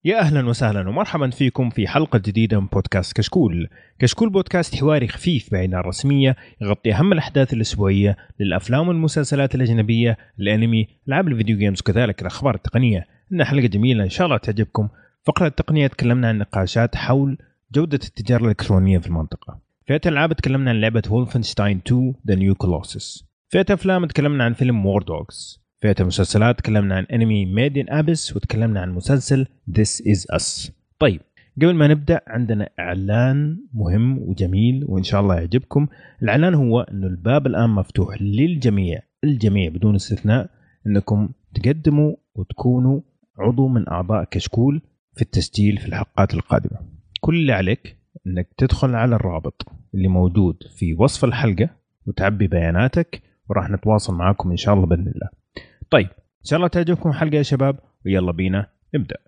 يا أهلا وسهلا ومرحبا فيكم في حلقة جديدة من بودكاست كشكول. كشكول بودكاست حواري خفيف بعيد عن الرسمية، يغطي أهم الأحداث الأسبوعية للأفلام والمسلسلات الأجنبية، الأنمي، ألعاب الفيديو جيمز وكذلك الأخبار التقنية. إنها حلقة جميلة إن شاء الله تعجبكم. فقرة التقنية تكلمنا عن نقاشات حول جودة التجارة الإلكترونية في المنطقة. فئة الألعاب تكلمنا عن لعبة وولفنشتاين 2 The New Colossus. فئة أفلام تكلمنا عن فيلم War Dogs. فئة المسلسلات تكلمنا عن أنمي Made in Abyss وتكلمنا عن مسلسل This Is Us. طيب قبل ما نبدأ عندنا إعلان مهم وجميل وإن شاء الله يعجبكم. الإعلان هو أنه الباب الآن مفتوح للجميع، الجميع بدون استثناء، أنكم تقدموا وتكونوا عضو من أعضاء كشكول في التسجيل في الحلقات القادمة. كل اللي عليك أنك تدخل على الرابط اللي موجود في وصف الحلقة وتعبي بياناتك وراح نتواصل معكم إن شاء الله بإذن الله. طيب إن شاء الله تعجبكم الحلقة يا شباب، ويلا بينا نبدأ.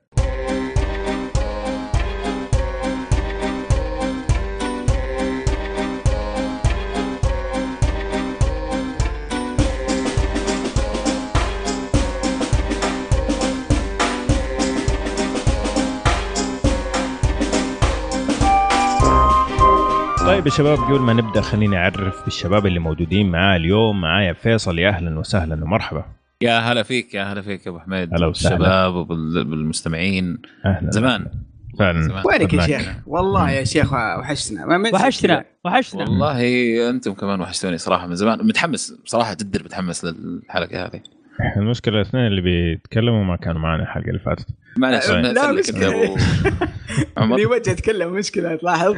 طيب يا شباب قبل ما نبدأ خليني أعرف بالشباب اللي موجودين معايا اليوم. معايا فيصل، يا أهلا وسهلا ومرحبا. يا هلا فيك يا أبو حميد، هلا والشباب وبالمستمعين. أهلا زمان فعلا. وينك يا شيخ؟ والله يا شيخ وحشنا والله أنتم كمان وحشتوني صراحة من زمان. متحمس صراحة جدا، متحمس للحلقة هذه. المشكلة الاثنين اللي بيتكلموا ما كانوا معنا الحلقة اللي فاتت. معلش لا مشكلة اللي وجه يتكلم مشكلة تلاحظ.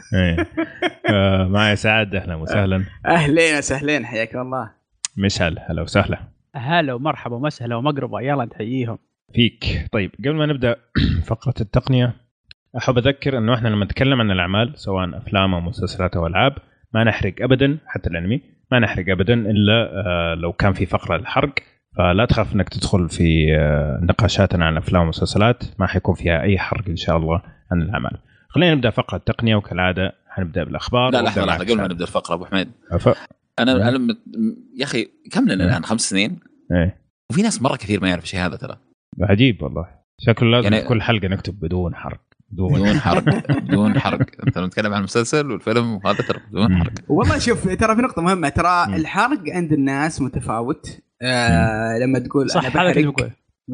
معي سعد، أهلا وسهلا. أهلين وسهلين، حياك الله. مشعل، هلا وسهلا. هلا ومرحبا ومسهلا ومقربا، يلا نحييهم فيك. طيب قبل ما نبدأ فقرة التقنية، أحب أذكر أنه إحنا لما نتكلم عن الأعمال سواء أفلام أو مسلسلات أو ألعاب ما نحرق أبدا، حتى الأنمي ما نحرق أبدا إلا لو كان في فقرة الحرق. فلا تخاف أنك تدخل في نقاشاتنا عن أفلام ومسلسلات، ما حيكون فيها أي حرق إن شاء الله عن الأعمال. خلينا نبدأ فقرة التقنية وكالعادة حنبدأ بالأخبار. لا لحظة قبل ما نبدأ الفقرة أبو حميد، أنا يا أخي كم لنا الآن 5 سنين؟ إيه. وفي ناس مرة كثير ما يعرف شيء هذا ترى. عجيب والله، شكله لازم يعني كل حلقة نكتب بدون حرق. بدون حرق. أنت نتكلم عن المسلسل والفيلم وهذا ترى بدون حرق. والله شوف ترى في نقطة مهمة، ترى الحرق عند الناس متفاوت. لما تقول أنا بحرق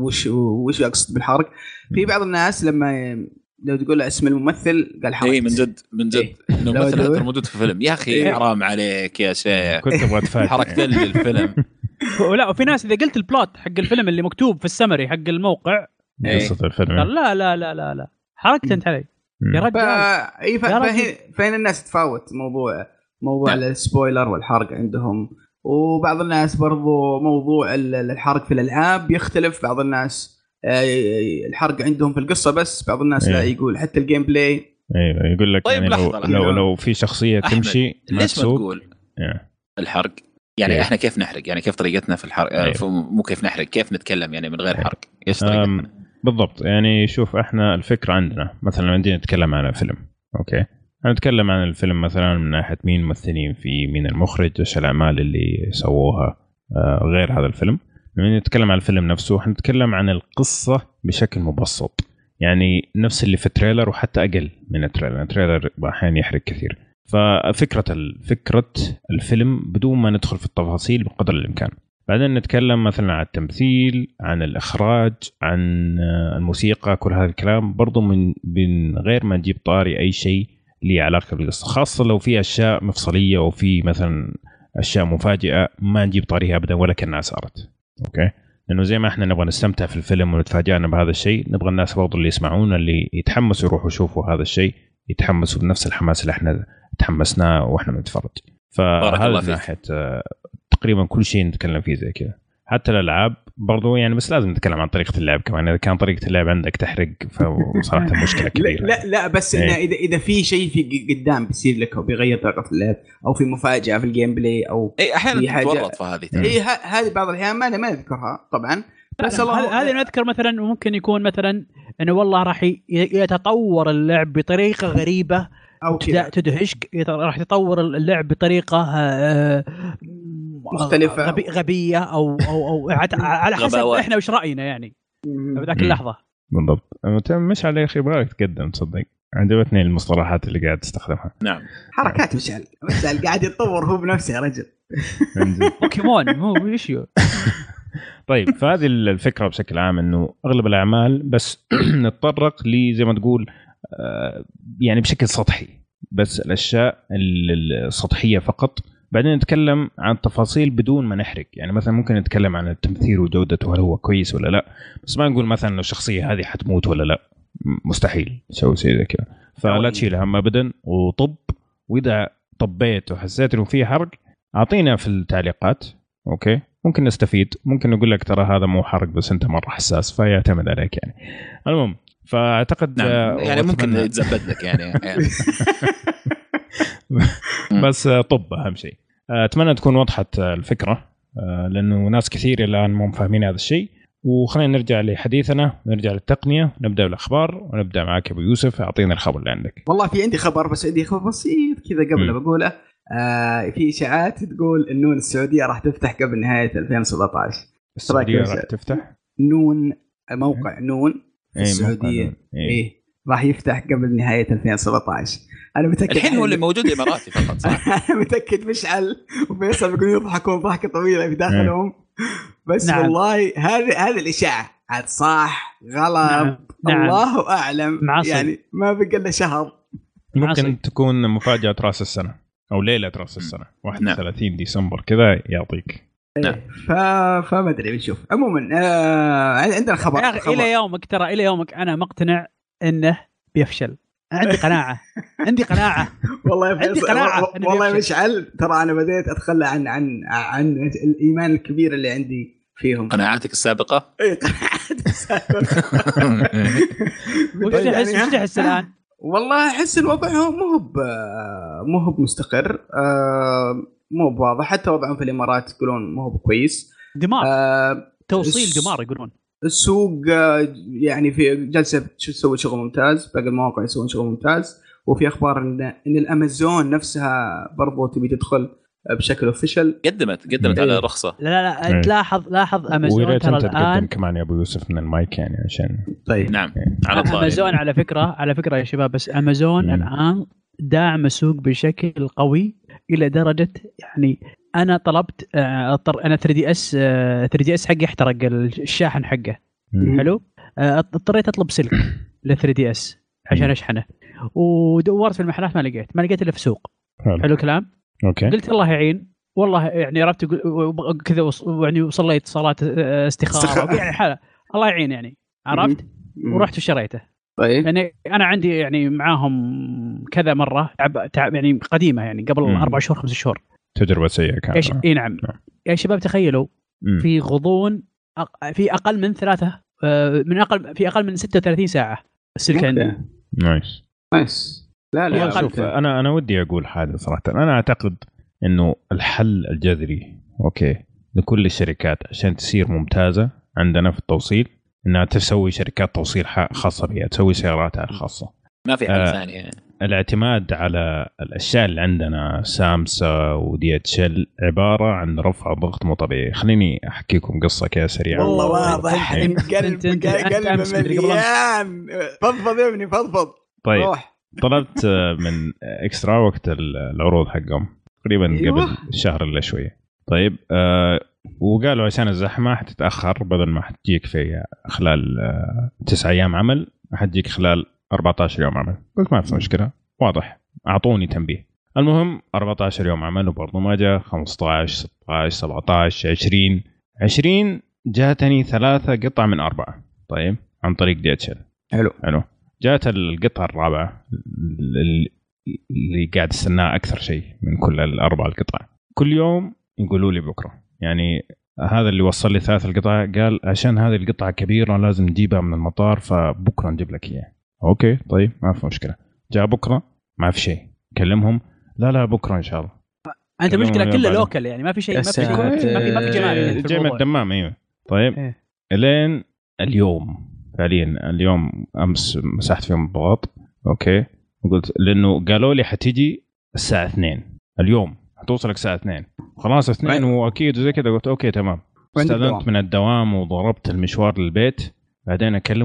وش أقصد بالحرق؟ في بعض الناس لما لو تقول له اسم الممثل قال حرق. اي من جد إنه الممثل هذا موجود في الفيلم. يا أخي حرام عليك يا شيخ، كنت أبغى أتفاجئ حرقت لي الفيلم. لا وفي ناس إذا قلت البلوت حق الفيلم اللي مكتوب في السمري حق الموقع قصة الفيلم، لا لا لا لا لا حركت أنت علي يا رجال. فين الناس تفاوت موضوع السبويلر والحرق عندهم. وبعض الناس برضو موضوع الحرق في الألعاب يختلف. بعض الناس الحرق عندهم في القصة بس، بعض الناس لا يقول حتى الجيم بلاي. ايوه يقول لك طيب يعني لو في شخصية تمشي ليش ما تقول الحرق؟ يعني احنا كيف نحرق؟ يعني كيف طريقتنا في الحرق؟ مو كيف نحرق، كيف نتكلم يعني من غير حرق؟ ايش طريقتنا بالضبط؟ يعني شوف احنا الفكرة عندنا مثلا لما نجي نتكلم عن فيلم، اوكي هنتكلم عن الفيلم مثلا من ناحية مين ممثلين فيه، مين المخرج، ايش الأعمال اللي سووها. غير هذا الفيلم لما نتكلم عن الفيلم نفسه هنتكلم عن القصة بشكل مبسط، يعني نفس اللي في التريلر وحتى أقل من التريلر أحيانا يحرق كثير. ففكرة الفيلم بدون ما ندخل في التفاصيل بقدر الإمكان. بعدين نتكلم مثلا عن التمثيل، عن الإخراج، عن الموسيقى، كل هذا الكلام برضو من غير ما نجيب طاري أي شيء ليه علاقة بالقصة، خاصة لو في أشياء مفصلية أو في مثلا أشياء مفاجئة ما نجيب طاريها أبدا ولا كأنها صارت. أوكي، لأنه زي ما إحنا نبغى نستمتع في الفيلم ونتفاجئنا بهذا الشيء، نبغى الناس برضو اللي يسمعونا اللي يتحمسوا يروحوا يشوفوا هذا الشيء يتحمسوا بنفس الحماس اللي إحنا تحمسناه وإحنا بنتفرج. فهذا من ناحية تقريبا كل شيء نتكلم فيه زي كذا، حتى الألعاب برضو يعني، بس لازم نتكلم عن طريقة اللعب كمان. إذا كان طريقة اللعب عندك تحرق فصراحة مشكلة كبيرة. لا بس إنه إذا في شيء في قدام بيصير لك أو بيغير طريقة اللعب أو في مفاجأة في الجيم بلاي أو أحيانا تتورط في هذه. هذه بعض الأحيان ما نذكرها طبعا. بس هذه نذكر مثلا ممكن يكون مثلا إنه والله راح يتطور اللعب بطريقة غريبة أو تدهشك، راح يتطور اللعب بطريقة مختلفة غبية أو على حسب إحنا وش رأينا يعني بذاك اللحظة. بالضبط. مش على اخي يبغاك تقدم تصدق عجبتني المصطلحات اللي قاعد تستخدمها. نعم حركات مشعل قاعد يتطور هو بنفسه يا رجل. بوكيمون مو ايشيو. طيب فهذه الفكره بشكل عام انه اغلب الاعمال بس نتطرق لي زي ما تقول يعني بشكل سطحي بس الاشياء السطحيه فقط، بعدين نتكلم عن التفاصيل بدون ما نحرق. يعني مثلا ممكن نتكلم عن التمثيل وجودته هل هو كويس ولا لا، بس ما نقول مثلا لو الشخصيه هذه حتموت ولا لا، مستحيل تسوي شيء زي كذا. فلا تشيل هم ابدا وطب، واذا طبيت وحسيت انه في حرق اعطينا في التعليقات اوكي، ممكن نستفيد، ممكن نقول لك ترى هذا مو حرق بس انت مره حساس فيعتمد عليك يعني. المهم فاعتقد نعم. يعني ممكن يتزبد لك يعني. بس طب اهم شيء. اتمنى تكون وضحت الفكره لانه ناس كثير الان مو فاهمين هذا الشيء. وخلينا نرجع لحديثنا، نرجع للتقنيه، ونبدا بالاخبار، ونبدا معك ابو يوسف. اعطينا الخبر اللي عندك. والله في عندي خبر، بس عندي خبر بسيط كذا قبل بقوله. في اشاعات تقول النون السعوديه راح تفتح قبل نهايه 2017. السعوديه راح تفتح نون، موقع نون في السعوديه ايه راح يفتح قبل نهايه 2017. انا متاكد الحين هو اللي موجود اماراتي فقط صح. انا متاكد مشعل وفيصل بيقولوا يضحكون ضحكه طويله في داخلهم. بس نعم. والله هذه الاشاعه عاد صح غلط نعم. الله اعلم معصي. يعني ما بقى لنا شهر، ممكن معصي. تكون مفاجاه راس السنه او ليله راس السنه 31 نعم. ديسمبر كذا يعطيك نعم. فما ادري بنشوف. عموما عندنا خبر الى يومك، ترى الى يومك انا مقتنع انه بيفشل. عندي قناعه عندي قناعه والله عندي قناعه والله مشعل. ترى انا بديت اتخلى عن الايمان الكبير اللي عندي فيهم. قناعاتك السابقه اي قناعاتي السابقه. وش تحس الان؟ والله احس الوضع مو هو مستقر، مو بواضح. حتى وضعهم في الامارات يقولون مو هو كويس، دمار توصيل دمار يقولون. السوق يعني في جلسه تسوي شغل ممتاز، باقي المواقع يسوون شغل ممتاز. وفي اخبار ان الامازون نفسها برضو تبي تدخل بشكل اوفيشال. قدمت على رخصه. لا لاحظ امازون ترى الان كمان يا ابو يوسف من المايك يعني عشان طيب نعم على امازون على فكره يا شباب. بس امازون الان داعم السوق بشكل قوي الى درجه يعني انا طلبت انا 3DS حقي احترق الشاحن حقه حلو. اضطريت اطلب سلك ل 3DS عشان اشحنه، ودورت في المحلات ما لقيت الا في سوق. حلو كلام اوكي. قلت الله يعين والله يعني عرفت كذا يعني وصليت صلاه استخاره يعني حاله الله يعين يعني عرفت. ورحت وشريته. طيب يعني انا عندي يعني معاهم كذا مره تعب يعني قديمه يعني قبل 4 شهور 5 شهور تجربه سيئه كانت. اي نعم يا شباب تخيلوا في غضون في اقل من 3 في اقل من 36 ساعه السلك عندي. نايس. لا شوف انا ودي اقول حاجه صراحه. انا اعتقد انه الحل الجذري اوكي لكل الشركات عشان تصير ممتازه عندنا في التوصيل انها تسوي شركات توصيل خاصه بها، تسوي سياراتها الخاصه. ما في حل ثاني. الاعتماد على الاشياء اللي عندنا سامسا وديتشل عباره عن رفع ضغط مو طبيعي. خليني احكيكم قصه كده سريعه. والله واضح قلب مليان. فضفض يا ابني فضفض. طيب روح. طلبت من اكسترا وقت العروض حقهم تقريبا قبل شهر الا شويه. طيب وقالوا عشان الزحمه حتتاخر، بدل ما حتجيك في خلال 9 ايام عمل حتجيك خلال 14 يوم عمل. قلت ما في مشكله واضح، اعطوني تنبيه. المهم 14 يوم عمل وبرضه ما جاء. 15 16 17 20 جاتني 3 قطع من 4. طيب عن طريق DHL. حلو جات القطعه الرابعه اللي قاعد استناها اكثر شيء من كل الاربع القطع. كل يوم يقولوا لي بكره، يعني هذا اللي وصل لي 3 القطع قال عشان هذه القطعه كبيره لازم نجيبها من المطار فبكره نجيب لك اياها. اوكي طيب ما في مشكله. جاء بكره ما في شيء. كلمهم لا بكره ان شاء الله. انت مشكله كلها لوكال يعني ما في شيء ما في جمال جاي من الدمام. ايوه طيب الين اليوم فعليا اليوم امس مسحت فيهم الضغط اوكي وقلت لانه قالوا لي حتيجي الساعه 2 اليوم حتوصلك الساعه 2 خلاص 2 واكيد زي كذا. قلت اوكي تمام. استاذنت من الدوام وضربت المشوار للبيت. بعدين اكلمه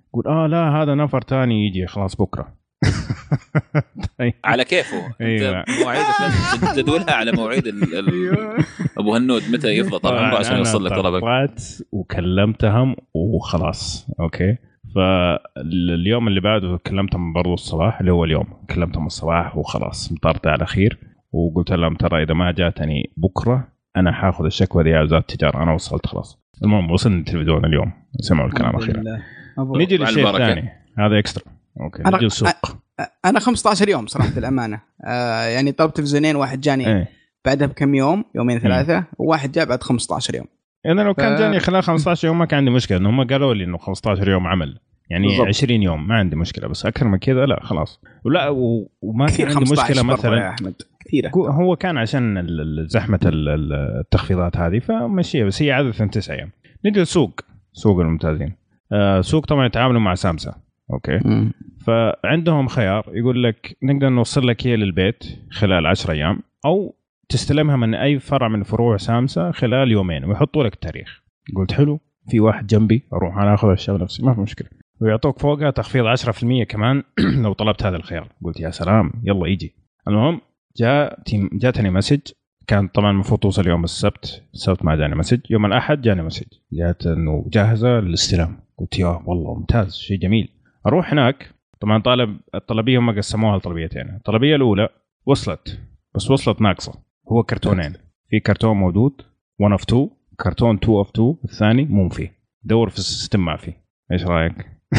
قول لا هذا نفر تاني يجي خلاص بكره. على كيفه. أيوة. انت مواعيدك لازم تجدولها على مواعيد ابو هنود متى يفضى طال عمره عشان يوصل لك طلبك. وكلمتهم وخلاص اوكي. فاليوم اللي بعده كلمتهم برضو الصباح، اللي هو اليوم كلمتهم الصباح وخلاص مطرطع على خير، وقلت لهم ترى اذا ما جاتني بكره انا حاخذ الشكوى دي على وزاره التجاره. انا وصلت خلاص. المهم وصلنا التلفزيون اليوم سمعوا الكلام اخيرا. نيجي للشيء الثاني هذا اكسترا. اوكي نيجي السوق. انا 15 يوم صراحه الامانه. يعني طلبت تلفزيونين، واحد جاني بعدها بكم يوم، يومين ثلاثه، وواحد جاء بعد 15 يوم. انا لو كان جاني خلال 15 يوم ما كان عندي مشكله، انهم قالوا لي انه 15 يوم عمل يعني بالضبط. 20 يوم ما عندي مشكله، بس اكثر من كذا لا خلاص. ولا وما كان عندي مشكله مثلا يا احمد كثيره. هو كان عشان زحمه التخفيضات هذه فمشيها، بس هي عاده 9 ايام. نجي للسوق، سوق الممتازين. سوق طبعا يتعاملوا مع سامسا اوكي. فعندهم خيار يقول لك نقدر نوصل لك هي للبيت خلال 10 ايام، او تستلمها من اي فرع من فروع سامسا خلال يومين، ويحطوا لك التاريخ. قلت حلو، في واحد جنبي اروح انا اخذ الشغل نفسي ما في مشكله، ويعطوك فوقها تخفيض 10% كمان لو طلبت هذا الخيار. قلت يا سلام يلا يجي. المهم جاتني مسج، كان طبعا المفروض توصل يوم السبت ما جاني مسج. يوم الاحد جاني مسج جات انه جاهزه للاستلام. قلت يا والله ممتاز، شيء جميل. اروح هناك طبعا الطلبيه هم قسموها لطلبيتين. الطلبيه الاولى وصلت، بس وصلت ناقصه. هو كرتونين، في كرتون موجود 1 of 2، كرتون 2 of 2 الثاني مو فيه. دور في السيستم ما فيه. ايش رايك؟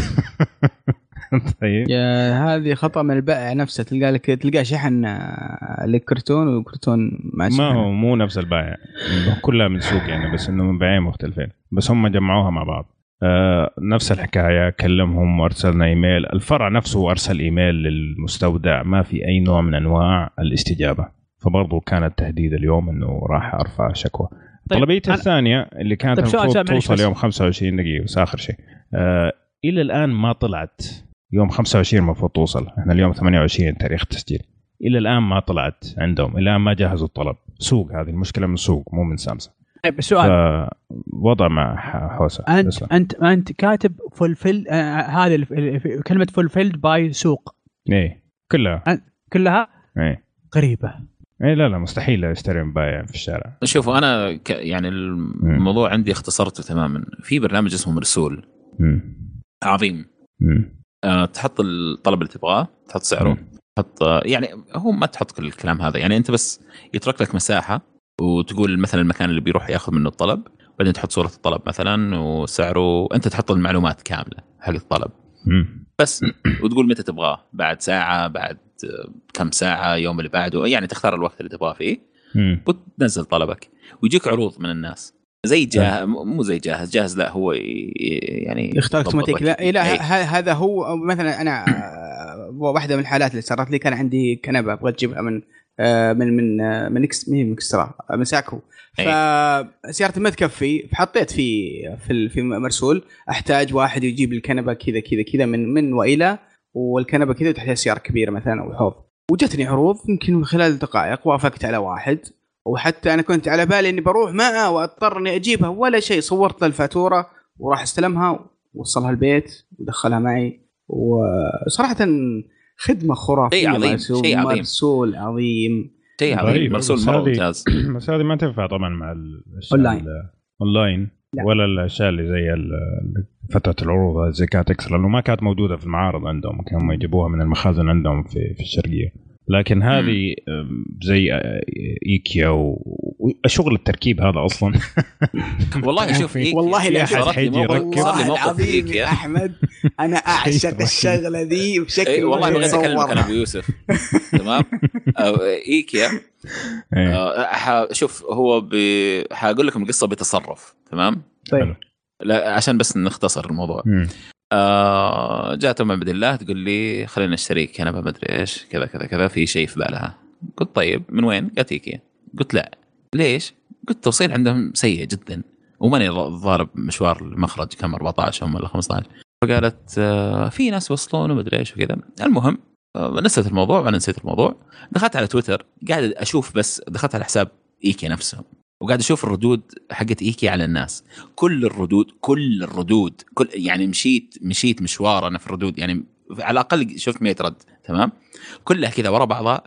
طيب يا هذه خطأ من البائع نفسه. تلقى شحن للكرتون وكرتون ما هو مو نفس البائع، كلها من سوق يعني، بس انه من بائعين مختلفين، بس هم جمعوها مع بعض. نفس الحكاية. كلمهم وارسلنا ايميل، الفرع نفسه ارسل ايميل للمستودع، ما في اي نوع من انواع الاستجابة. فبرضو كان التهديد اليوم انه راح ارفع شكوى. طلبيتي الثانية اللي كانت المفروض توصل يوم 25 دقيقة، بس اخر شيء الى الان ما طلعت. يوم 25 المفروض توصل، احنا اليوم 28 تاريخ التسجيل، الى الان ما طلعت عندهم، الى الان ما جهزوا الطلب. سوق، هذه المشكلة من سوق مو من سامسونج. طيب السؤال، وضع مع حوسه. انت كاتب فولفيل، هذه كلمه فولفيلد باي سوق. ايه كلها ايه غريبه. ايه لا مستحيل اشتري من بائع في الشارع. شوفوا انا يعني الموضوع عندي اختصرته تماما. في برنامج اسمه مرسول عظيم. تحط الطلب اللي تبغاه، تحط سعره، تحط يعني هو ما تحط كل الكلام هذا يعني، انت بس يترك لك مساحه وتقول مثلا المكان اللي بيروح ياخذ منه الطلب، بعدين تحط صورة الطلب مثلا وسعره، انت تحط المعلومات كاملة حق الطلب بس، وتقول متى تبغاه، بعد ساعة، بعد كم ساعة، يوم اللي بعده، يعني تختار الوقت اللي تبغاه فيه وتنزل طلبك، ويجيك عروض من الناس زي مو زي جاهز لا، هو يعني يختار اوتوماتيك. لا هذا هو مثلا انا واحدة من الحالات اللي صارت لي، كان عندي كنبة ابغى اجيبها من اكسترا من ساكو، فسيارتي ما تكفي، فحطيت في مرسول احتاج واحد يجيب الكنبه كذا من والى، والكنبه كذا تحتاج سياره كبيره مثلا او حوض. وجتني عروض يمكن خلال دقائق، وافقت على واحد، وحتى انا كنت على بالي اني بروح معه واضطر اني اجيبها ولا شيء. صورت له الفاتوره وراح استلمها ووصلها البيت ودخلها معي، وصراحه خدمة خرافية. شيء عظيم، مرسول عظيم، شيء عظيم، مرسول مرة ممتاز. بس هذه ما تنفع طبعا مع اونلاين ولا الاشياء اللي زي فترة العروض زي كانت اكسل، لانه ما كانت موجودة في المعارض عندهم، كانوا يجيبوها من المخازن عندهم في الشرقية. لكن هذه زي ايكيا وشغل التركيب هذا اصلا. والله شوف والله لا حيجي يركب يا احمد، انا اعشق الشغله ذي بشكل والله ما اتكلم عن ابو يوسف. تمام. ايكيا شوف هو حاقول لكم القصه بتصرف. تمام طيب لا عشان بس نختصر الموضوع. جاءت أم عبد الله تقول لي خلينا نشتريك، أنا ما أدري إيش كذا كذا كذا، في شيء في بالها. قلت طيب من وين؟ قالت إيكيا. قلت لا ليش؟ قلت التوصيل عندهم سيء جدا، وماني ضارب مشوار المخرج كم 14 ولا 15. فقالت في ناس وصلون وما أدري إيش وكذا. المهم نسيت الموضوع وأنا نسيت الموضوع. دخلت على تويتر قاعد أشوف، بس دخلت على حساب إيكيا نفسهم وقاعد اشوف الردود حقت ايكي على الناس، كل الردود يعني مشيت مشوار انا في الردود، يعني على الاقل شفت 100 رد تمام، كلها كذا ورا بعضها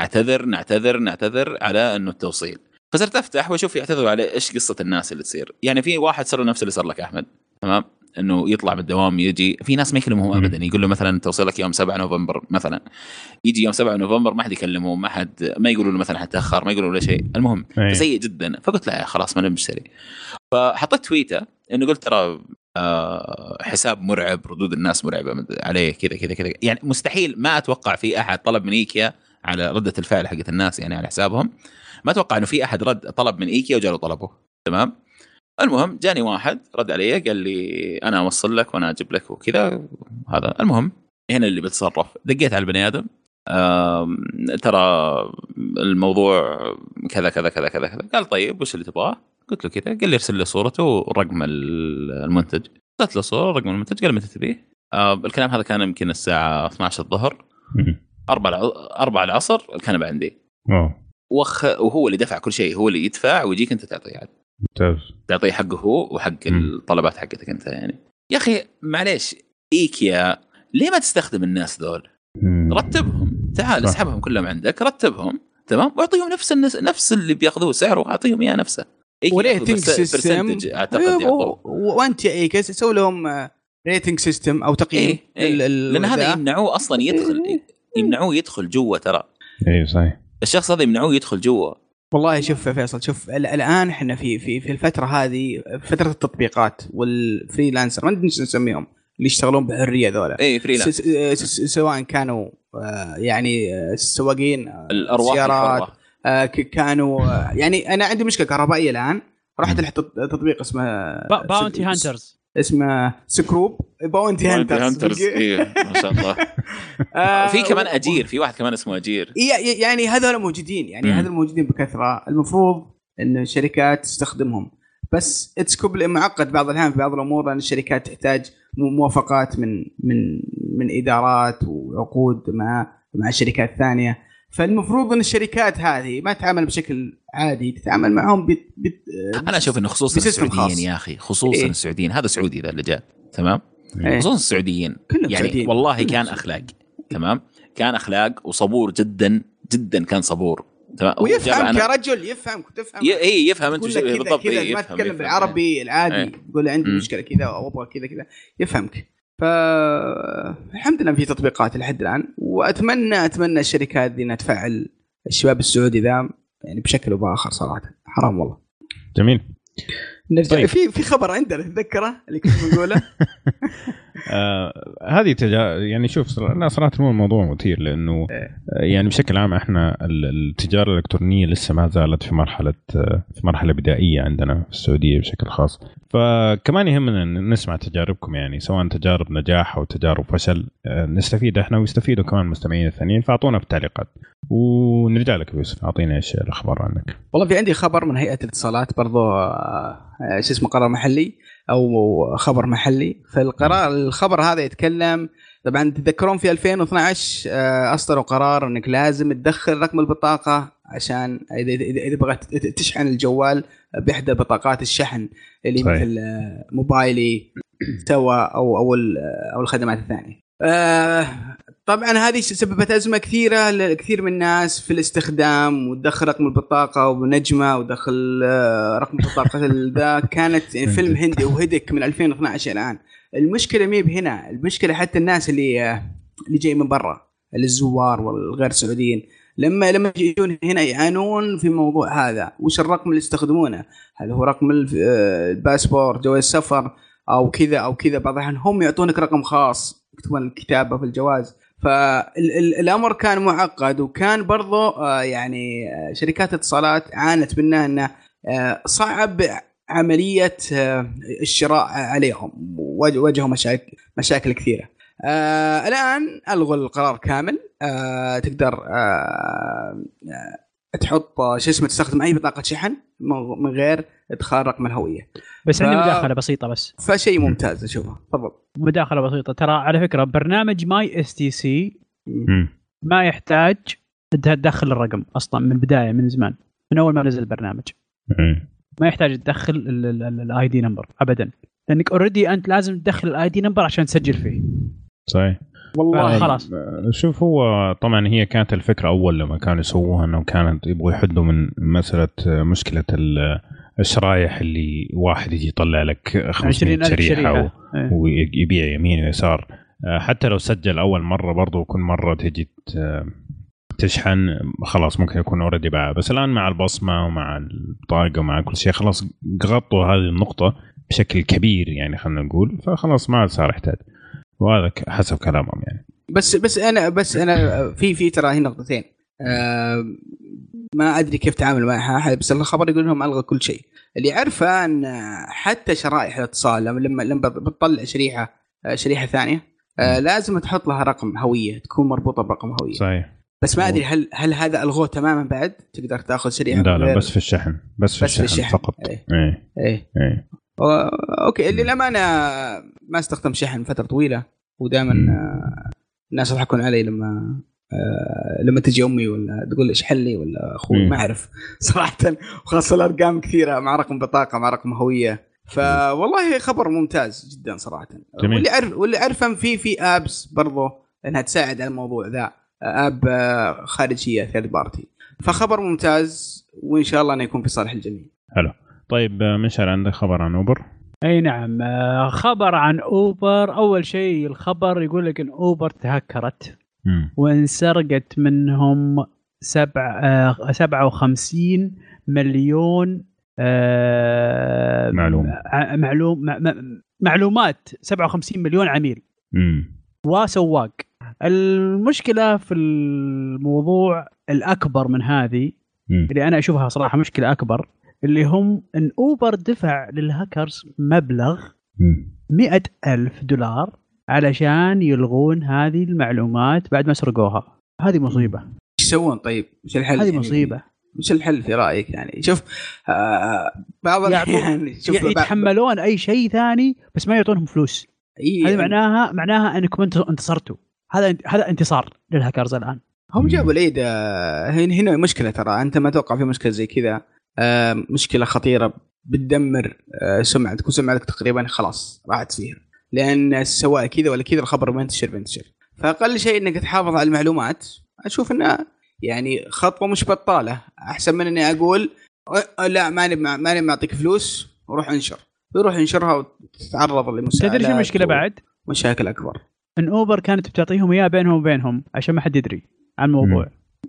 نعتذر على انه التوصيل. فصرت افتح واشوف يعتذروا على ايش قصه الناس اللي تصير. يعني في واحد صار نفس اللي صار لك احمد تمام، انه يطلع من الدوام يجي، في ناس ما يكلمهم ابدا، يقول له مثلا توصيلك يوم 7 نوفمبر مثلا، يجي يوم 7 نوفمبر ما حد يكلمه، ما يقولوا له مثلا حتاخر، ما يقولوا له شيء، المهم سيء جدا. فقلت لا خلاص ما نمشي. فحطيت تويته انه قلت ترى حساب مرعب، ردود الناس مرعبه عليه كذا يعني مستحيل، ما اتوقع في احد طلب من ايكيا على رده الفعل حقت الناس يعني على حسابهم، ما اتوقع انه في احد طلب من ايكيا وجاله طلبه تمام. المهم جاني واحد رد علي قال لي انا اوصل لك وانا اجيب لك وكذا هذا. المهم هنا اللي بتصرف، دقيت على البني ادم ترى الموضوع كذا كذا كذا كذا كذا. قال طيب وش اللي تبغاه؟ قلت له كذا. قال لي ارسل لي صورته ورقم المنتج. ارسلت له صوره ورقم المنتج. قال متى تبيه؟ الكلام هذا كان يمكن الساعه 12 الظهر، 4 العصر الكنبه عندي. وهو اللي دفع كل شيء، هو اللي يدفع ويجيك انت تعطيه عاد. تعطيه حقه هو وحق الطلبات حقتك انت. يعني يا اخي معليش ايكيا ليه ما تستخدم الناس ذول؟ رتبهم، تعال اسحبهم كلهم عندك، رتبهم تمام، واعطيهم نفس اللي بياخذوه سعر، واعطيهم اياه نفسه. وريتنج سيستم اعتقد وانت ايكيا سووا لهم ريتنج سيستم او تقييم لان هذا يمنعوه اصلا يمنعوه يدخل جوا. ترى ايوه صحيح، الشخص هذا يمنعوه يدخل جوا. والله شوف فيصل، شوف الان احنا في الفتره هذه، فتره التطبيقات والفريلانسر، ما ندري ايش نسميهم، اللي يشتغلون بحريه ذولا. سواء كانوا يعني السواقين السيارات، كانوا يعني انا عندي مشكله كهربائيه الان، رحت لحط تطبيق اسمه باونتي هانترز، اسمه سكروب باونتي هانترز. إيه ما شاء الله. في كمان أجير، في واحد كمان اسمه أجير. يعني هذول موجودين، يعني هذول موجودين بكثرة. المفروض إن الشركات تستخدمهم، بس اتسكوب معقد بعض الأحيان في بعض الأمور، لأن الشركات تحتاج موافقات من إدارات وعقود مع الشركات الثانية. فالمفروض ان الشركات هذه ما تتعامل بشكل عادي، تتعامل معهم انا اشوف انه خصوصا السعوديين يا اخي، خصوصا السعوديين، هذا سعودي ذا اللي جاء تمام، خصوصا السعوديين يعني سعوديين. والله كان اخلاق تمام، كان اخلاق وصبور جدا جدا، كان صبور تمام، ويفهم يا رجل، يفهمك وتفهم. يفهم انت بالضبط، ما تتكلم بالعربي العادي، تقول عندي مشكله كذا او ابغى كذا يفهمك. فالحمد لله في تطبيقات لحد الآن، وأتمنى الشركات دي أنها تفعل الشباب السعودي ذا يعني بشكل وبآخر. صراحة حرام والله. جميل. نرجع طيب. في خبر عندنا تذكره اللي كنت بنقوله. هذه يعني شوف صراحة مو الموضوع مثير، لأنه يعني بشكل عام احنا التجارة الإلكترونية لسه ما زالت في مرحلة بدائية عندنا في السعودية بشكل خاص. فكمان يهمنا نسمع تجاربكم، يعني سواء تجارب نجاح أو تجارب فشل، نستفيد احنا ويستفيدوا كمان المستمعين الثانيين. فأعطونا بالتعليقات ونرجع لك يوسف، أعطينا إيش الأخبار عنك. والله في عندي خبر من هيئة الاتصالات برضو، اسمه قرار محلي أو خبر محلي. الخبر هذا يتكلم، طبعا تذكرون في 2012 أصدروا قرار أنك لازم تدخل رقم البطاقة عشان إذا بغيت تشحن الجوال بإحدى بطاقات الشحن اللي صحيح. مثل موبايلي توا أو الخدمات الثانية. طبعا هذه سببت أزمة كثيرة لكثير من الناس في الاستخدام، وتدخل رقم البطاقة ونجمة ودخل رقم البطاقة ذا. كانت فيلم هندي وهدك من 2012 الآن. المشكلة ميب هنا، المشكلة حتى الناس اللي جاي من برا، الزوار والغير سعوديين، لما يجون هنا يعانون في موضوع هذا. وش الرقم اللي يستخدمونه؟ هل هو رقم الباسبور، جواز السفر أو كذا أو كذا؟ بعض الأحيان هم يعطونك رقم خاص يكتبون الكتابة في الجواز. فالأمر كان معقد، وكان برضو يعني شركات اتصالات عانت منه أنه صعب عملية الشراء عليهم، واجهوا مشاكل كثيرة. الآن ألغوا القرار كامل. تقدر تحط تستخدم أي بطاقة شحن من غير إدخال رقم الهوية. بس عندي مداخلة بسيطة بس. فشيء ممتاز أشوفه. تفضل. مداخلة بسيطة. ترى على فكرة برنامج ماي STC ما يحتاج تدخل الرقم أصلا من البداية، من زمان، من أول ما نزل البرنامج. ما يحتاج تدخل الاي دي نمبر ابدا، لانك اوريدي انت لازم تدخل الاي دي نمبر عشان تسجل فيه. صحيح والله خلاص. شوف هو طبعا هي كانت الفكره اول لما كانوا يسووها انه كانت يبغوا يحدوا من مساله مشكله الشرايح اللي واحد يجي يطلع لك 500 شريحه ويبيع يمين ويسار. حتى لو سجل اول مره برضو كل مره تجي تشحن خلاص ممكن يكون اوريدي باع. بس الان مع البصمه ومع البطاقه ومع كل شيء خلاص غطوا هذه النقطه بشكل كبير يعني خلينا نقول، فخلاص ما صار يحتاج. وهذا حسب كلامهم يعني. بس انا في ترى هنا نقطتين ما ادري كيف تعامل معها، بس الخبر يقول لهم الغى كل شيء. اللي عرفه ان حتى شرائح الاتصال لما بتطلع شريحه ثانيه لازم تحط لها رقم هويه، تكون مربوطه برقم هويه. صحيح. بس ما ادري هل هذا الغوه تماما بعد تقدر تاخذ شريحه؟ لا بس في الشحن، بس في الشحن فقط. ايه اوكي. اللي لما انا ما استخدم شحن فتره طويله، ودائما الناس يضحكون علي لما تجي امي ولا تقول لي اشحن لي ولا اخوي ما اعرف صراحه، وخاصه الارقام كثيره مع رقم بطاقه مع رقم هويه. فوالله خبر ممتاز جدا صراحه. واللي عرفهم في ابس برضو انها تساعد على الموضوع ذا، اب خارجيه ثيرد بارتي. فخبر ممتاز وان شاء الله انه يكون في صالح الجميع. حلو. طيب مشعل عندك خبر عن اوبر؟ اي نعم، خبر عن اوبر. اول شيء الخبر يقول لك ان اوبر تهكرت وانسرقت منهم 57 مليون معلومات 57 مليون عميل وسواق. المشكلة في الموضوع الأكبر من هذه اللي أنا أشوفها صراحة مشكلة أكبر، اللي هم أن أوبر دفع للهاكرز مبلغ $100,000 علشان يلغون هذه المعلومات بعد ما سرقوها. هذه مصيبة. ايش يسوون طيب؟ ايش الحل؟ هذه مصيبة. ايش الحل في رايك يعني؟ شوف بعض يعني شوف يتحملون اي شيء ثاني بس ما يعطونهم فلوس. هذه معناها انكم انتصرتوا. هذا انتصار للهاكرز الان. هم جابوا العيد. هنا مشكله ترى، انت ما توقع في مشكله زي كذا، مشكله خطيره بتدمر سمعتك وسمعتك تقريبا خلاص راحت فيها، لان سواء كذا ولا كذا الخبر بينتشر. فاقل شيء انك تحافظ على المعلومات. اشوف انها يعني خطوه مش بطاله، احسن من اني اقول لا ماني معطيك فلوس وروح انشر، يروح ينشرها وتتعرض لمساءلات. تدري شو المشكله بعد؟ مشاكل اكبر. ان اوبر كانت بتعطيهم اياه بينهم وبينهم عشان ما حد يدري عن الموضوع.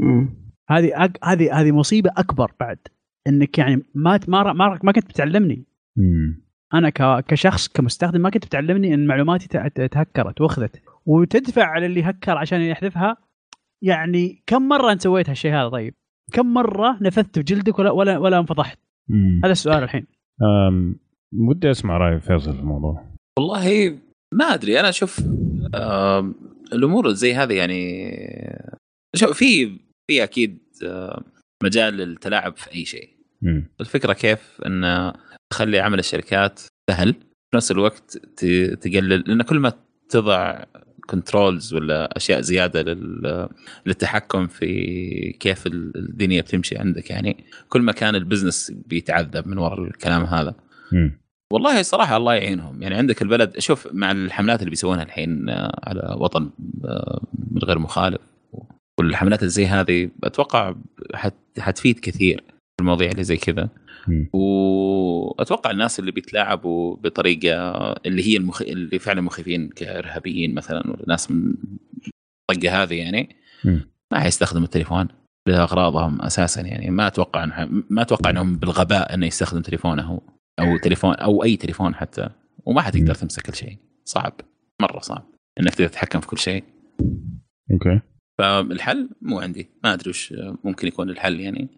هذه مصيبه اكبر بعد، انك يعني ما كنت بتعلمني. انا كشخص كمستخدم ما كنت بتعلمني ان معلوماتي تهكرت واخذت، وتدفع على اللي هكر عشان يحذفها. يعني كم مره انت سويت هالشيء هذا؟ طيب كم مره نفذت بجلدك ولا انفضحت؟ هذا السؤال الحين. ودي اسمع راي فيصل في الموضوع. والله ما ادري، انا اشوف الامور زي هذه يعني شوف في اكيد مجال للتلاعب في اي شيء. الفكره كيف ان تخلي عمل الشركات سهل في نفس الوقت تقلل، لان كل ما تضع كنترولز ولا اشياء زياده للتحكم في كيف الدنيا بتمشي عندك، يعني كل ما كان البزنس بيتعذب من وراء الكلام هذا. والله صراحه الله يعينهم. يعني عندك البلد، شوف مع الحملات اللي بيسوونها الحين على وطن من غير مخالف والحملات اللي زي هذه، اتوقع حتفيد كثير في المواضيع اللي زي كذا. واتوقع الناس اللي بيتلاعبوا بطريقه اللي هي اللي فعلا مخيفين كارهابيين مثلا ولا ناس من الطقه هذه، يعني ما حيستخدموا التليفون لاغراضهم اساسا. يعني ما اتوقع انهم بالغباء انه يستخدم تليفونه او تليفون او اي تليفون حتى، وما حتقدر تمسك كل شيء. صعب، مره صعب انك تتحكم في كل شيء. اوكي. فالحل مو عندي، ما ادري وش ممكن يكون الحل.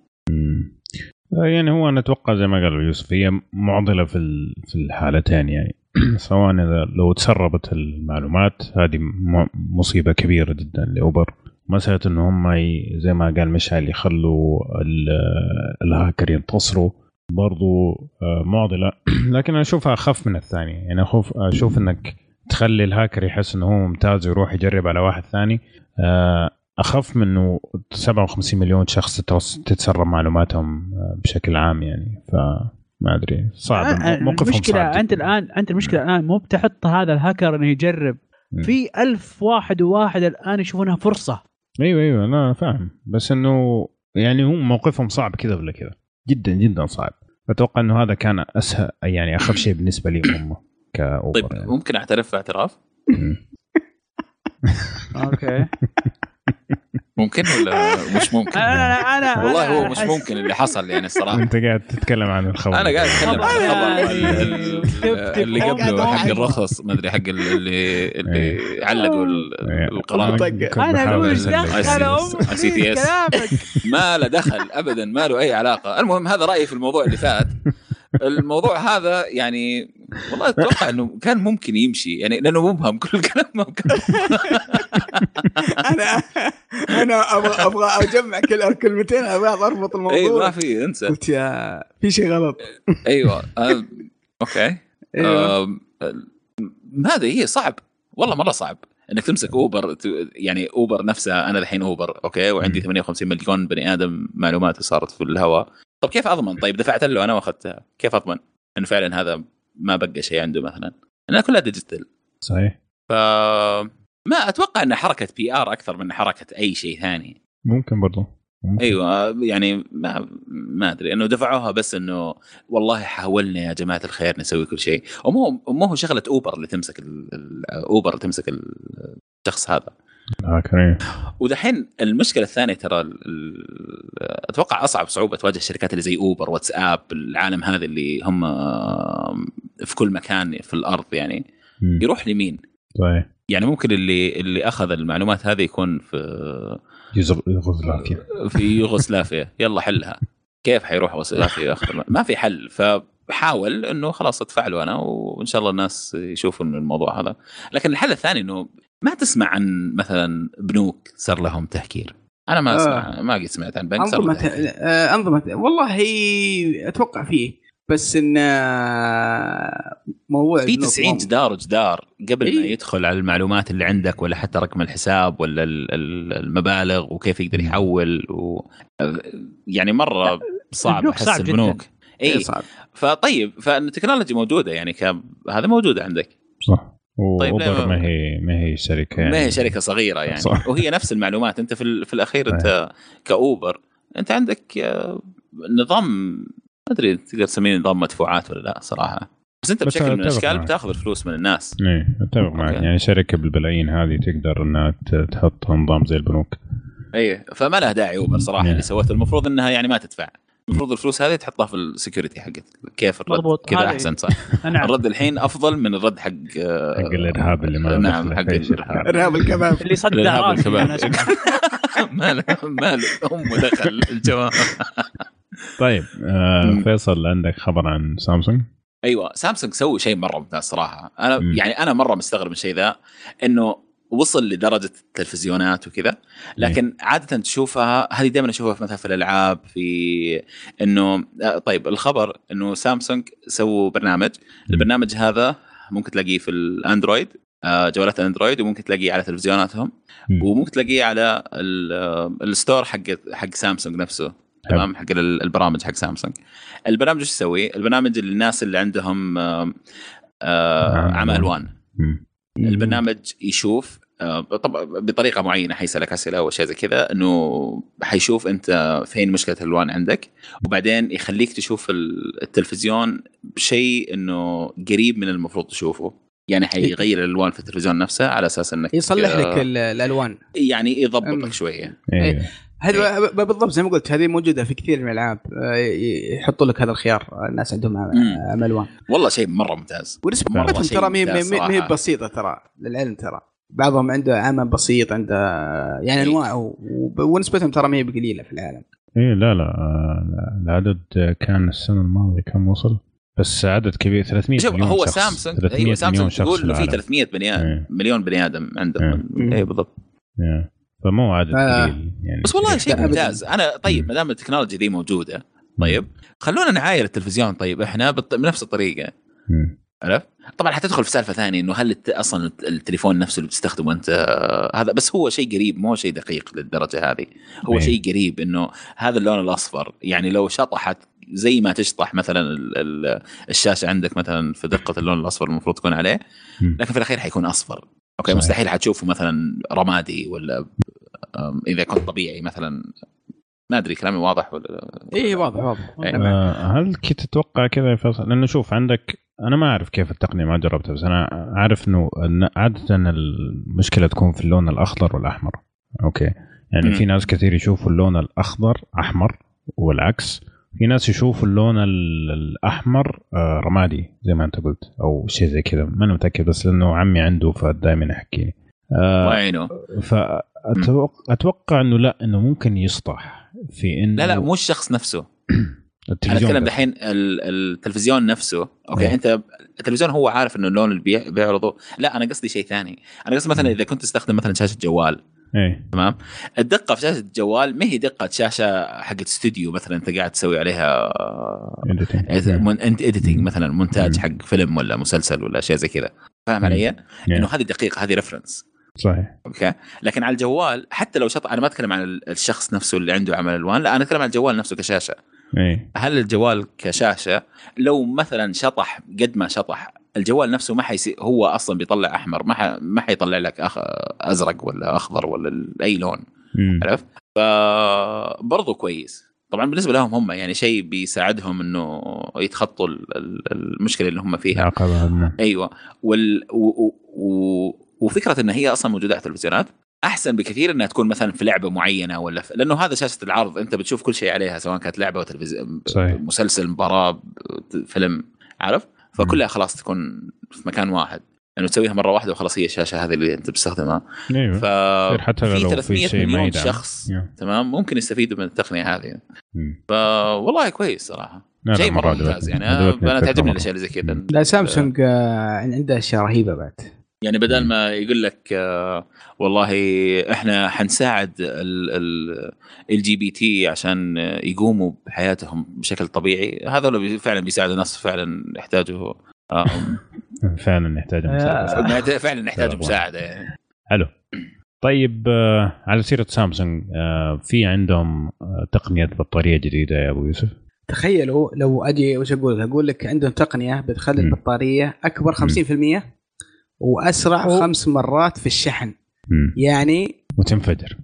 يعني هو نتوقع زي ما قال يوسف، هي معضلة في الحالتين يعني. سواء لو تسربت المعلومات هذه مصيبة كبيرة جدا لأوبر. مسألة إنه هم زي ما قال مشعل يخلوا الهاكر ينتصروا برضو معضلة. لكن أنا أشوفها أخف من الثانية. يعني أشوف إنك تخلي الهاكر يحس إنه هو ممتاز ويروح يجرب على واحد ثاني. اخف منه 57 مليون شخص تتسرب معلوماتهم بشكل عام يعني. فما ادري صعب موقفهم صعب. انت المشكله الان مو بتحط هذا الهاكر انه يجرب في 1000 واحد الان يشوفونها فرصه. ايوه انا فاهم، بس انه يعني هم موقفهم صعب كذا ولا كذا، جدا جدا صعب. اتوقع انه هذا كان اسهل يعني اخف شيء بالنسبه لي هم كأوبر. طيب يعني. ممكن اعترف اعتراف؟ اوكي ممكن ولا مش ممكن؟ أنا والله هو مش ممكن اللي حصل يعني الصراحه. انت قاعد تتكلم عن الخبر. انا قاعد اتكلم عن الخبر اللي قبله حق الرخص، ما ادري حق اللي علقوا القرار. انا وش دخلهم CTS ما له دخل ابدا، ما له اي علاقه. المهم هذا رايي في الموضوع اللي فات. الموضوع هذا يعني والله اتوقع انه كان ممكن يمشي يعني، لانه مبهم كل الكلام ممكن. انا ابغى اجمع كلمتين، ابغى اربط الموضوع. اي ما في، انسى. قلت يا في شيء غلط. ايوه اوكي. هذا هي صعب والله، مره صعب انك تمسك اوبر. يعني اوبر نفسها، انا الحين اوبر اوكي وعندي 58 مليون بني ادم معلومات صارت في الهواء. طب كيف اضمن؟ طيب دفعت له انا واخذتها، كيف اضمن انه فعلا هذا ما بقى شيء عنده مثلا؟ انها كلها ديجيتال. صحيح. ما اتوقع ان حركه PR اكثر من حركه اي شيء ثاني. ممكن برضو. ايوه يعني ما ادري انه دفعوها بس انه والله حاولنا يا جماعه الخير نسوي كل شيء. ومو هو شغله اوبر اللي تمسك اوبر تمسك الشخص هذا. كريم. ودحين المشكله الثانيه ترى اتوقع اصعب صعوبه تواجه الشركات اللي زي اوبر واتساب العالم هذا اللي هم في كل مكان في الارض يعني. يروح لمين؟ صحيح. يعني ممكن اللي اخذ المعلومات هذه يكون في يوغوسلافيا يلا حلها. كيف حيروح يوغوسلافيا ياخذ؟ ما في حل. فحاول انه خلاص ادفع له انا وان شاء الله الناس يشوفوا من الموضوع هذا. لكن الحل الثاني انه ما تسمع عن مثلا بنوك صار لهم تهكير. انا ما اسمع ما قد سمعت عن بنك صار انظمه والله اتوقع فيه، بس ان موضوع في 90 جدار قبل ما يدخل على المعلومات اللي عندك، ولا حتى رقم الحساب ولا المبالغ وكيف يقدر يحول يعني مره صعب احس البنوك. اي صعب. فالتكنولوجيا موجوده يعني هذا موجوده عندك صح. طيب ما هي شركه يعني. ما هي شركه صغيره يعني صح. وهي نفس المعلومات. انت في الاخير انت كأوبر انت عندك نظام ما ادري تقدر تسميه نظام مدفوعات ولا لا صراحه، بس انت بشكل من الاشكال بتاخذ الفلوس من الناس. اي اتفق معك. يعني شركه بالبلايين هذه تقدر انها تحط نظام زي البنوك. اي فما له داعي اوبر صراحه اللي سوته. المفروض انها يعني ما تدفع، المفروض الفلوس هذه تحطها في السكيورتي حقك. كيف الرد كذا احسن صح. الرد الحين افضل من الرد حق الارهاب اللي ما نعم حق الارهاب الكباب اللي صدع راسي ما هم دخل الجواب. طيب فيصل عندك خبر عن سامسونج؟ ايوه سامسونج سووا شيء مره ممتاز صراحه. انا مره مستغرب من الشيء ذا، انه وصل لدرجه التلفزيونات وكذا. لكن عاده تشوفها هذه دائما اشوفها مثلا في الالعاب، في انه طيب الخبر انه سامسونج سووا برنامج. البرنامج هذا ممكن تلاقيه في الاندرويد، جوالات الاندرويد، وممكن تلاقيه على تلفزيوناتهم، وممكن تلاقيه على الستور حق سامسونج نفسه. تمام. حق البرامج حق سامسونج. البرنامج ايش يسوي؟ البرنامج للناس اللي عندهم عمى الوان. البرنامج يشوف طبعا بطريقه معينه، حيسالك اسئله او شيء زي كذا، انه حيشوف انت فين مشكله الالوان عندك، وبعدين يخليك تشوف التلفزيون بشيء انه قريب من المفروض تشوفه. يعني حيغير الالوان في التلفزيون نفسه على اساس انك يصلح لك الالوان، يعني يضبطك شويه. هذا بالضبط زي ما قلت، هذه موجوده في كثير من الالعاب، يحطوا لك هذا الخيار. الناس عندهم الوان. والله شيء مره ممتاز. ونسبتهم ترى ما هي بسيطه ترى للعلم. ترى بعضهم عنده عمى بسيط، عنده يعني انواع، ونسبتهم ترى ما هي بقليله في العالم. ايه لا العدد كان السنه الماضيه كم وصل، بس عدد كبير 300 مليون شخص. هو سامسونج ايوه سامسونج تقول انه في 300 مليون بني ادم عندهم. اي بالضبط. فمو عدد قليل يعني. بس والله شيء ممتاز. انا طيب ما دام التكنولوجيا دي موجوده، طيب خلونا نعاير التلفزيون. طيب احنا بنفس الطريقه عرفت؟ طبعا حتدخل في سالفه ثانيه انه هل اصلا التليفون نفسه اللي بتستخدمه انت هذا، بس هو شيء قريب مو شيء دقيق للدرجه هذه. هو شيء قريب انه هذا اللون الاصفر يعني لو شطحت زي ما تشطح مثلا الشاشه عندك مثلا في دقه اللون الاصفر المفروض تكون عليه، لكن في الاخير حيكون اصفر. اوكي صحيح. مستحيل حتشوفه مثلا رمادي ولا اذا كنت طبيعي مثلا. ما ادري كلامي واضح ولا ايه واضح. هل كنت تتوقع كذا يا فيصل؟ لانه شوف عندك انا ما اعرف كيف التقنيه ما جربتها، بس انا عارف انه عاده المشكله تكون في اللون الاخضر والاحمر. اوكي يعني في ناس كثير يشوفوا اللون الاخضر احمر والعكس، في ناس يشوفوا اللون الاحمر رمادي زي ما انت قلت او شيء زي كذا، ما انا متاكد بس لانه عمي عنده فدائما يحكيني. فاتوقع انه لا انه ممكن يسطح في انه لا مو الشخص نفسه. انا اتكلم دحين التلفزيون نفسه. اوكي انت التلفزيون هو عارف انه اللون اللي بيعرضه. لا انا قصدي شيء ثاني. انا قصدي مثلا اذا كنت تستخدم مثلا شاشه جوال تمام، الدقه في شاشه الجوال ما هي دقه شاشه حقت استوديو مثلا انت قاعد تسوي عليها انت اديتنج مثلا مونتاج حق فيلم ولا مسلسل ولا شيء زي كذا. فاهم علي؟ انه هذه دقيقه، هذه ريفرنس صحيح. اوكي لكن على الجوال حتى لو شطح، انا ما اتكلم عن الشخص نفسه اللي عنده عمل الوان، لا انا اتكلم عن الجوال نفسه كشاشه. هل الجوال كشاشه لو مثلا شطح قد ما شطح الجوال نفسه ما هو اصلا بيطلع احمر، ما حيطلع لك ازرق ولا اخضر ولا اي لون. عرفت؟ فبرضه كويس طبعا بالنسبه لهم هم، يعني شيء بيساعدهم انه يتخطوا المشكله اللي هم فيها. ايوه وفكره ان هي اصلا موجوده على التلفزيونات احسن بكثير انها تكون مثلا في لعبه معينه ولا لانه هذا شاشه العرض انت بتشوف كل شيء عليها سواء كانت لعبه او تلفزيون مسلسل مباراه فيلم، عارف؟ فكلها خلاص تكون في مكان واحد، لانه تسويها مره واحده وخلاص هي الشاشه هذه اللي انت بتستخدمها. حتى في لو 300 في مليون شخص تمام ممكن يستفيدوا من التقنيه هذه. فوالله كويس صراحه، شيء مره ممتاز. يعني انا تعجبني الاشياء اللي زي كده. لا سامسونج عندها اشياء رهيبه بعد. يعني بدل ما يقول لك والله احنا حنساعد الجي بي تي عشان يقوموا بحياتهم بشكل طبيعي، هذا لو فعلا بيساعد الناس فعلا يحتاجوا فعلا يحتاجوا فعلا نحتاج مساعده يعني. حلو. طيب على سيره سامسونج في عندهم تقنيه بطاريه جديده يا ابو يوسف. تخيلوا لو اجي وش اقول لك عندهم تقنيه بتخلي البطاريه اكبر 50% واسرع 5 مرات في الشحن. يعني وتنفجر.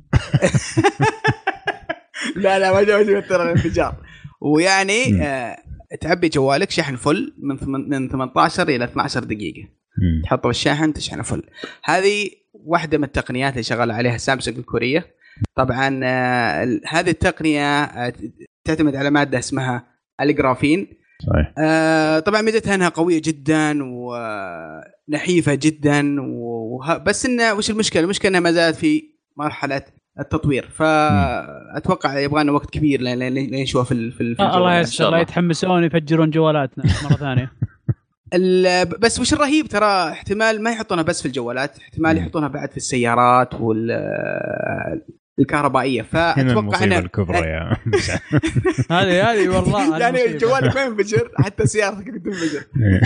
لا ما جاوز ترى الانفجار. ويعني تعبي جوالك شحن فل من 18 الى 12 دقيقه تحطه بالشاحن تشحنه فل. هذه واحده من التقنيات اللي شغال عليها سامسونج الكوريه. طبعا هذه التقنيه تعتمد على ماده اسمها الجرافين. صحيح. طبعا ميزتها انها قويه جدا ونحيفه جدا بس انه وش المشكله انها ما زالت في مرحله التطوير، فاتوقع يبغى لنا وقت كبير لين نشوف في الله يستر الله يتحمسون يفجرون جوالاتنا مره ثانيه. بس وش الرهيب ترى احتمال ما يحطونها بس في الجوالات، احتمال يحطونها بعد في السيارات الكهربائيه. فاتوقع ان الكبرى يا هذه والله يعني جوالك ما ينفجر حتى سيارتك تنفجر.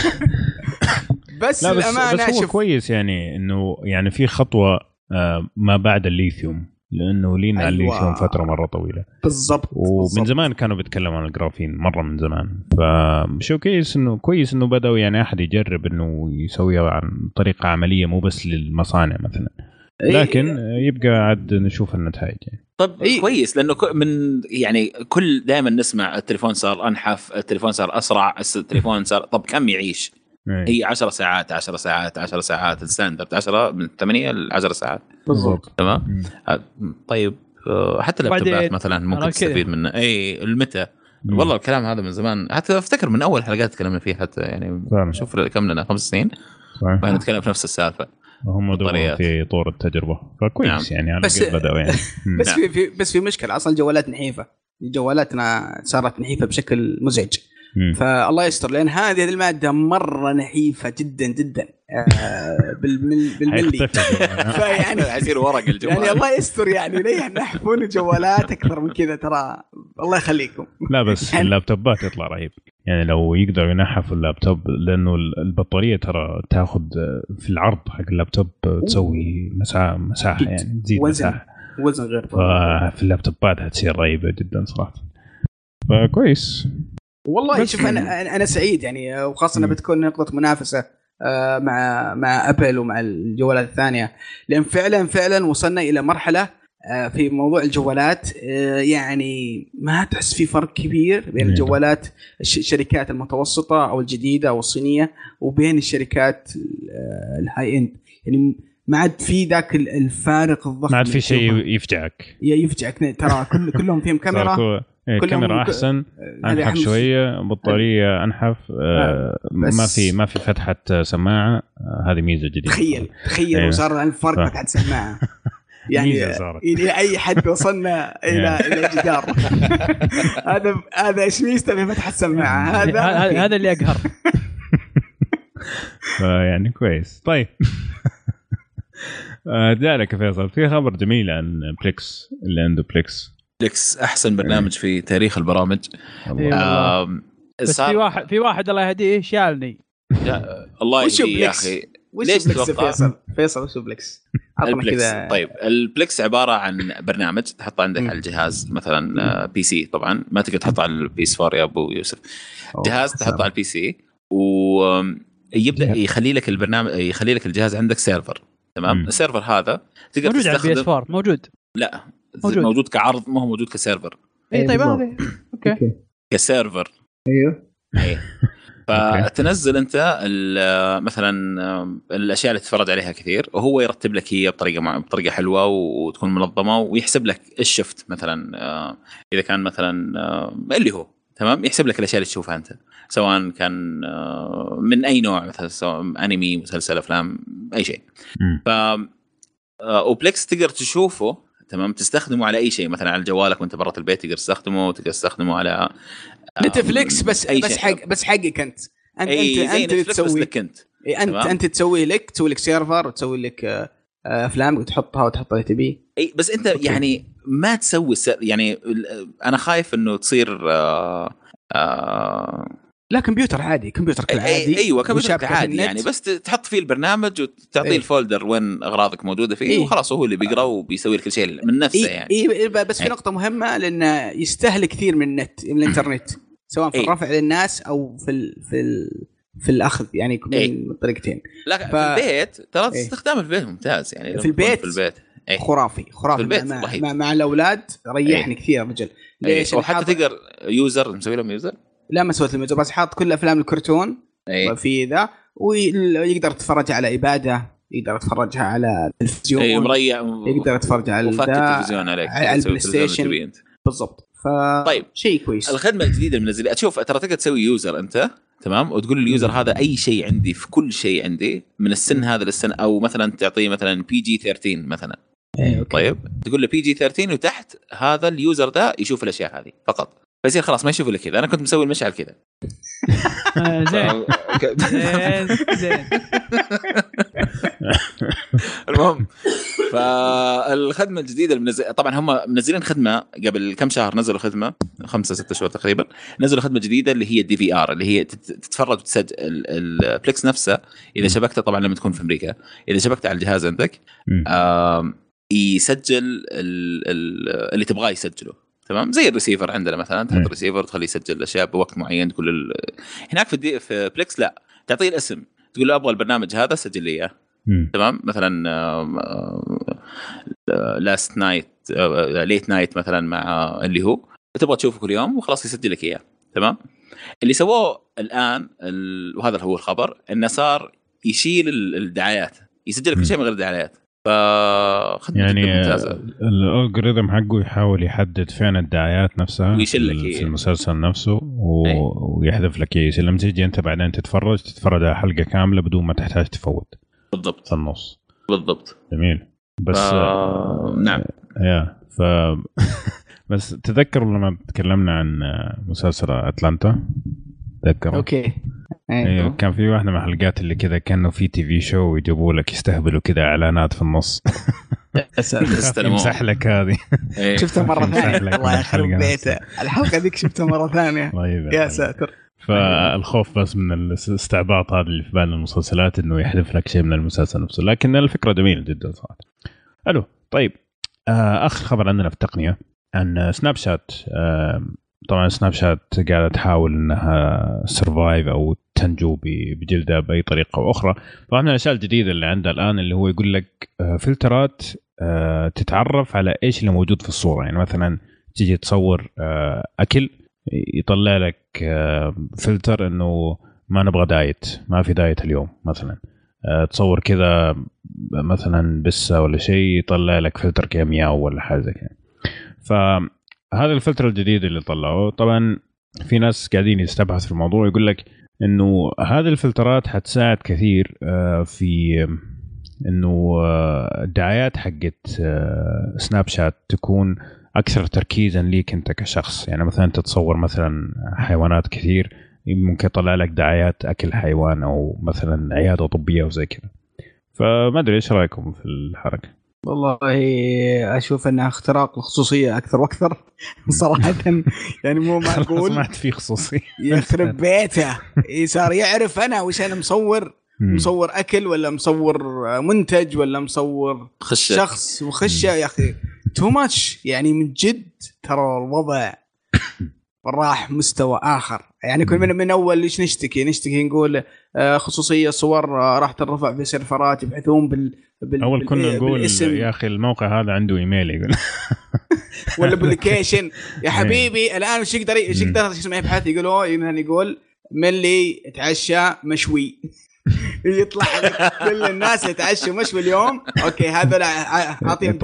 بس الامانه بس هو كويس يعني انه يعني في خطوه ما بعد الليثيوم، لانه لينا الليثيوم فتره مره طويله بالضبط. ومن زمان كانوا بيتكلموا عن الجرافين مره من زمان. فشو كويس انه بدأوا يعني احد يجرب انه يسويها عن طريقه عمليه مو بس للمصانع مثلا، لكن يبقى عاد نشوف النتائج يعني. طب كويس لانه من يعني كل دائما نسمع التليفون صار انحف، التليفون صار اسرع، التليفون صار طب كم يعيش؟ هي 10 ساعات 10 ساعات 10 ساعات الستاندرد 10 من 8 ل 10 ساعات بالضبط. تمام. طيب حتى اللابتوبات مثلا ممكن تستفيد منه المتى. والله الكلام هذا من زمان، حتى افتكر من اول حلقات تكلمنا فيه حتى يعني شوف كم لنا 5 سنين ما نتكلم في نفس السالفه. هم دوروا في طور التجربه فكويس يعني على قد بدأوا يعني. بس في مشكله اصلا الجوالات نحيفه، جوالاتنا صارت نحيفه بشكل مزعج. فالله يستر لان هذه الماده مره نحيفه جدا جدا. بالملي. فيعني عايزين ورق الجوال يعني الله يستر يعني ليه نحفون الجوالات اكثر من كذا ترى الله يخليكم. لا بس يعني اللابتوبات يطلع رهيب يعني لو يقدر ينحف اللابتوب لانه البطاريه ترى تاخذ في العرض حق اللابتوب تسوي مساحه يعني تزيد مساحه وزن غير في اللابتوبات هتصير رهيبه جدا صراحه. فكويس والله. شوف انا سعيد يعني وخاصه انها بتكون نقطه منافسه مع ابل ومع الجوالات الثانيه لان فعلا وصلنا الى مرحله في موضوع الجوالات يعني ما تحس في فرق كبير بين الجوالات الشركات المتوسطه او الجديده او الصينيه وبين الشركات الهاي اند. يعني ما عاد في ذاك الفارق الضخم، ما عاد في شيء يفجعك ترى كلهم فيهم كاميرا كاميرا احسن انحف شويه بطاريه انحف ما في فتحه سماعه. هذه ميزه جديده. تخيل وصار الفرق فتحه سماعه يعني إلى أي حد وصلنا إلى جدار. هذا إيش ميزته في فتح السماعة؟ هذا اللي أقهر. يعني كويس. طيب ذلك فيصل في خبر جميل عن بليكس اللي عنده بليكس أحسن برنامج في تاريخ البرامج. بس في واحد الله يهديه شالني. الله يهديه يا أخي. ليش فيصل وش بليكس؟ كذا. طيب البليكس عباره عن برنامج تحطه عندك على الجهاز مثلا بي سي، طبعا ما تقدر تحطه على البيس 4 يا ابو يوسف. جهاز تحطه على البي سي ويبدا يخلي لك البرنامج، يخلي لك الجهاز عندك سيرفر. تمام. السيرفر هذا تقدر موجود على البيس 4 موجود. لا موجود كعرض، ما هو موجود كسيرفر. اي طيب هذا اوكي كسيرفر. ايوه فتنزل انت مثلا الاشياء اللي تتفرج عليها كثير وهو يرتب لك هي بطريقه حلوه وتكون منظمه ويحسب لك الشفت مثلا اذا كان مثلا اللي هو تمام، يحسب لك الاشياء اللي تشوفها انت سواء كان من اي نوع، مثلا سواء انمي، مسلسل، افلام، اي شيء. ف وبليكس تقدر تشوفه تمام، تستخدمه على اي شيء، مثلا على جوالك وانت برا البيت تقدر تستخدمه على نتفليكس بس حقك انت تسوي لك انت تسوي لك سيرفر وتسوي لك افلام وتحطها اللي تبيه. اي بس انت أوكي. يعني ما تسوي يعني انا خايف انه تصير لا كمبيوتر عادي، كمبيوتر كالعادي. ايوه كمبيوتر عادي يعني، بس تحط فيه البرنامج وتعطيه الفولدر وين اغراضك موجوده فيه وخلاص هو اللي بيقرا وبيسوي لك الشيء من نفسه يعني. بس في نقطه مهمه، لانه يستهلك كثير من النت، من الانترنت، سواء في الرفع للناس او في الاخذ يعني من الطريقتين. لا في البيت ترى استخدام البيت ممتاز يعني. في البيت خرافي مع الاولاد ريحني كثير رجل. ليش؟ وحتى تقدر يوزر مسوي لهم يوزر. لا ما سويت الميزة، بس حاط كل أفلام الكرتون وفي ذا، ويقدر يتفرج على إبادة، يقدر يتفرجها على التلفزيون، يقدر يتفرجها على التلفزيون على البلاي ستيشن بالضبط. طيب شيء كويس. الخدمة الجديدة المنزلة أشوف ترى تقدر تسوي يوزر أنت تمام، وتقول لليوزر هذا أي شيء عندي في كل شيء عندي من السن هذا للسن، أو مثلا تعطيه مثلا PG-13 مثلا. طيب تقول له PG-13 وتحت هذا اليوزر ده يشوف الأشياء هذه فقط، فيصير خلاص ما يشوف لك كذا. انا كنت مسوي المشعل كذا زين. المهم فالخدمه الجديده طبعا هم منزلين خدمه قبل كم شهر، نزلوا خدمه 5-6 شهور تقريبا، نزلوا خدمه جديده اللي هي DVR، اللي هي تتفرج وتسجل البليكس نفسه اذا شبكته، طبعا لما تكون في امريكا اذا شبكته على الجهاز عندك يسجل اللي تبغاه يسجله. تمام زي الريسيفر عندنا مثلا، تحط الريسيفر تخليه يسجل الاشياء بوقت معين. تقول هناك في بليكس لا، تعطيه الاسم تقول له ابغى البرنامج هذا سجل لي اياه. تمام مثلا لاست نايت ليت نايت مثلا مع اللي هو تبغى تشوفه كل يوم وخلاص يسجل لك اياه. تمام. اللي سووه الان وهذا هو الخبر، انه صار يشيل الدعايات، يسجل لك كل شيء من غير دعايات. يعني الالجوريثم حقه يحاول يحدد فين الدعايات نفسها في المسلسل نفسه ويحذف لك اياه. لما تيجي انت بعدين تتفرج على حلقه كامله بدون ما تحتاج تفوت بالضبط في النص. بالضبط جميل. بس نعم بس تذكروا لما تكلمنا عن مسلسل أتلانتا؟ تذكروا؟ اوكي ايوه كان في واحده من الحلقات اللي كذا كانوا في تي في شو ويجيبوا لك يستهبلوا كذا اعلانات في النص يمسح لك هذه. شفتها مره ثانيه الله يخرب بيته الحلقه ذيك شفتها مره ثانيه يا ساتر. فالخوف بس من الاستعباط هذا اللي في بال المسلسلات انه يحذف لك شيء من المسلسل نفسه، لكن الفكره جميله جدا صراحه. الو طيب اخر خبر عندنا في التقنيه عن سناب شات. طبعا سناب شات قاعده تحاول انها سرفايف او تنجو بجلدها باي طريقه او اخرى. طبعا الاشياء الجديده اللي عندها الان اللي هو يقول لك فلترات تتعرف على ايش اللي موجود في الصوره. يعني مثلا تيجي تصور اكل يطلع لك فلتر انه ما نبغى دايت، ما في دايت اليوم مثلا. تصور كذا مثلا بسه ولا شيء يطلع لك فلتر كيمياء ولا حاجه زي كذا. فهذا الفلتر الجديد اللي طلعوه طبعا في ناس قاعدين يستبحثوا في الموضوع، يقول لك انه هذه الفلترات حتساعد كثير في انه الدعايات حقت سناب شات تكون اكثر تركيزا ليك انت كشخص. يعني مثلا تتصور مثلا حيوانات كثير ممكن يطلع لك دعايات اكل حيوان او مثلا عياده طبيه وزي كذا. فما ادري ايش رايكم في الحركه؟ والله اشوف انها اختراق الخصوصيه اكثر واكثر صراحه. يعني مو معقول سمعت في خصوصيه يخرب بيته صار يعرف انا وش انا مصور اكل ولا مصور منتج ولا مصور شخص وخشه. يا اخي تو ماتش يعني من جد. ترى الوضع راح مستوى آخر. يعني كل من أول ليش نشتكي نقول خصوصية صور راح ترفع في سيرفرات يبحثون أول كنا نقول بالاسم. يا أخي الموقع هذا عنده إيميل يقول ولا بابليكيشن يا حبيبي. الآن وش يقدر يبحث يقول من اللي يتعشى مشوي يطلع كل الناس يتعشى مشوي اليوم. أوكي هذا أعطيهم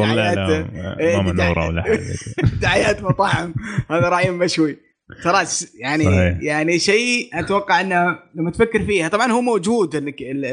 دعايات مطاعم هذا رأيهم مشوي. ترى يعني صحيح. يعني شيء اتوقع انه لما تفكر فيها طبعا هو موجود انك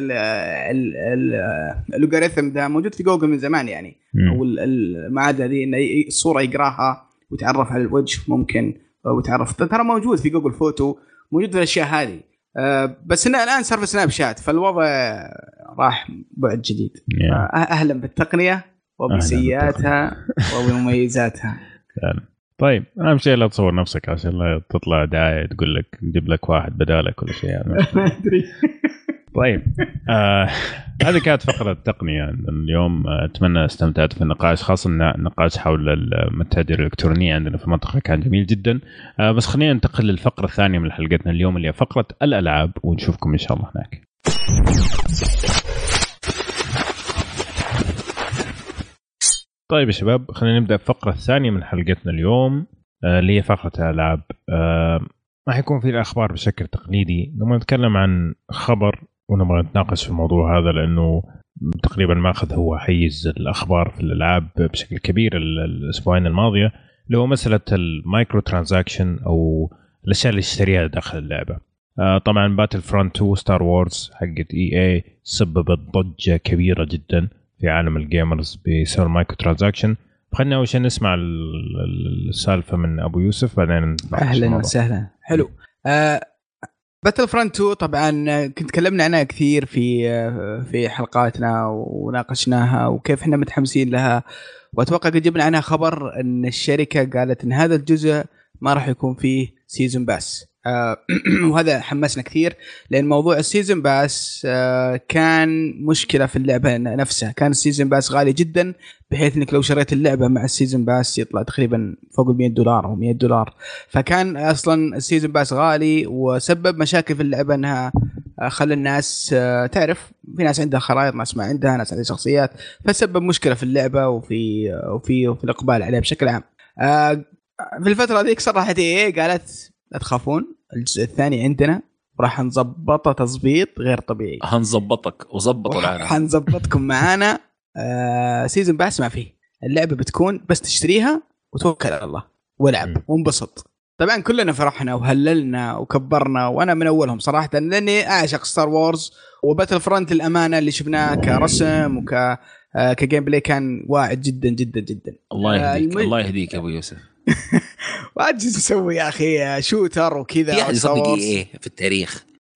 الالغوريثم ده موجود في جوجل من زمان يعني. او المعادله دي ان الصوره يقراها ويتعرف على الوجه ممكن ويتعرف. ترى موجود في جوجل فوتو، موجود في الاشياء هذه. بس انه الان صار في سناب شات فالوضع راح بعد جديد. اهلا بالتقنيه وبسيئاتها وبمميزاتها. طيب أهم شيء لا تصور نفسك عشان لا تطلع دعاية تقول لك نجيب لك واحد بدالك ولا شيء يعني. طيب هذه كانت فقرة التقنية اليوم. أتمنى استمتعت في النقاش، خاصة النقاش حول المتاجر الإلكترونية عندنا في المنطقة كان جميل جدا. بس خلينا ننتقل للفقرة الثانية من حلقتنا اليوم اللي هي فقرة الألعاب، ونشوفكم إن شاء الله هناك. طيب يا شباب خلينا نبدأ الفقرة الثانية من حلقتنا اليوم اللي هي فقرة الألعاب. راح يكون في الأخبار بشكل تقليدي. لما نتكلم عن خبر ونبغى نتناقش في الموضوع هذا لأنه تقريبا ما أخذ هو حيز الأخبار في الألعاب بشكل كبير الأسبوعين الماضية، اللي هو مسألة المايكرو ترانزاكشن أو الأشياء اللي اشتريها داخل اللعبة. طبعا باتل فرونت 2 ستار وورز حقت EA سببت ضجة كبيرة جدا في عالم الجيمرز بسبب المايكرو ترانزاكشن. خلينا أول شيء نسمع السالفة من أبو يوسف بعدين. أهلا وسهلا. حلو. باتل فرونت 2 طبعا كنت تكلمنا عنها كثير في حلقاتنا وناقشناها وكيف احنا متحمسين لها، وأتوقع قد جبنا عنها خبر أن الشركة قالت أن هذا الجزء ما راح يكون فيه سيزون باس. وهذا حمسنا كثير لأن موضوع السيزن باس كان مشكلة في اللعبة نفسها. كان السيزن باس غالي جدا بحيث أنك لو شريت اللعبة مع السيزن باس يطلع تقريبا فوق $100 أو $100. فكان أصلا السيزن باس غالي وسبب مشاكل في اللعبة أنها خلى الناس تعرف في ناس عندها خرائط ناس ما عندها، ناس عندها شخصيات، فسبب مشكلة في اللعبة وفي الإقبال عليها بشكل عام. في الفترة ذيك صراحة قالت لا تخافون الجزء الثاني عندنا وراح نظبطه تظبيط غير طبيعي. هنظبطك وظبطوا العالم. هنظبطكم معانا. سيزن باس ما فيه، اللعبة بتكون بس تشتريها وتوكل على الله والعب وانبسط. طبعا كلنا فرحنا وهللنا وكبرنا، وانا من اولهم صراحة لاني اعشق ستار وورز وباتل فرونت. الامانة اللي شفناه كرسم كجيم بلاي كان واعد جدا جدا جدا. الله يهديك الله يهديك يا ابو يوسف. واجز مسوي يا اخي شوتر وكذا. في احد يصدق ايه في التاريخ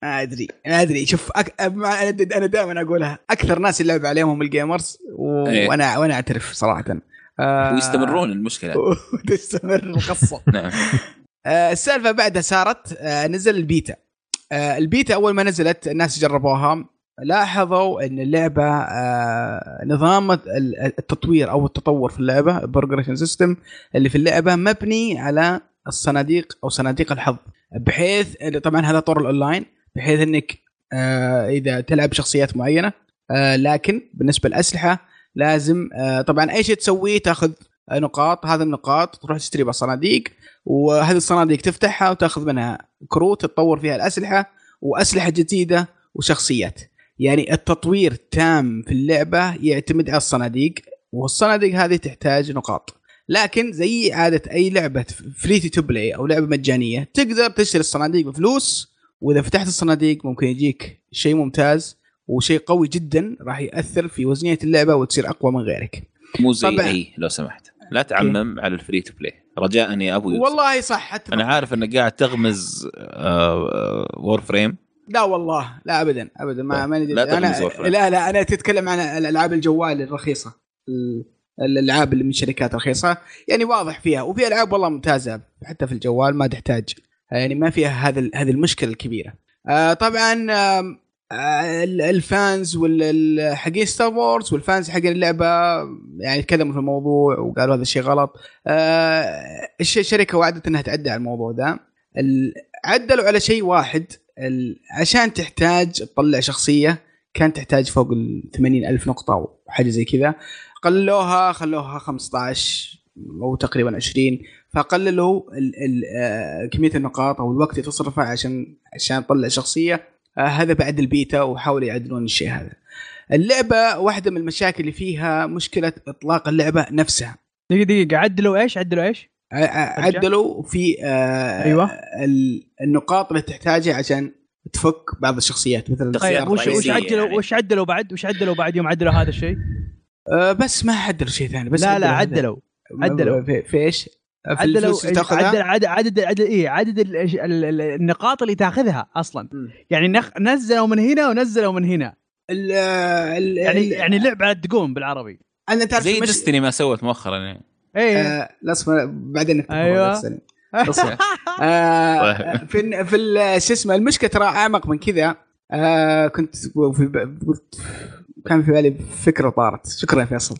ما ادري شوف انا دائما اقولها اكثر ناس يلعب عليهم هم الجيمرز وانا اعترف صراحه ويستمرون المشكله وتستمر القصه. نعم. السالفه بعدها صارت نزل البيتا اول ما نزلت الناس جربوها لاحظوا ان اللعبه نظام التطوير او التطور في اللعبه البروجريشن سيستم اللي في اللعبه مبني على الصناديق او صناديق الحظ، بحيث طبعا هذا طور الاونلاين، بحيث انك اذا تلعب شخصيات معينه لكن بالنسبه للاسلحه لازم طبعا اي شيء تسويه تاخذ نقاط، هذه النقاط تروح تشتري بالصناديق، وهذه الصناديق تفتحها وتاخذ منها كروت تطور فيها الاسلحه واسلحه جديده وشخصيات. يعني التطوير تام في اللعبه يعتمد على الصناديق، والصناديق هذه تحتاج نقاط. لكن زي عاده اي لعبه فري تو بلاي او لعبه مجانيه تقدر تشتري الصناديق بفلوس، واذا فتحت الصناديق ممكن يجيك شيء ممتاز وشيء قوي جدا راح يأثر في وزنية اللعبة وتصير أقوى من غيرك. مو زي أي لو سمحت لا تعمم على الفري تو بلاي رجاء يا أبو يوسف. والله صح حتى أنا عارف أنك قاعد تغمز وور فريم. لا والله لا أبدا ما لا أنا تتكلم عن الألعاب الجوال الرخيصة، الألعاب اللي من شركات رخيصة يعني واضح فيها، وفي ألعاب والله ممتازة حتى في الجوال ما تحتاج، يعني ما فيها هذه المشكلة الكبيرة. طبعا الفانز والحقين ستار وورز والفانز حق اللعبة يعني تكلموا في الموضوع وقالوا هذا الشيء غلط. الشركة وعدت أنها تعدل على الموضوع ده، عدلوا على شيء واحد، عشان تحتاج تطلع شخصية كانت تحتاج فوق 80,000 نقطة وحاجة زي كذا، خلوها 15 أو تقريبا 20، فقللوا كمية النقاط أو الوقت اللي تصرفه عشان تطلع شخصية. هذا بعد البيتا وحاولوا يعدلون الشيء هذا. اللعبة واحدة من المشاكل اللي فيها مشكلة إطلاق اللعبة نفسها. دقيقة عدلوا إيش؟ عدلوا في أيوة النقاط اللي تحتاجها عشان تفك بعض الشخصيات مثلا. طيب وش عدلوا بعد يوم عدلوا هذا الشيء؟ بس ما عدلوا شيء ثاني، بس لا عدلوا في إيش؟ عدلوا عدد النقاط اللي تاخذها اصلا. يعني نزلوا من هنا ونزلوا من هنا. يعني لعبه تقوم بالعربي. انا تعرف زي ديستني ما سوت مؤخرا يعني. لا اسمع بعدين ايوه في شو اسمه المشكله ترى اعمق من كذا. كنت كان في بالي فكره طارت. شكرا فيصل.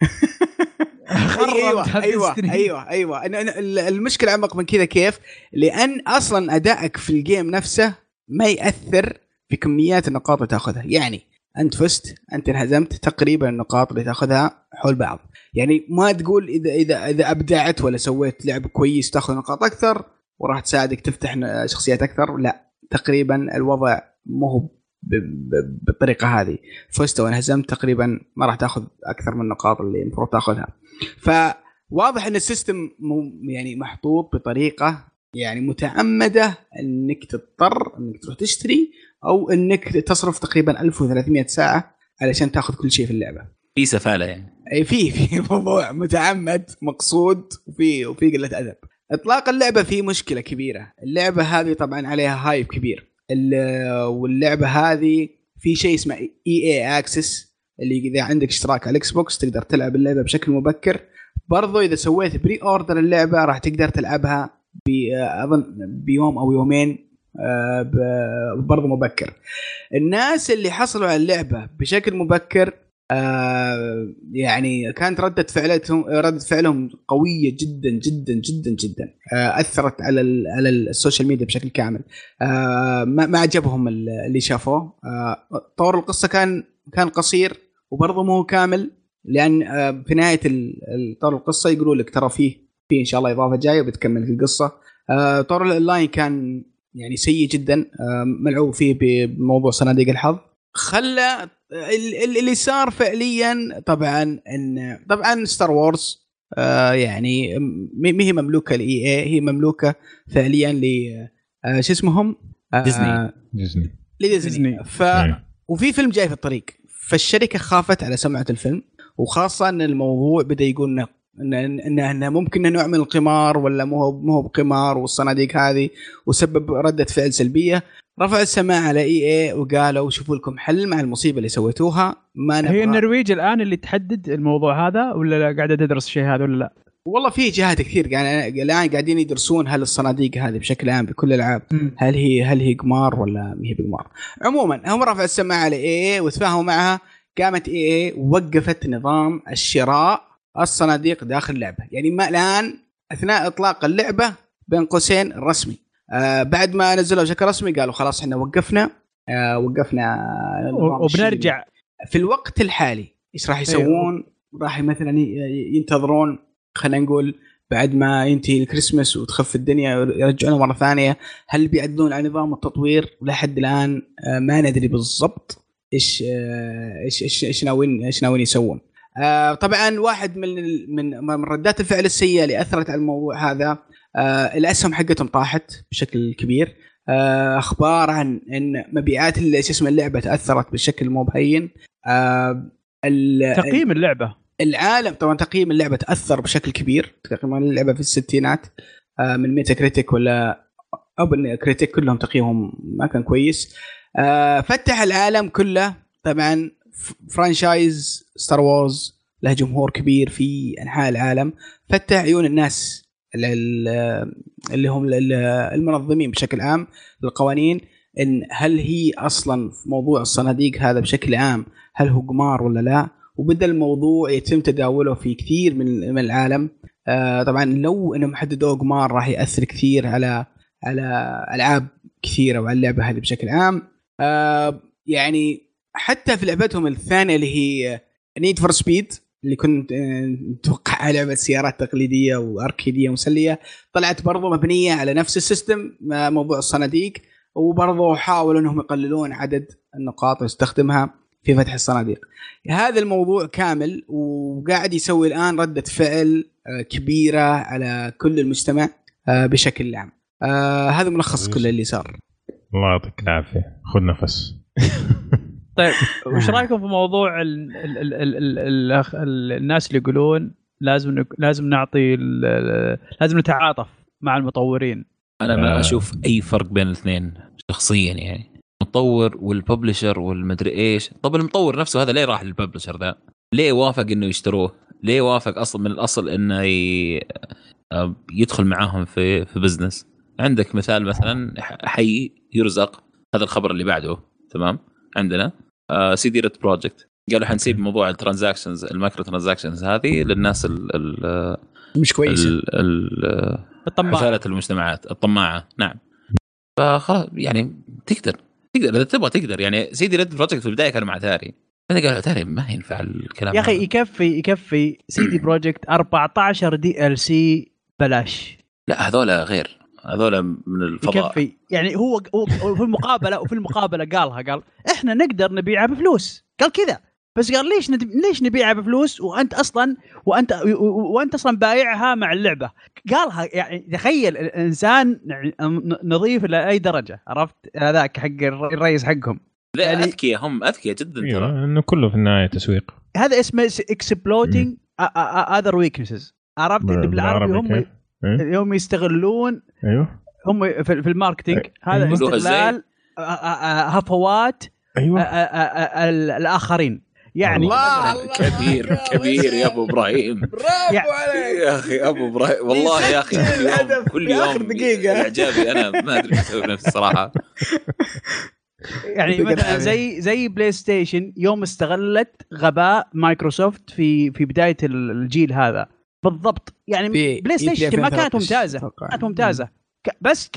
ايوه المشكله اعمق من كذا. كيف؟ لان اصلا ادائك في الجيم نفسه ما ياثر في كميات النقاط اللي تاخذها. يعني انت فزت انت انهزمت تقريبا النقاط اللي تاخذها حول بعض. يعني ما تقول اذا ابدعت ولا سويت لعب كويس تاخذ نقاط اكثر وراح تساعدك تفتح شخصيات اكثر. لا تقريبا الوضع مو هو بالطريقه هذه. فزت وانهزمت تقريبا ما راح تاخذ اكثر من النقاط اللي المفروض تاخذها. فواضح ان السيستم يعني محطوط بطريقه يعني متعمده انك تضطر انك تروح تشتري او انك تصرف تقريبا 1300 ساعه علشان تاخذ كل شيء في اللعبه. في سفاله يعني. اي في موضوع متعمد مقصود وفي قله ادب. اطلاق اللعبه فيه مشكله كبيره. اللعبه هذه طبعا عليها هايب كبير. واللعبه هذه في شيء اسمه EA Access اللي اذا عندك اشتراك على الاكس بوكس تقدر تلعب اللعبه بشكل مبكر. برضو اذا سويت بري اوردر اللعبه راح تقدر تلعبها اظن بيوم او يومين برضو مبكر. الناس اللي حصلوا على اللعبه بشكل مبكر يعني كانت ردة فعلهم قوية جدا جدا جدا جدا. أثرت على السوشيال ميديا بشكل كامل. ما عجبهم اللي شافوه. طور القصة كان قصير وبرضه مو كامل، لأن في نهاية طور القصة يقولوا لك ترى فيه إن شاء الله إضافة جاية وبتكمل في القصة. طور الأونلاين كان يعني سيء جدا، ملعوب فيه بموضوع صناديق الحظ. خلى اللي صار فعليا طبعا ستار وورز يعني ما هي مملوكه لإي اي، هي مملوكه فعليا ل شو اسمهم ديزني. وفي فيلم جاي في الطريق، فالشركه خافت على سمعه الفيلم، وخاصه ان الموضوع بدا يقول إنه ممكن نوع من القمار ولا مو بقمار والصناديق هذه، وسبب ردة فعل سلبية. رفعوا السماعه على EA وقالوا شوفوا لكم حل مع المصيبه اللي سويتوها. ما نبغى. هي النرويج الان اللي تحدد الموضوع هذا ولا لا قاعده تدرس شيء هذا ولا لا؟ والله في جهات كثير يعني الان قاعدين يدرسون هل الصناديق هذه بشكل عام بكل الالعاب هل هي قمار ولا ما هي بقمار. عموما هم رفعوا السماعه على EA وتفاهموا معها. قامت EA ووقفت نظام الشراء الصناديق داخل اللعبه. يعني ما الان اثناء اطلاق اللعبه بين قوسين الرسمي بعد ما نزلوا بشكل رسمي قالوا خلاص احنا وقفنا وبنرجع في الوقت الحالي. ايش راح يسوون؟ راح مثلا ينتظرون خلينا نقول بعد ما ينتهي الكريسماس وتخف الدنيا يرجعونه مرة ثانية. هل بيعدلون على نظام التطوير؟ لحد الآن ما ندري بالضبط إيش ناويين يسوون. طبعا واحد من ردات الفعل السيئة اللي أثرت على الموضوع هذا الأسهم حقتهم طاحت بشكل كبير. أخبار عن إن مبيعات اللعبة تأثرت بشكل مو بهين. تقييم اللعبة العالم طبعا تقييم اللعبة تأثر بشكل كبير. تقييم اللعبة في الستينات من ميتا كريتيك ولا أوبن كريتيك كلهم تقييمهم ما كان كويس. فتح العالم كله. طبعا فرانشايز ستار وورز له جمهور كبير في أنحاء العالم. فتح عيون الناس اللي هم المنظمين بشكل عام للقوانين إن هل هي أصلا في موضوع الصناديق هذا بشكل عام هل هو قمار ولا لا. وبدأ الموضوع يتم تداوله في كثير من العالم. طبعا لو انهم حددوا قمار راح يأثر كثير على ألعاب كثيرة وعلى اللعبة هذه بشكل عام. يعني حتى في لعبتهم الثانية اللي هي نيد فور سبيد اللي كنت نتوقع لعبة سيارات تقليدية وأركيدية مسلية طلعت برضو مبنية على نفس السيستم موضوع الصناديق. وبرضو حاولوا انهم يقللون عدد النقاط اللي يستخدمها في فتح الصناديق. هذا الموضوع كامل وقاعد يسوي الآن ردة فعل كبيرة على كل المجتمع بشكل عام. هذا ملخص كل اللي صار. الله يعطيك العافية. خذ نفس. طيب وش رأيكم في موضوع الناس اللي يقولون لازم نعطي لازم نتعاطف مع المطورين؟ أنا ما أشوف أي فرق بين الاثنين شخصيا. يعني المطور والببلشر والمدري ايش. طب المطور نفسه هذا ليه راح للببلشر ذا؟ ليه وافق انه يشتروه؟ ليه وافق اصلا من الاصل انه يدخل معاهم في بزنس؟ عندك مثلا حي يرزق. هذا الخبر اللي بعده تمام. عندنا CD Red Project قالوا حنسيب موضوع الترانزاكشنز المايكرو ترانزاكشنز هذه للناس مش كويسه حفالة المجتمعات الطماعه. نعم. فخلاص يعني تقدر اذا تبغى تقدر. يعني CD Red Project في البدايه كانوا مع تاري. انا قالوا تاري ما ينفع الكلام يا اخي. يكفي CD Project 14 DLC بلاش. لا هذول غير. هذول من الفضاء. يكفي. يعني هو في المقابله قال احنا نقدر نبيعها بفلوس. قال كذا بس قال ليش نبيعها بفلوس وانت اصلا بايعها مع اللعبه. قالها يعني تخيل الانسان نظيف لاي درجه. عرفت هذاك حق الرئيس حقهم. لا يعني اذكياء هم اذكياء جدا ترى انه كله في النهايه تسويق. هذا اسمه exploiting other weaknesses. عرفت بالعربي هم يوم يستغلون. ايوه هم في الماركتينج هذا استغلال هفوات. ايوه الآخرين. يعني الله كبير يا ابو ابراهيم. برافو عليك يا اخي ابو ابراهيم. والله يا اخي كل يوم دقيقه اعجابي. انا ما ادري ايش اسوي نفسي الصراحه. يعني مثلا زي بلاي ستيشن يوم استغلت غباء مايكروسوفت في بدايه الجيل هذا بالضبط. يعني بلاي ستيشن ما كانت ممتازه. بس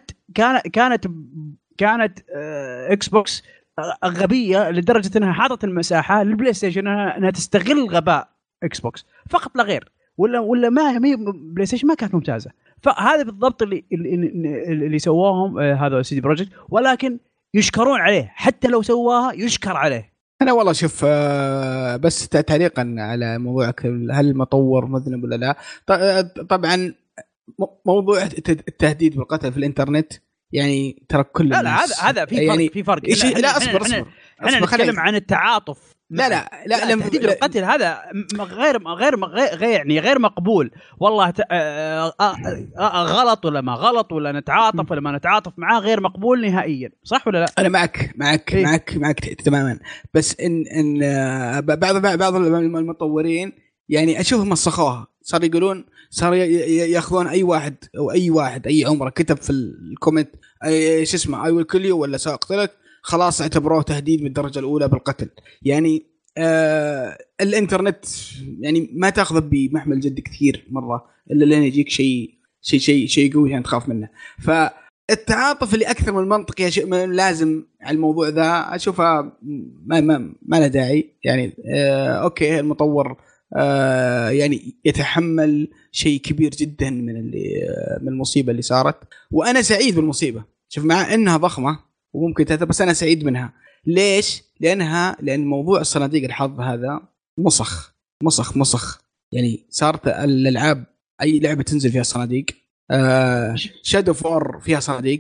كانت اكس بوكس غبيه لدرجه انها حاطت المساحه للبلاي ستيشن انها تستغل غباء اكس بوكس فقط لا غير. ولا ما بلاي ستيشن ما كانت ممتازه. فهذا بالضبط اللي سووهم هذا CD Projekt. ولكن يشكرون عليه. حتى لو سواها يشكر عليه. انا والله شوف بس تعليقا على موضوعك هل المطور مذنب ولا لا. طبعا موضوع التهديد بالقتل في الانترنت يعني ترى كل لا هذا في فرق. يعني في فرق. لا اصبر احنا نتكلم عن التعاطف لا تهديد القتل هذا غير يعني غير مقبول والله. غلط ولا ما غلط، ولا نتعاطف ولا ما نتعاطف معاه، غير مقبول نهائيا، صح ولا لا؟ انا معك تماما. بس ان بعض المطورين يعني اشوفهم مسخوها، صار يقولون صار ياخذون اي واحد اي عمره كتب في الكومنت ايش اسمه اي ويل كل يو ولا ساقتلك، خلاص اعتبروه تهديد من الدرجه الاولى بالقتل. يعني الانترنت يعني ما تاخذه بمحمل جد كثير مره الا لين يجيك شيء قوي يعني تخاف منه. فالتعاطف اللي اكثر من المنطق يا شيء لازم على الموضوع ذا اشوفها ما له داعي. يعني اوكي المطور يعني يتحمل شيء كبير جدا من المصيبه اللي صارت، وانا سعيد بالمصيبه. شوف مع انها ضخمه وممكن بس انا سعيد منها. ليش؟ لان موضوع الصناديق الحظ هذا مسخ يعني صارت الالعاب اي لعبه تنزل فيها صناديق. شادو فور فيها صناديق،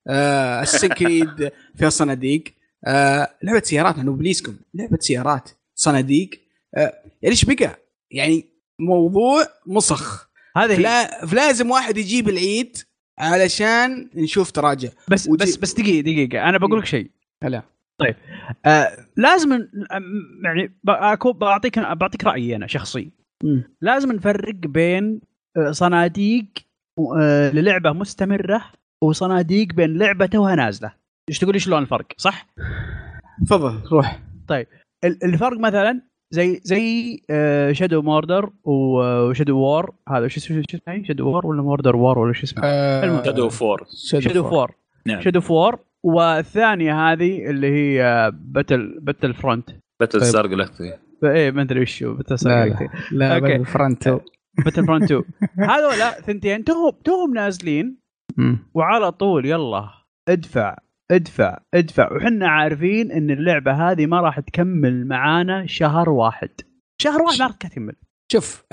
السكريد فيها صناديق، لعبه سيارات نوبليسكم لعبه سيارات صناديق. ليش بقى يعني موضوع مسخ هذا؟ فلازم واحد يجيب العيد علشان نشوف تراجع. بس دقيقة أنا بقول لك شيء. هلا طيب لازم يعني بعطيك رأيي أنا شخصي. لازم نفرق بين صناديق للعبة مستمرة وصناديق بين لعبة توها نازلة. إيش تقولي شلون الفرق؟ صح؟ تفضل روح. طيب الفرق مثلا زي شادو موردر وشادو وور. هذا شو اسمه شادو وور ولا موردر وور ولا شو اسمه؟ شادو فور. نعم شادو فور. والثانية هذه اللي هي باتل فرونت باتل ستار جلاكتي. ايه ما ادري وش باتل ستار جلاكتي. لا باتل فرونت 2. باتل فرونت 2 هذول ثنتين توهم نازلين وعلى طول يلا ادفع وحنا عارفين ان اللعبة هذه ما راح تكمل معانا شهر واحد ما راح تكمل. شوف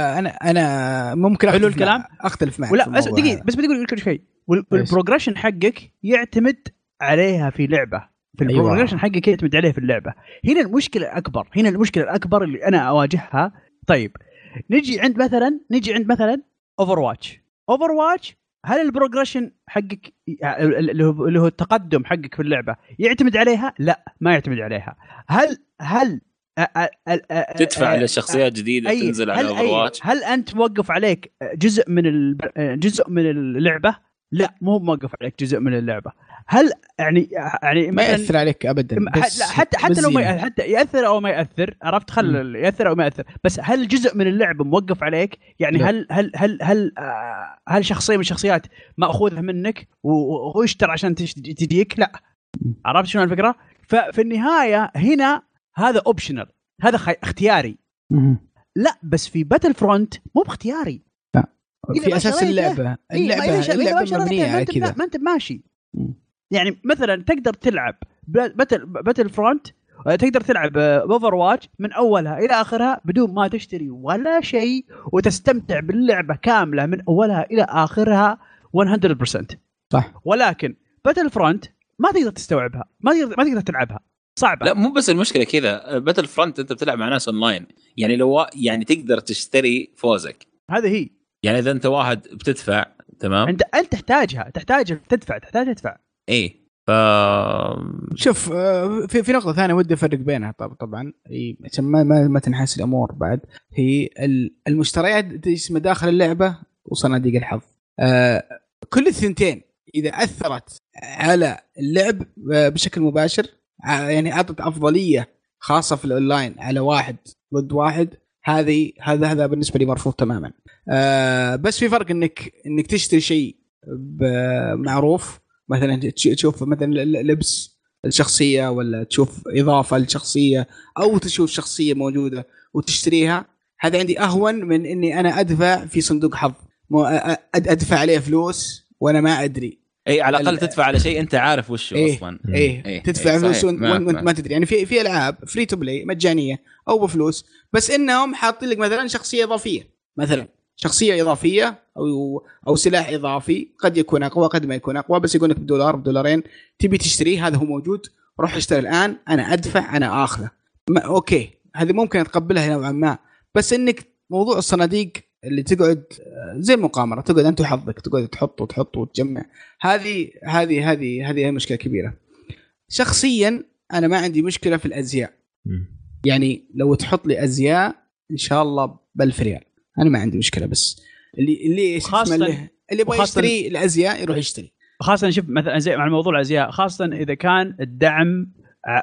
انا ممكن اختلف معك ولا دقيقة بس بدي اقول لك شيء. والبروجريشن حقك يعتمد عليها في لعبة. في البروجريشن حقك يعتمد عليه في اللعبة. هنا المشكلة الأكبر اللي أنا أواجهها. طيب نجي عند مثلا Overwatch. هل البروجريشن حقك اللي هو التقدم حقك في اللعبة يعتمد عليها؟ لا ما يعتمد عليها. هل تدفع للشخصيات جديدة تنزل على Overwatch؟ هل أنت موقف عليك جزء من اللعبة؟ لا مو موقف عليك جزء من اللعبة. هل يعني ما يأثر عليك أبدا؟ حتى لو ما حتى يأثر أو ما يأثر، عرفت؟ خل يأثر أو ما يأثر، بس هل جزء من اللعبة موقف عليك؟ يعني لا. هل شخصية من الشخصيات مأخوذة منك واشتر عشان تجيك؟ لا. عرفت شنو الفكرة؟ ففي النهاية هنا هذا اوبشنال، هذا اختياري. لا بس في باتل فرونت مو باختياري. لا في اساس اللعبه مبنيه على كذا، ما انت ماشي. يعني مثلا تقدر تلعب باتل فرونت، تقدر تلعب اوفر واتش من اولها الى اخرها بدون ما تشتري ولا شيء، وتستمتع باللعبه كامله من اولها الى اخرها 100%. صح. ولكن باتل فرونت ما تقدر تستوعبها، ما تقدر تلعبها، صعبة. لا مو بس المشكلة كذا، باتل فرونت انت بتلعب مع ناس اونلاين، يعني لو يعني تقدر تشتري فوزك. هذه هي. يعني اذا انت واحد بتدفع تمام، انت تحتاج تدفع. ايه شوف في نقطة ثانية ودي افرق بينها. طبعا عشان ما تنحس الامور بعد، هي المشتريات اسمها داخل اللعبة وصناديق الحظ. كل الثنتين اذا اثرت على اللعب بشكل مباشر، يعني اعطت افضليه خاصه في الاونلاين على واحد ضد واحد، هذا بالنسبه لي مرفوض تماما. بس في فرق انك تشتري شيء معروف، مثلا تشوف مثلا لبس الشخصيه، ولا تشوف اضافه للشخصيه، او تشوف شخصيه موجوده وتشتريها. هذا عندي اهون من اني انا ادفع في صندوق حظ، ادفع عليه فلوس وانا ما ادري. اي على الاقل تدفع على شيء انت عارف وش اصلا. تدفع فلوس وانت ما تدري. يعني في العاب فري تو بلاي مجانيه او بفلوس، بس انهم حاطين لك مثلا شخصيه اضافيه، مثلا شخصيه اضافيه او سلاح اضافي، قد يكون اقوى قد ما يكون اقوى، بس يقول لك $1 $2 تبي تشتريه، هذا هو موجود، روح اشتري الان، انا ادفع، انا اخذه. اوكي هذه ممكن اتقبلها نوعا ما، بس انك موضوع الصناديق اللي تقعد زي المقامره، تقعد انت وحظك تقعد تحط وتجمع، هذه مشكله كبيره. شخصيا انا ما عندي مشكله في الازياء، يعني لو تحط لي ازياء ان شاء الله ب1000 ريال انا ما عندي مشكله، بس اللي يبغى يشتري الازياء يروح يشتري. خاصه شوف مثلا زي مع موضوع الازياء، خاصه اذا كان الدعم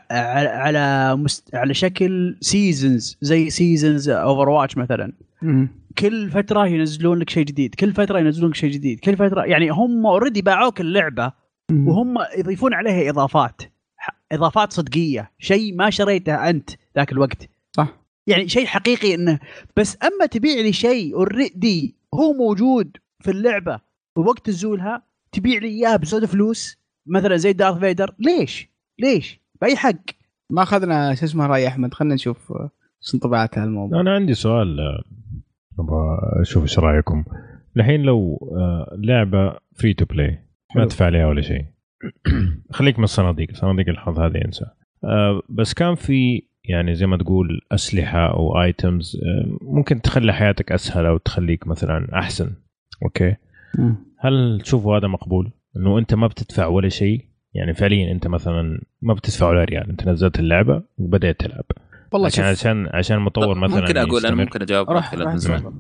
على شكل سيزونز زي سيزونز اوفر واتش مثلا. كل فتره ينزلون لك شيء جديد، كل فتره ينزلون لك شيء جديد، كل فتره يعني هم اوريدي باعوك اللعبه وهم يضيفون عليها اضافات صدقيه، شيء ما شريته انت ذاك الوقت، صح؟ يعني شيء حقيقي انه بس. اما تبيع لي شيء اوريدي هو موجود في اللعبه ووقت نزولها تبيع لي اياه بزود فلوس مثلا زي دارث فيدر، ليش باي حق؟ ما اخذنا شو اسمه راي احمد، خلينا نشوف شو انطباعات هالموضوع. انا عندي سؤال ابغى اشوف ايش رايكم الحين. لو لعبه فري تو بلاي ما تدفع عليها ولا شيء خليك من صناديق الحظ هذه انسى، بس كان في يعني زي ما تقول اسلحه او ايتمز ممكن تخلي حياتك اسهل او تخليك مثلا احسن، اوكي هل تشوفوا هذا مقبول انه انت ما بتدفع ولا شيء؟ يعني فعليا انت مثلا ما بتدفع ولا ريال، انت نزلت اللعبه وبدأت تلعب والله عشان المطور مثلا ممكن اقول انا ممكن اجاوب من زمان.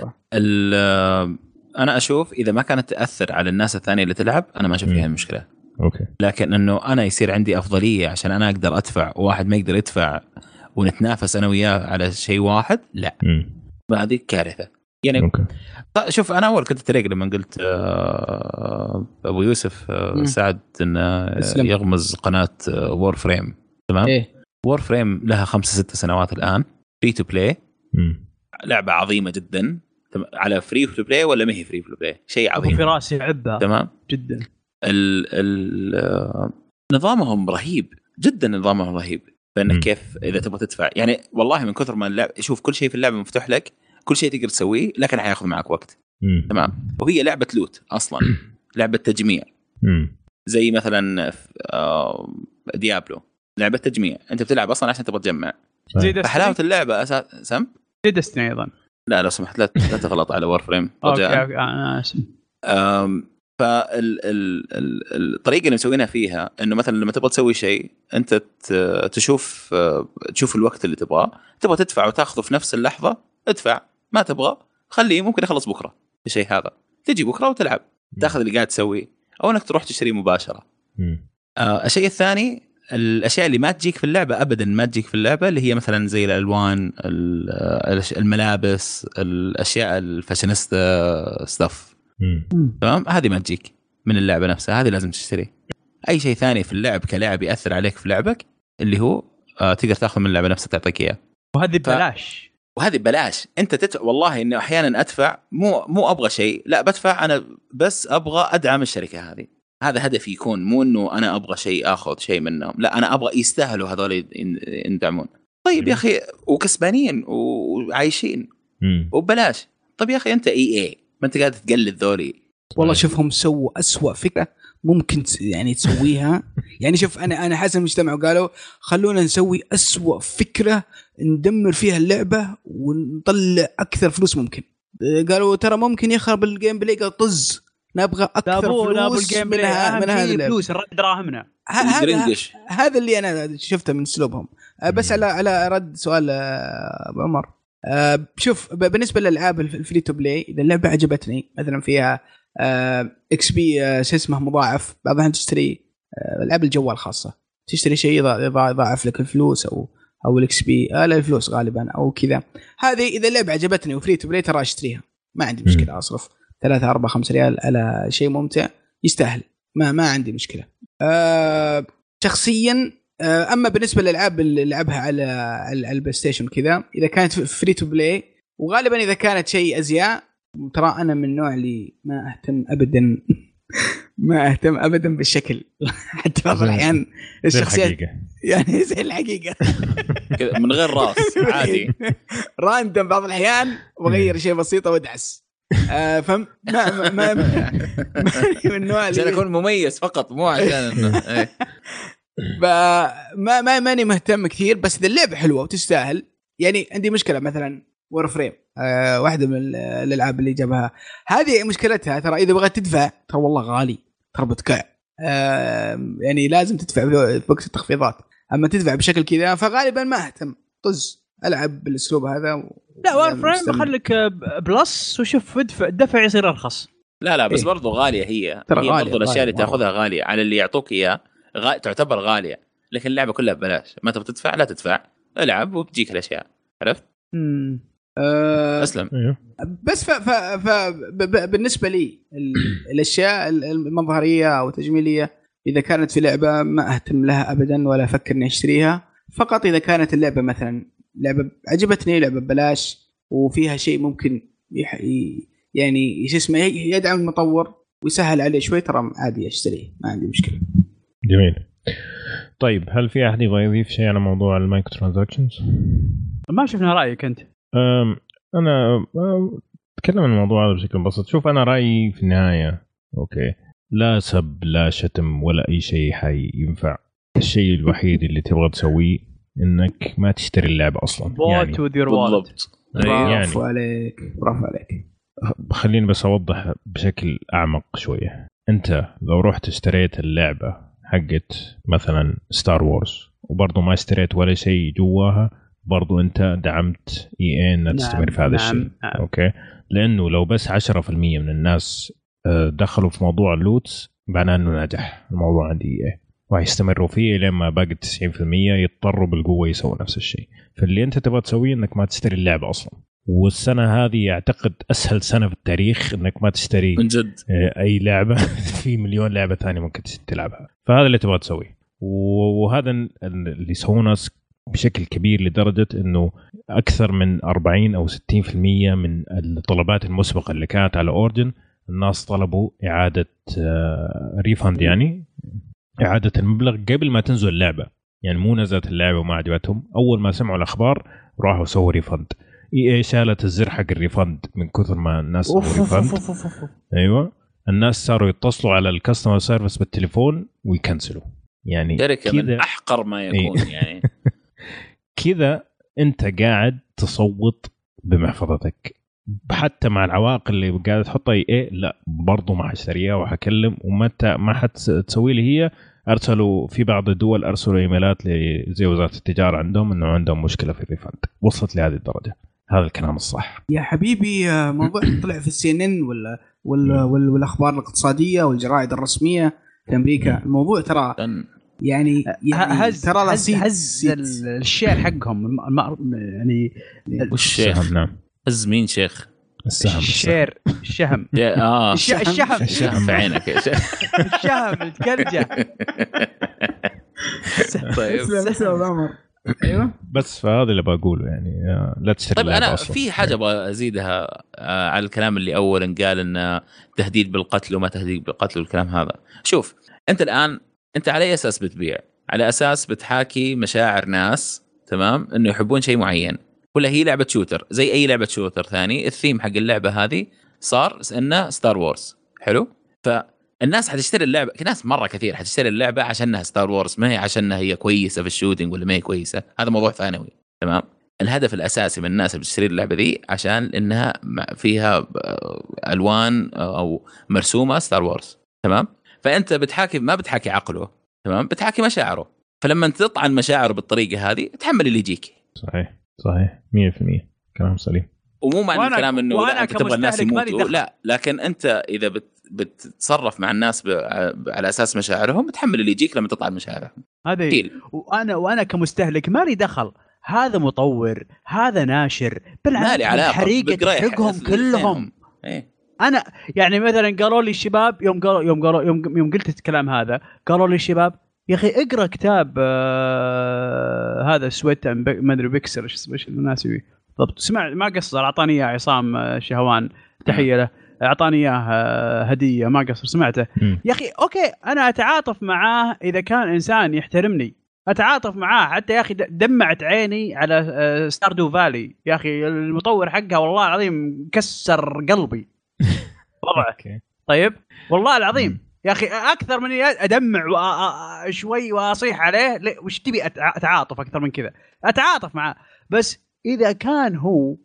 انا اشوف اذا ما كانت تاثر على الناس الثانيه اللي تلعب انا ما اشوف فيها مشكله، اوكي. لكن انه انا يصير عندي افضليه عشان انا اقدر ادفع وواحد ما يقدر يدفع ونتنافس انا وياه على شيء واحد، لا هذه كارثه يعني. أوكي. شوف انا اول كنت اتريق لما قلت ابو يوسف سعد انه يغمز قناه وور فريم، تمام؟ وور فريم لها 5-6 سنوات الان فري تو بلاي، لعبه عظيمه جدا على فري تو بلاي ولا ما هي فري تو بلاي، شيء عظيم في راسي لعبه تمام جدا. نظامهم رهيب جدا، نظامهم رهيب فانك كيف اذا تبغى تدفع يعني والله من كثر ما اللعب شوف كل شيء في اللعبه مفتوح لك، كل شيء تقدر تسويه لكن حياخذ معك وقت تمام. وهي لعبه لوت اصلا لعبه تجميع زي مثلا ديابلو لعبه تجميع، انت بتلعب اصلا عشان تبغى تجمع. حلاوه اللعبه سم زي دستني ايضا. لا لو سمحت لا تغلط على وور فريم رجاء. انا اسف. فالطريقه اللي مسوينها فيها انه مثلا لما تبغى تسوي شيء انت تشوف الوقت اللي تبغاه، تبغى تدفع وتاخذه في نفس اللحظه ادفع، ما تبغى خليه ممكن يخلص بكره الشيء هذا، تجي بكره وتلعب تاخذ اللي قاعد تسويه، او انك تروح تشتري مباشره. الشيء الثاني الاشياء اللي ما تجيك في اللعبه ابدا، ما تجيك في اللعبه اللي هي مثلا زي الالوان الملابس الاشياء الفاشينيستا ستاف تمام، هذه ما تجيك من اللعبه نفسها، هذه لازم تشتري. اي شيء ثاني في اللعب كلاعب ياثر عليك في لعبك اللي هو تقدر تاخذ من اللعبه نفسها تعطيك اياه، وهذه ببلاش. وهذه ببلاش انت تدفع. والله انه احيانا ادفع مو ابغى شيء، لا بدفع انا بس ابغى ادعم الشركه هذه، هذا هدفي يكون، مو انه انا ابغى شيء اخذ شيء منهم، لا انا ابغى يستاهلوا هذول يندعمون. طيب يا اخي وكسبانين وعايشين وببلاش. طيب يا اخي انت اي ما انت قاعد تقلد ذولي. والله شوفهم سووا أسوأ فكرة ممكن يعني تسويها. يعني شوف أنا حاسس المجتمع وقالوا خلونا نسوي أسوأ فكرة ندمر فيها اللعبة ونطلع أكثر فلوس ممكن. قالوا ترى ممكن يخرب الجيم بلاي، قال طز نبغى أكثر فلوس من هذا الفلوس نرد دراهمنا. هذا اللي أنا شفته من أسلوبهم. بس على رد سؤال أبو عمر، شوف بالنسبة للألعاب الفري تو بلاي، إذا اللعبة عجبتني مثلا فيها اكس بي شيء اسمه مضاعف، بعضها تشتري العاب الجوال خاصه تشتري شيء يضاعف لك الفلوس او الاكس بي لا الفلوس غالبا او كذا. هذه اذا اللعبه عجبتني وفري تو بلاي ترى اشتريها، ما عندي مشكله اصرف 3 4 5 ريال على شيء ممتع يستاهل، ما عندي مشكله شخصيا. اما بالنسبه للالعاب اللي لعبها على البلاي ستيشن كذا، اذا كانت فري تو بلاي وغالبا اذا كانت شيء ازياء، ترى أنا من النوع اللي ما أهتم أبدا بالشكل حتى بعض الأحيان الشخصيات يعني زي الحقيقة من غير راس عادي راندم بعض الأحيان وغير شيء بسيط وادعس فهم ما من النوع عشان أكون مميز فقط، مو عشان ماني مهتم كثير، بس اذا اللعبه حلوه وتستاهل. يعني عندي مشكله مثلا وور فريم، واحده من الالعاب اللي جابها هذه مشكلتها، ترى اذا بغيت تدفع ترى والله غالي، ترى بتكع. يعني لازم تدفع في وقت التخفيضات، اما تدفع بشكل كذا فغالبا ما اهتم، طز العب بالاسلوب هذا. لا وور فريم خليك بلس وشوف الدفع يصير ارخص. لا بس برضو غاليه هي برضو الاشياء اللي تاخذها غاليه على اللي يعطوك اياه، تعتبر غاليه، لكن اللعبه كلها ببلاش، ما تبغى تدفع لا تدفع، العب وبتجيك الاشياء. عرفت؟ اسلم. بس بالنسبه لي الاشياء المظهريه او تجميليه اذا كانت في لعبه ما اهتم لها ابدا ولا افكر اني اشتريها. فقط اذا كانت اللعبه مثلا لعبه عجبتني، لعبه ببلاش وفيها شيء ممكن يعني ايش اسمه يدعم المطور ويسهل عليه شوي، ترى عادي اشتريه، ما عندي مشكله. جميل. طيب هل في احد يبغى يضيف شيء على موضوع المايكرو ترانزاكشنز؟ ما شفنا رايك انت. انا اتكلم عن الموضوع هذا بشكل بسيط. شوف انا رايي في النهايه اوكي، لا سب لا شتم ولا اي شيء ينفع. الشيء الوحيد اللي تبغى تسويه انك ما تشتري اللعبه اصلا. يعني بالضبط. برافو عليك، برافو عليك. خليني بس اوضح بشكل اعمق شويه. انت لو رحت اشتريت اللعبه حقت مثلا ستار وورز وبرضه ما اشتريت ولا شيء جواها، برضو انت دعمت EA انها تستمر في هذا الشيء. اوكي، لانه لو بس 10% من الناس دخلوا في موضوع اللوتس معناه انه نجح الموضوع عند EA، وهيستمروا فيه لما باقي 90% يضطروا بالقوه يسووا نفس الشيء. فاللي انت تبغى تسويه انك ما تشتري اللعبه اصلا. والسنه هذه اعتقد اسهل سنه في التاريخ انك ما تشتري من جد اي لعبه في مليون لعبه ثانيه ممكن تلعبها. فهذا اللي تبغى تسويه، وهذا اللي يسوونه ناس بشكل كبير لدرجة أنه أكثر من 40 أو 60% من الطلبات المسبقة اللي كانت على أورجن الناس طلبوا إعادة ريفاند، يعني إعادة المبلغ قبل ما تنزل اللعبة. يعني مو نزلت اللعبة وما عجبتهم، أول ما سمعوا الأخبار راحوا سووا ريفاند. EA شالت الزر حق الريفاند من كثر ما الناس سووا ريفاند. أيوة، الناس صاروا يتصلوا على الكاستمر سيرفيس بالتليفون ويكنسلوا. يعني كذا أحقر ما يكون. يعني كذا انت قاعد تصوت بمحفظتك، حتى مع العوائق اللي قاعد تحطها ايه لا برضو ما حشتريها وحكلم. ومتى ما حتسوي لي هي، ارسلوا في بعض الدول ارسلوا ايميلات زي وزارة التجارة عندهم انه عندهم مشكلة في الريفاند. وصلت لهذه الدرجة. هذا الكلام الصح يا حبيبي. موضوع طلع في CNN والاخبار الاقتصادية والجرائد الرسمية في امريكا. الموضوع ترى يعني هز الشير حقهم يعني والشيخ. نعم هز مين شيخ؟ السهم. الشير الشهم. الشهم في عينك يا شيخ. الشهم الكرجة. طيب ايوه بس فهذا اللي بقوله يعني لا تشتري. طيب انا في حاجه ابغى ازيدها على الكلام اللي اولا قال ان تهديد بالقتل وما تهديد بالقتل والكلام هذا. شوف انت الان انت على اي اساس بتبيع؟ على اساس بتحاكي مشاعر ناس تمام انه يحبون شيء معين، ولا هي لعبه شوتر زي اي لعبه شوتر ثاني؟ الثيم حق اللعبه هذه صار انه ستار وورز. حلو، فالناس حتشتري اللعبه، ناس مره كثير حتشتري اللعبه عشانها ستار وورز، ما هي عشانها هي كويسه في الشوتينج ولا ما هي كويسه. هذا موضوع ثانوي تمام. الهدف الاساسي من الناس اللي بتشتري اللعبه دي عشان انها فيها الوان او مرسومه ستار وورز تمام. فانت بتحاكي، ما بتحاكي عقله تمام، بتحاكي مشاعره. فلما تطعن مشاعره بالطريقه هذه تحمل اللي يجيك. صحيح 100% كلام سليم. ومو معنى الكلام انه لا انت تبغى الناس يموتوا، لا، لكن انت اذا بتتصرف مع الناس على اساس مشاعرهم بتحمل اللي يجيك لما تطعن مشاعرهم. هذا وانا كمستهلك مالي دخل. هذا مطور، هذا ناشر، بالعكس حريقه تحرقهم كلهم. ايه انا يعني مثلا قالوا لي الشباب يوم قلت الكلام هذا، قالوا لي الشباب يا اخي اقرا كتاب هذا سويت ما ادري بيكسر ايش الناس بالضبط. سمع ما قصر، اعطاني اياه عصام شهوان، تحيه له، اعطاني اياه هديه ما قصر سمعته. يا اخي اوكي انا اتعاطف معاه اذا كان انسان يحترمني، اتعاطف معاه. حتى يا اخي دمعت عيني على ستاردو فالي يا اخي، المطور حقها والله العظيم كسر قلبي وضعه. طيب والله العظيم يا اخي اكثر من ادمع شوي واصيح عليه وش تبي اتعاطف اكثر من كذا اتعاطف معه بس اذا كان هو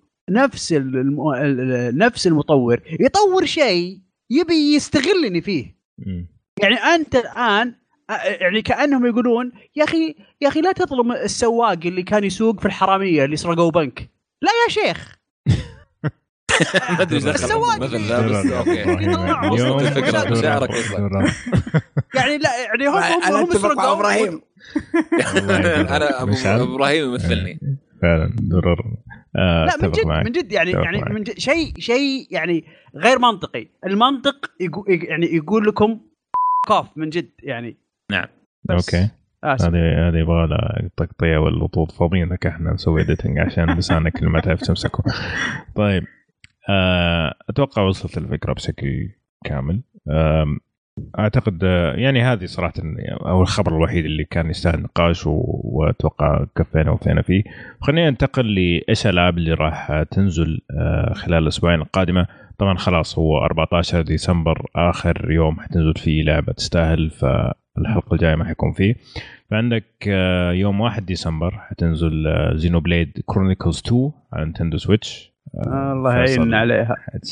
نفس المطور يطور شيء يبي يستغلني فيه يعني انت الان يعني كانهم يقولون يا اخي لا تظلم السواق اللي كان يسوق في الحراميه اللي سرقوا بنك لا يا شيخ ما ادري السواق مثلا بس اوكي وصلت الفكره مشاعرك يعني لا يعني هم سرقوا ابراهيم انا ابراهيم يمثلني فعلا ضرر لا من جد يعني من جد شيء يعني غير منطقي المنطق يقول لكم كاف من جد يعني نعم اوكي هذه يبغى لها تقطيع واللطوط فاضيينك احنا نسوي اديتنج عشان لسانك كلمتها تمسكه طيب اتوقع وصلت الفكره بشكل كامل اعتقد يعني هذه صراحه او الخبر الوحيد اللي كان يستاهل نقاش واتوقع كفينا وفينا فيه. خلينا ننتقل لايش الالعاب اللي راح تنزل خلال الاسبوعين القادمه. طبعا خلاص هو 14 ديسمبر اخر يوم حتنزل فيه لعبه تستاهل فالحلقه الجايه ما حيكون فيه. فعندك يوم 1 ديسمبر حتنزل زينو بليد كرونيكلز 2 على نينتندو سويتش. الله يعين عليها.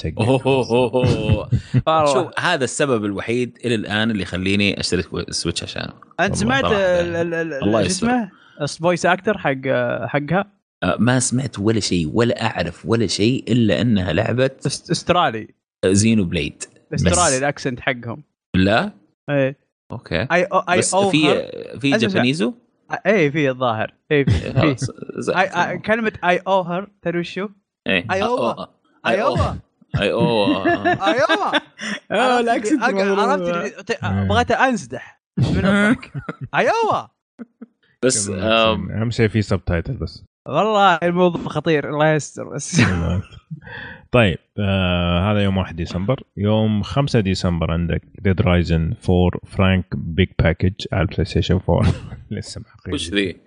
شوف هذا السبب الوحيد الى الان اللي يخليني اشتري سويتش عشانه. انت سمعت اسمه الفويس اكتر حقها؟ ما سمعت ولا شيء ولا اعرف ولا شيء الا انها لعبه استرالي زينو بليد استرالي الاكسنت حقهم. لا ايه اوكي بس في جابانيزو ايه في الظاهر ايه في كلمه اي اوهر تدري شو ايوه الاكسنت عرفت بغيت انسدح من الضحك ايوه بس اهم شيء في سب تايتل بس والله الموضوع خطير الله يستر بس طيب هذا يوم 1 ديسمبر. يوم 5 ديسمبر عندك ديد رايزن 4 فرانك بيج باكج على البلاي ستيشن 4 لسه محقق وش ذي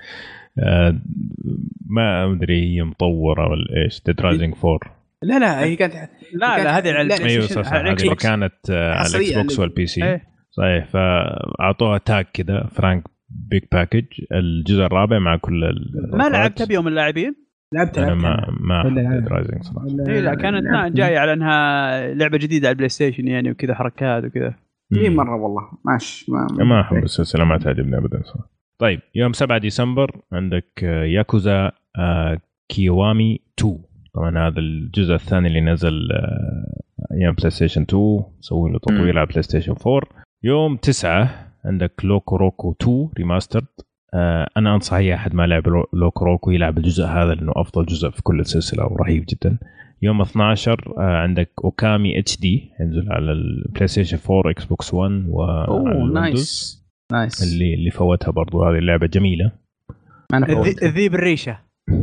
ما ادري هي مطوره ولا ايش. ديد رايزنج 4 لا هي كانت لا هذه على ايوه صح هذه اللي كانت على الاكس بوكس والبي سي صحيح. فاعطوها تاج كذا فرانك بيج باكج الجزء الرابع مع كل ما لعبت بيوم اللاعبين لعبت انا ما ديد رايزنج صراحه. لا كانت جايه على انها لعبه جديده على البلاي ستيشن يعني وكذا حركات وكذا مره والله ما احب السلسله ما تعجبني ابدا صراحه. طيب يوم 7 ديسمبر عندك ياكوزا كيوامي 2. طبعا هذا الجزء الثاني اللي نزل ايام بلاي ستيشن 2 سووا له تطوير على بلاي ستيشن 4. يوم 9 عندك لوكو روكو 2 ريماسترد. انا انصح اي احد ما لعب لوكو روكو يلعب الجزء هذا لانه افضل جزء في كل السلسله ورهيب جدا. يوم 12 عندك اوكامي اتش دي ينزل على البلاي ستيشن 4 اكس بوكس 1 نايس اللي فوتها برضو هذه اللعبه جميله. الذيب الريشه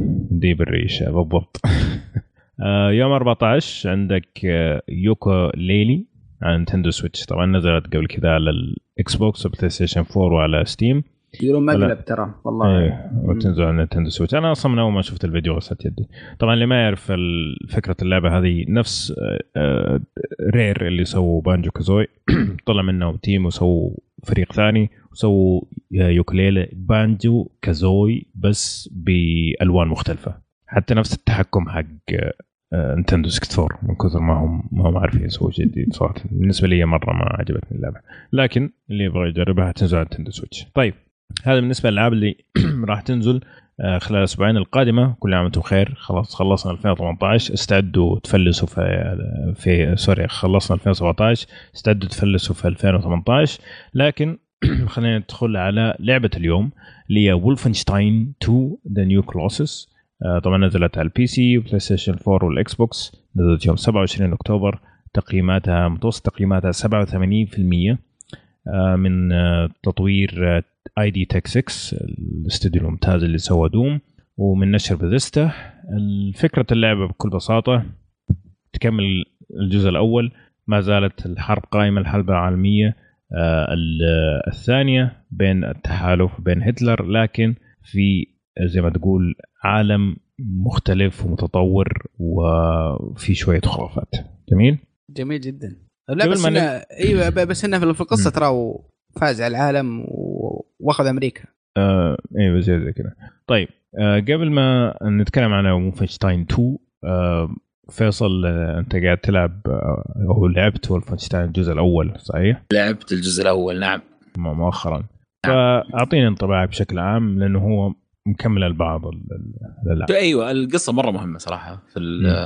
بالضبط. يوم 14 عندك يوكو ليلي على نينتندو سويتش. طبعا نزلت قبل كذا على الاكس بوكس وبلاي ستيشن 4 وعلى ستيم. يقولون مقلب ترى والله وتنزل على نينتندو سويتش. انا اصلا من اول ما شفت الفيديو غسلت يدي. طبعا اللي ما يعرف فكره اللعبه هذه نفس رير اللي سووا بانجو كازوي طلع منهم تيم وسووا فريق ثاني وسووا يوكليله بانجو كازوي بس بالوان مختلفه. حتى نفس التحكم حق نينتندو 64 من كثر ما هم عارفين يسووا شيء جديد. صراحه بالنسبه لي مره ما عجبتني اللعبه لكن اللي يبغى يجربها تنزل على نينتندو سويتش. طيب هذا بالنسبه للالعاب اللي راح تنزل خلال الاسبوعين القادمه. كل عام وانتم بخير. خلاص خلصنا 2018 استعدوا تفلسوا في سوري خلصنا 2017 استعدوا تفلسوا في 2018. لكن خلينا ندخل على لعبه اليوم اللي هي وولفنشتاين 2 ذا نيو كلوسس. طبعا نزلت على البي سي وبلاي ستيشن 4 والاكس بوكس. نزلت يوم 27 اكتوبر. تقييماتها متوسط تقييماتها 87% من تطوير اي دي تك 6 الاستوديو الممتاز اللي سوى دوم ومن نشر بثيستا. الفكرة اللعبة بكل بساطة تكمل الجزء الأول. ما زالت الحرب قائمة الحرب العالمية الثانية بين التحالف بين هتلر لكن في زي ما تقول عالم مختلف ومتطور وفي شوية خرافات. جميل جدا. لا بس ايوه بس انه في القصه ترى فاز على العالم واخذ امريكا. ايوه زي كذا. طيب قبل ما نتكلم عن وولفنشتاين 2 فيصل انت قاعد تلعب او لعبت وولفنشتاين الجزء الاول صحيح؟ لعبت الجزء الاول نعم مؤخرا. فاعطيني انطباعك بشكل عام لانه هو مكمل البعض الالعاب. ايوه القصه مره مهمه صراحه في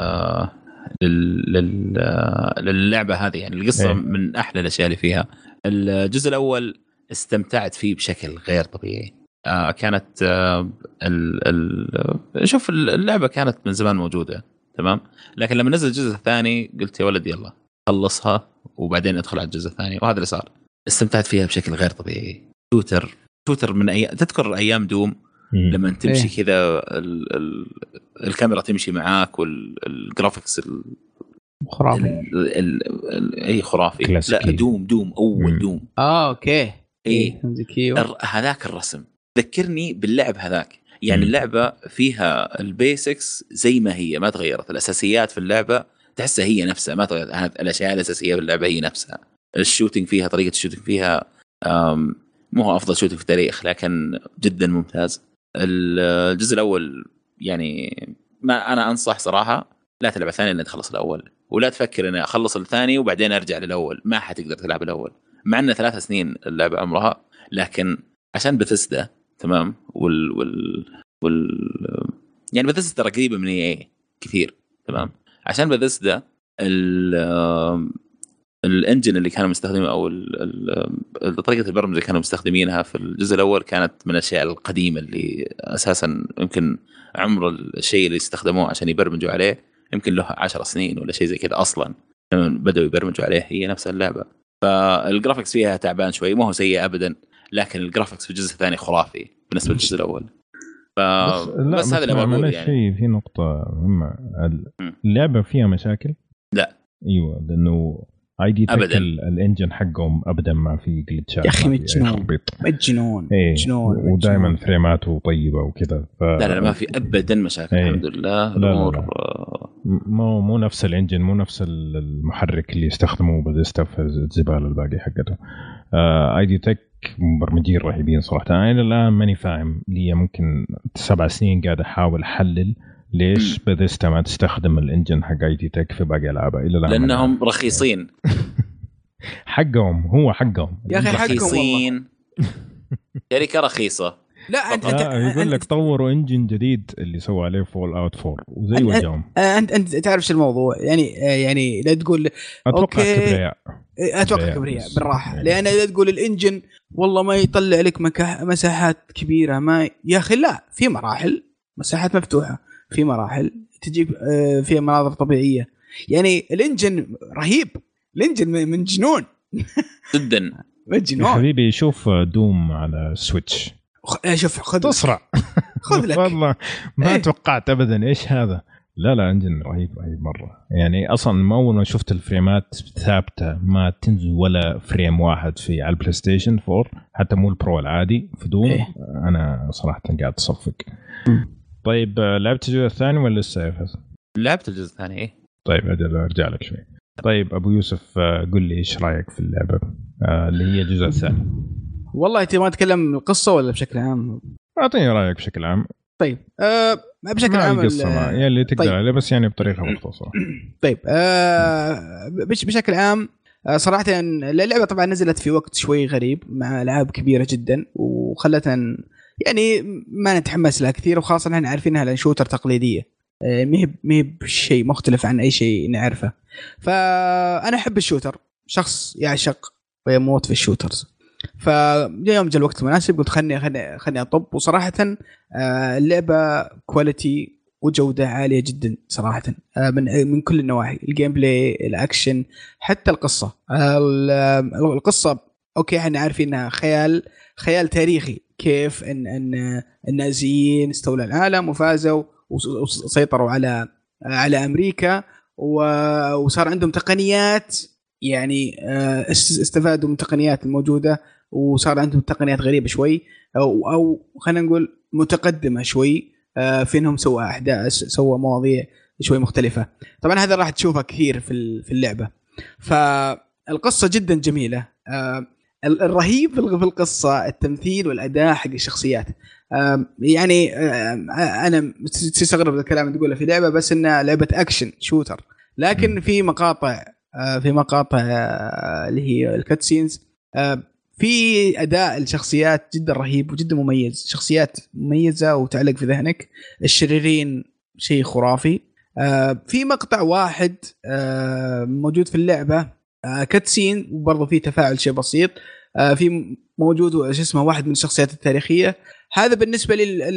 للعبه هذه يعني القصه من احلى الاشياء اللي فيها. الجزء الاول استمتعت فيه بشكل غير طبيعي. كانت شوف اللعبه كانت من زمان موجوده تمام، لكن لما نزل الجزء الثاني قلت يا ولد يلا خلصها وبعدين ادخل على الجزء الثاني، وهذا اللي صار. استمتعت فيها بشكل غير طبيعي. توتر من تذكر ايام دوم لما تمشي كذا الكاميرا تمشي معاك والجرافيكس خرافي. اي خرافي. لا دوم اول دوم. اوكي هذاك الرسم ذكرني باللعب هذاك. يعني اللعبه فيها البيسكس زي ما هي ما تغيرت، الاساسيات في اللعبه تحسها هي نفسها ما تغيرت. الاشياء الاساسيه في اللعبه هي نفسها. الشوتينج فيها طريقه الشوتينج فيها مو هو افضل شوتينج في التاريخ لكن جدا ممتاز. الجزء الاول يعني ما انا انصح صراحه لا تلعب الثاني لين تخلص الاول، ولا تفكر اني اخلص الثاني وبعدين ارجع للاول. ما حتقدر تلعب الاول مع انه 3 سنين اللعبه عمرها، لكن عشان بثسدا تمام يعني بثسدا قريبه من ايه كثير تمام. عشان بثسدا الانجن اللي كانوا مستخدمين او طريقه البرمجه اللي كانوا مستخدمينها في الجزء الاول كانت من الاشياء القديمه اللي اساسا يمكن عمر الشيء اللي استخدموه عشان يبرمجوا عليه يمكن له 10 سنين ولا شيء زي كذا اصلا بدأوا يبرمجوا عليه. هي نفس اللعبه. فالجرافيكس فيها تعبان شوي، ما هو سيء ابدا، لكن الجرافيكس في الجزء الثاني خرافي بالنسبه للجزء الاول. بس هذا اللي بقول يعني في نقطه مهمه. اللعبه فيها مشاكل؟ لا ايوه لانه ايدي تك الانجن حقهم ابدا ما في جلتشات يا اخي مجنون ودائما فريماته طيبه وكذا لا ما في ابدا مشاكل. الحمد لله الامور مو نفس الانجن مو نفس المحرك اللي يستخدموه بثيستا في الزباله الباقي حقته. ايدي تك مبرمجين رهيبين صراحه. انا الى الان ماني فاهم لي ممكن 7 سنين قاعد احاول احلل ليش بثيستا ما تستخدم الانجن حق اي تي تك في باقي العابها الا لانهم رخيصين. حقهم هو حقهم يا اخي رخيصين. شركه رخيصه. لا انت يقول لك طوروا انجن جديد اللي سوى عليه فول اوت 4 وزي وجههم. انت تعرف شو الموضوع يعني لا تقول اتوقع كبرياء بالراحه. لان اذا تقول الانجن والله ما يطلع لك مساحات كبيره ما يا اخي لا، في مراحل مساحات مفتوحه، في مراحل تجيب فيها مناظر طبيعيه. يعني الانجن رهيب، الانجن من جنون جدا مجنون. حبيبي شوف دوم على سويتش شوف خذ اسرع خذ لك والله ما توقعت ابدا ايش هذا. لا انجن رهيب مره. يعني اصلا ما اول ما شفت الفريمات ثابته ما تنزل ولا فريم واحد في على البلاي ستيشن 4 حتى مو البرو العادي في دوم. انا صراحه قاعد اصفق. طيب لعبت الجزء الثاني ولا لسه يا فيصل؟ لعبت الجزء الثاني ايه. طيب اجل ارجع لك شوي. طيب ابو يوسف قل لي ايش رايك في اللعبه اللي هي الجزء الثاني؟ والله تبغى نتكلم القصه ولا بشكل عام؟ اعطيني رايك بشكل عام. طيب بشكل عام القصه اللي تقدر طيب. عليه بس يعني بطريقه مختصره. طيب بشكل عام صراحه اللعبه طبعا نزلت في وقت شوي غريب مع العاب كبيره جدا وخلتنا يعني ما نتحمس لها كثير، وخاصه احنا عارفين انها شوتر تقليديه مهب شيء مختلف عن اي شيء نعرفه. فانا احب الشوتر، شخص يعشق ويموت في الشوترز. فيوم جاء الوقت المناسب قلت خلني اطب. وصراحه اللعبه كواليتي وجوده عاليه جدا صراحه من كل النواحي، الجيم بلاي، الاكشن، حتى القصه. القصه اوكي احنا عارفين انها خيال تاريخي، كيف ان النازيين استولوا العالم وفازوا وسيطروا على امريكا وصار عندهم تقنيات، يعني استفادوا من التقنيات الموجوده وصار عندهم تقنيات غريبه شوي او خلينا نقول متقدمه شوي في انهم سووا احداث، سووا مواضيع شوي مختلفه. طبعا هذا راح تشوفه كثير في اللعبه. القصه جدا جميله. الرهيب في القصه التمثيل والاداء حق الشخصيات. يعني انا تستغرب الكلام اللي تقوله في لعبه، بس انها لعبه اكشن شوتر، لكن في مقاطع اللي هي الكاتسينز، في اداء الشخصيات جدا رهيب وجدا مميز، شخصيات مميزه وتعلق في ذهنك. الشريرين شيء خرافي. في مقطع واحد موجود في اللعبه كاتسين وبرضه في تفاعل شيء بسيط، في موجود اسمه واحد من الشخصيات التاريخيه. هذا بالنسبه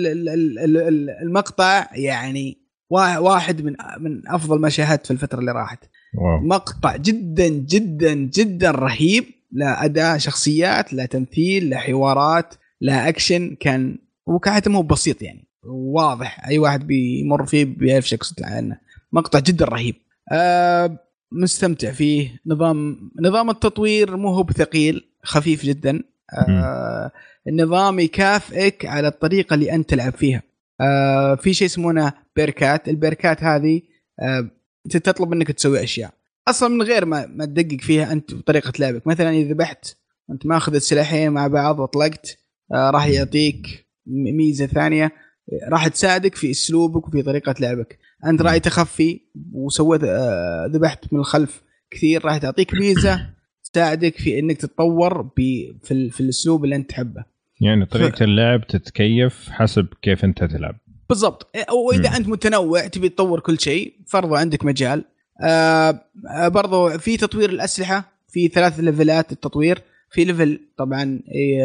للمقطع يعني واحد من افضل ما شاهدت في الفتره اللي راحت. مقطع جدا جدا جدا رهيب، لا اداء شخصيات، لا تمثيل، لا حوارات، لا اكشن، كان وكاتمه بسيط يعني واضح، اي واحد بيمر فيه بيعرف شخص عنه. مقطع جدا رهيب. مستمتع فيه. نظام التطوير مو هو بثقيل، خفيف جدا. النظام يكافئك على الطريقة اللي أنت تلعب فيها. في شيء اسمه بيركات. البيركات هذه تطلب منك تسوي أشياء أصلا من غير ما تدقق فيها أنت بطريقة لعبك. مثلا إذا ذبحت وأنت ماخذ السلاحين مع بعض وطلقت، راح يعطيك ميزة ثانية راح تساعدك في أسلوبك وفي طريقة لعبك. أنت راح تخفي وسويت ذبحت من الخلف كثير، راح تعطيك ميزة تساعدك في إنك تتطور في الأسلوب اللي أنت تحبه. يعني طريقة اللعب تتكيف حسب كيف أنت تلعب بالضبط. وإذا أنت متنوع تبي تطور كل شيء فرضوا عندك مجال. برضو في تطوير الأسلحة، في 3 ليفلات التطوير. في ليفل طبعا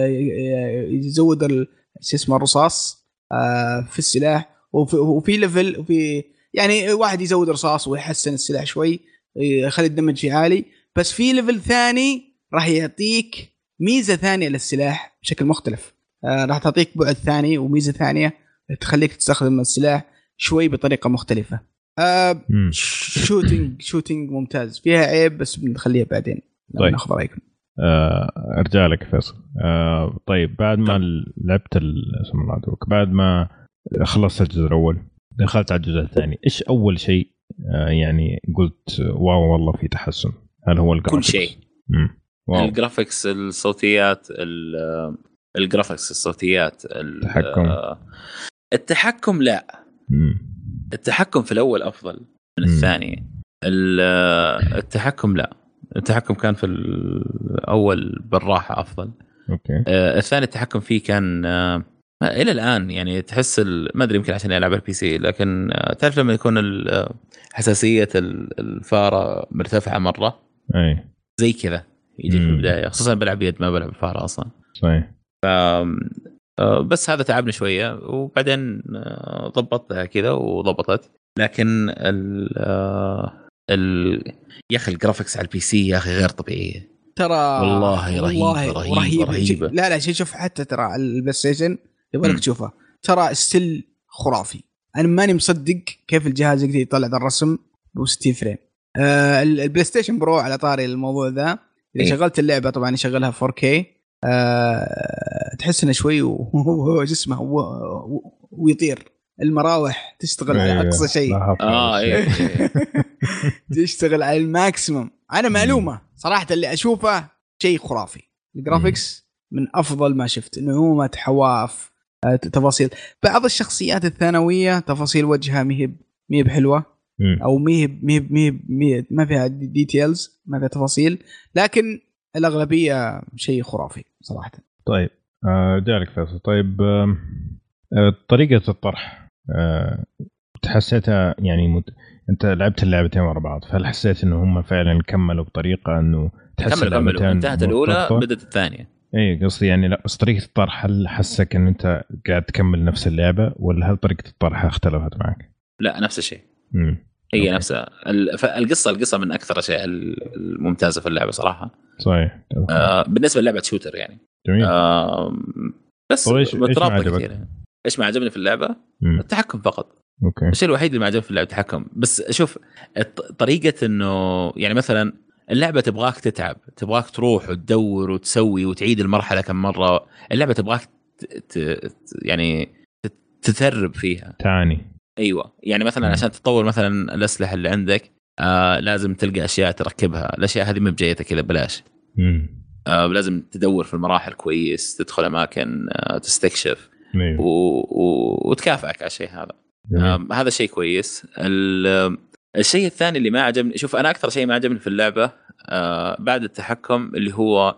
يزود اسمه الرصاص في السلاح، وفي ليفل وفي يعني واحد يزود رصاص ويحسن السلاح شوي يخلي الدمج فيه عالي. بس في ليفل ثاني راح يعطيك ميزة ثانية للسلاح بشكل مختلف. راح تعطيك بعد ثاني وميزة ثانية تخليك تستخدم السلاح شوي بطريقة مختلفة. شوتينج ممتاز، فيها عيب بس بنخليها بعدين. طيب. ناخذ رأيكم. ارجع لك فيصل. طيب بعد ما لعبت بعد ما خلصت الجزء الاول دخلت على الجزء الثاني، ايش اول شيء يعني قلت واو والله في تحسن؟ هل هو الجرافيكس؟ كل شيء. الجرافيكس، الصوتيات، الجرافيكس، الصوتيات، التحكم لا. التحكم في الاول افضل من الثاني. التحكم لا، التحكم كان في الأول بالراحة أفضل. أوكي. الثاني التحكم فيه كان إلى الآن يعني تحس ما أدري يمكن عشان ألعب البي سي، لكن تعرف لما يكون حساسية الفارة مرتفعة مرة أي زي كذا يجي في البداية، خصوصا بلعب يد ما بلعب الفارة أصلا. صحيح. بس هذا تعبني شوية وبعدين ضبطتها كذا وضبطت. لكن يا اخي الجرافيكس على البي سي يا اخي غير طبيعيه ترى، والله رهيبه. لا شوف حتى ترى البلاي ستيشن يبغى لك تشوفه، ترى ستيل خرافي. انا ماني مصدق كيف الجهاز يقدر يطلع ذا الرسم ب60 فريم. البلاي ستيشن برو على طاري الموضوع ذا اذا شغلت اللعبه طبعا يشغلها 4K، تحس انه شوي وهو جسمه ويطير. المراوح تشتغل على اقصى شيء. تشتغل على الماكسيمم. انا معلومه صراحه اللي اشوفه شيء خرافي. الجرافيكس من افضل ما شفت، نعومه، حواف، تفاصيل بعض الشخصيات الثانويه، تفاصيل وجهها ميب حلوه، او ميب ما فيها ديتيلز، ما فيها تفاصيل، لكن الاغلبيه شيء خرافي صراحه. طيب جالك فيصل. طيب طريقه الطرح تحسيتها يعني انت لعبت اللعبتين ورا بعض، فهل حسيت انه هم فعلا كملوا بطريقه انه تحس اللعبتين انتهت الاولى بدت الثانيه؟ اي قصدي يعني لا، بس طريقه الطرح هل حسك ان انت قاعد تكمل نفس اللعبه، ولا هل طريقه الطرح اختلفت معك؟ لا نفس الشيء. هي نفسها القصه من اكثر الاشياء الممتازه في اللعبه صراحه. صحيح. بالنسبه للعبه شوتر يعني. جميل. بس مترابطه كثير. ايش ما عجبني في اللعبه؟ التحكم فقط. اوكي. الشيء الوحيد اللي ما عجبني في اللعبه التحكم. بس شوف طريقه انه يعني مثلا اللعبه تبغاك تتعب، تبغاك تروح وتدور وتسوي وتعيد المرحله كم مره. اللعبه تبغاك يعني تتثرب فيها، تعاني. ايوه يعني مثلا عشان تطور مثلا الاسلحه اللي عندك لازم تلقى اشياء تركبها. الاشياء هذه ما بجايتك كذا بلاش. لازم تدور في المراحل كويس، تدخل اماكن تستكشف وتكافئك على الشيء هذا. هذا شيء كويس. الشيء الثاني اللي ما عجبني، شوف انا اكثر شيء ما عجبني في اللعبه بعد التحكم اللي هو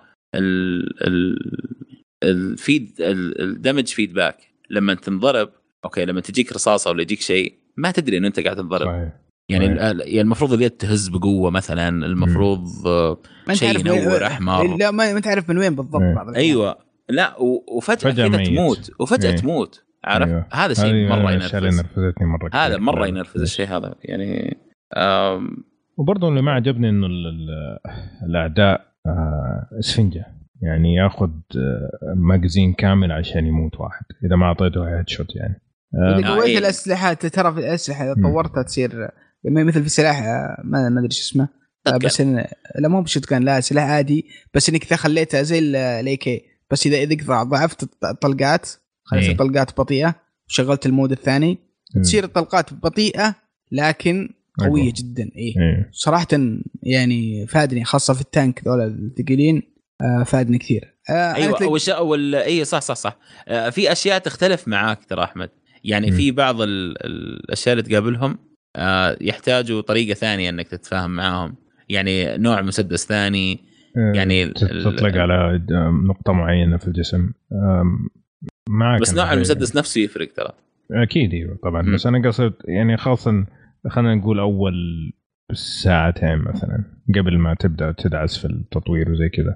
الدمج فيدباك. لما تنضرب اوكي، لما تجيك رصاصه ولا يجيك شيء ما تدري ان انت قاعد تنضرب. يعني المفروض اليد تهز بقوه مثلا، المفروض شيء ينور احمر، لا ما تعرف من وين بالضبط. ايوه لا وفجاه كذا تموت وفجاه تموت، عارف؟ هذا شيء مره ينرفز. هذا مره ينرفز الشيء هذا يعني. وبرضه اللي ما عجبني انه الاعداء اسفنجه، يعني ياخذ ماجزين كامل عشان يموت واحد اذا ما اعطيته هيد شوت. يعني اذا قويت الاسلحه، ترى في الاسلحه اذا طورتها تصير مثل في سلاح ما ادري ايش اسمه، بس لا مو بشوتجان، لا سلاح عادي، بس انك اذا خليتها زي الاي بس اذا ضعفت الطلقات، خليت الطلقات بطيئه وشغلت المود الثاني تصير الطلقات بطيئه لكن قويه جدا. صراحه يعني فادني، خاصه في التانك ذول الثقيلين فادني كثير. ايوه صح. في اشياء تختلف معاك ترى احمد، يعني في بعض الاشياء اللي تقابلهم يحتاجوا طريقه ثانيه انك تتفاهم معاهم، يعني نوع مسدس ثاني، يعني تطلق على نقطه معينه في الجسم معك، بس نوع المسدس نفسه يفرق ترى. اكيد ايوه طبعا. بس انا قصد يعني خاصه خلينا نقول اول ساعتين مثلا قبل ما تبدا تدعس في التطوير وزي كذا.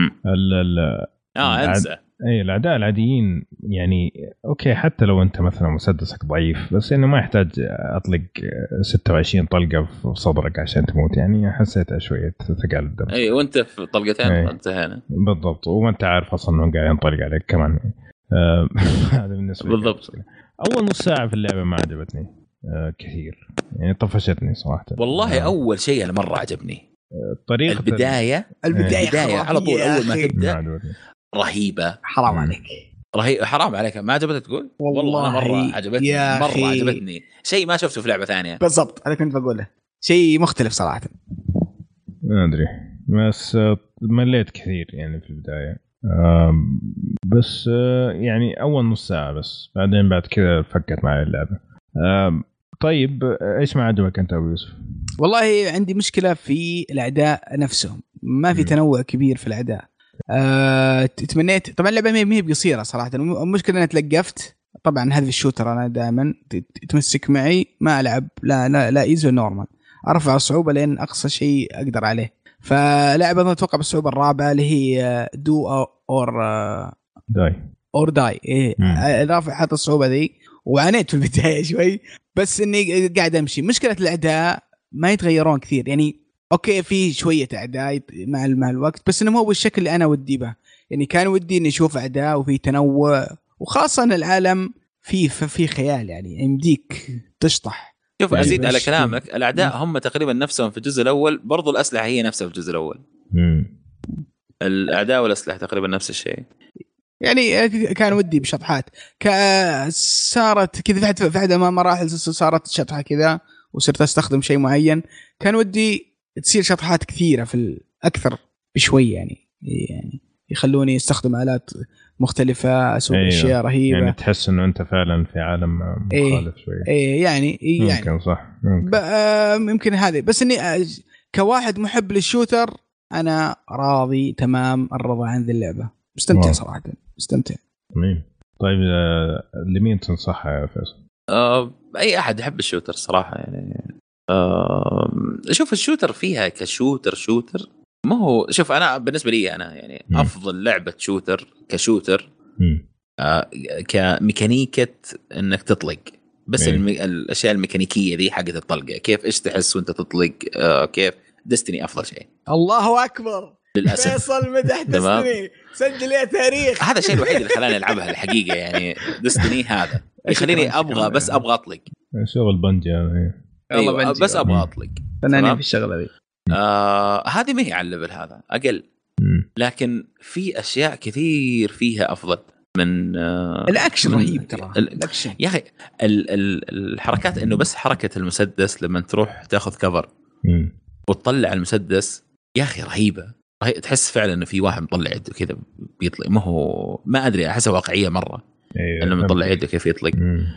انسى. الاعداء العاديين يعني اوكي، حتى لو انت مثلا مسدسك ضعيف، بس انه ما يحتاج اطلق 26 طلقه في صدرك عشان تموت. يعني حسيت شويه ثقل الدم. وانت في طلقتين انتهينا بالضبط، وانت عارف اصلا انه قاعد ينطلق عليك كمان. هذا بالنسبه لي بالضبط. اول نص ساعه في اللعبه ما عجبتني كثير، يعني طفشتني صراحه. والله اول شيء انا مره عجبني طريقه البداية على طول اول ما تبدا رهيبه. حرام عليك، حرام عليك، ما عجبتك تقول؟ والله انا مره عجبتني، مره عجبتني، شيء ما شفته في لعبه ثانيه. بالضبط انا كنت بقوله، شيء مختلف صراحه. ما ادري، بس مليت كثير يعني في البدايه. بس يعني اول نص ساعه بس، بعد كذا فكت معي اللعبه. طيب ايش ما عجبك انت ابو يوسف؟ والله عندي مشكله في الاعداء نفسهم، ما في تنوع كبير في الاعداء. تمنيت طبعا اللعبه ما هي قصيره صراحه، المشكله انا تلقفت. طبعا هذا الشوتر انا دائما تمسك معي ما العب لا ايزو نورمال، ارفع الصعوبه لين اقصى شيء اقدر عليه. فلعبه اتوقع بالصعوبه الرابعه اللي هي دو اور داي. رافع حط الصعوبه ذي وعانيت في البدايه شوي، بس اني قاعد امشي. مشكله الاعداء ما يتغيرون كثير، يعني اوكي في شويه اعداء مع الوقت، بس انه مو بالشكل اللي انا ودي به. يعني كان ودي اني اشوف اعداء وفي تنوع، وخاصه ان العالم في خيال، يعني يمديك تشطح. شوف يعني ازيد على كلامك، الاعداء هم تقريبا نفسهم في الجزء الاول، برضو الاسلحه هي نفسها في الجزء الاول. الاعداء والاسلحه تقريبا نفس الشيء. يعني كان ودي بشطحات صارت كذا في عدة مراحل صارت شطحة كذا وصرت أستخدم شيء معين، كان ودي تصير شطحات كثيرة في أكثر بشوي، يعني يخلوني استخدم آلات مختلفة، أسوي أشياء رهيبة، يعني تحس إنه أنت فعلا في عالم مختلف شوي. يعني ممكن صح ممكن هذا، بس إني كواحد محب للشوتر أنا راضي تمام الرضا عن ذي اللعبة، مستمتع صراحة مستمتع. طيب لمين تنصحها يا فيصل؟ أي أحد يحب الشوتر صراحة، يعني شوف الشوتر فيها كشوتر ما هو، شوف أنا بالنسبة لي أنا يعني أفضل لعبة شوتر كشوتر كميكانيكة إنك تطلق، بس الأشياء الميكانيكية دي حقت الطلقة، كيف إيش تحس وأنت تطلق، كيف ديستني أفضل شيء. الله أكبر، للأسف فيصل مدح ديستني، سجل يا تاريخ. هذا الشيء الوحيد اللي خلاني ألعبها الحقيقة، يعني ديستني هذا يخليني أبغى أطلق. شغل بنجي أيوة بس أبغى أطلق، فنانين في الشغلة دي. هذه ما هي على الليفل هذا أقل، لكن في أشياء كثير فيها أفضل من الأكشن رهيب ترى. الأكشن يا أخي الحركات، إنه بس حركة المسدس لما تروح تأخذ كفر وتطلع المسدس يا اخي رهيبه. تحس فعلا انه في واحد مطلع يده كذا بيطلق، ما ادري احسها واقعيه مره. أيوة. لما يطلع يده كيف يطلق.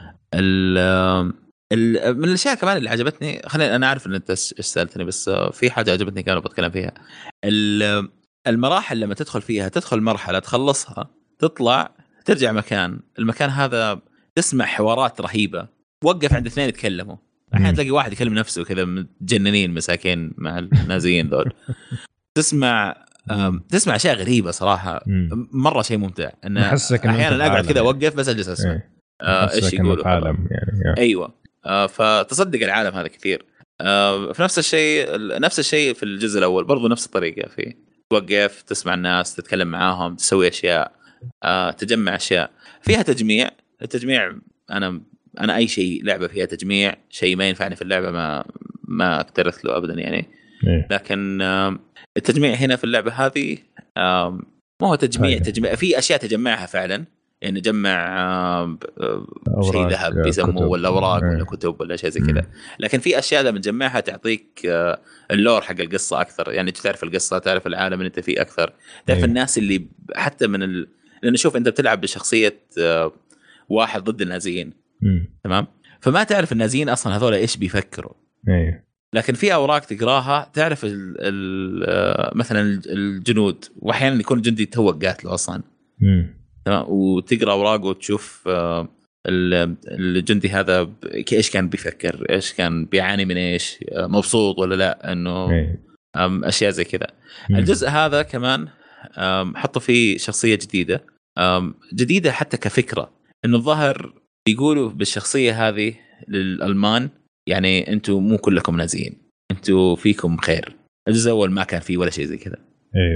من الاشياء كمان اللي عجبتني، خلينا انا عارف ان انت ايش سالتني، بس في حاجه عجبتني كانوا بتكلم فيها. المراحل لما تدخل فيها، تدخل مرحله تخلصها تطلع ترجع المكان هذا تسمع حوارات رهيبه. وقف عند اثنين يتكلموا، احيانا تلاقي واحد يكلم نفسه كذا متجننين مساكين مع النازيين ذول. تسمع اشياء غريبه صراحه. مره شيء ممتع. ان احيانا اقعد كذا اوقف بس اجلس اسمع ايش يقولوا يعني. ايوه. فتصدق العالم هذا كثير. في نفس الشيء في الجزء الاول برضو نفس الطريقه، في توقف تسمع الناس تتكلم معاهم تسوي اشياء، تجمع اشياء فيها تجميع. التجميع انا اي شيء لعبه فيها تجميع شيء ما ينفعني في اللعبه ما اكترث له ابدا يعني. لكن التجميع هنا في اللعبه هذه ما هو تجميع في اشياء تجمعها فعلا، يعني نجمع شيء ذهب بيسموه ولا اوراق ولا كتب ولا شيء زي كذا. لكن في اشياء لما تجمعها تعطيك اللور حق القصه اكثر، يعني تعرف القصه، تعرف العالم اللي انت فيه اكثر، تعرف الناس اللي حتى لان شوف انت بتلعب بشخصيه واحد ضد النازيين، تمام؟ فما تعرف النازيين اصلا هذول ايش بيفكروا. لكن في اوراق تقراها تعرف مثلا الجنود، واحيانا يكون جندي توق قاتله اصلا، تمام؟ وتقرا اوراقه وتشوف الجندي هذا ايش كان بيفكر، ايش كان بيعاني من ايش، مبسوط ولا لا، انه اشياء زي كذا. الجزء هذا كمان حطوا فيه شخصيه جديده حتى كفكره، انه الظاهر يقولوا بالشخصيه هذه للالمان يعني انتم مو كلكم نازيين، انتم فيكم خير. الجزء الاول ما كان فيه ولا شيء زي كذا.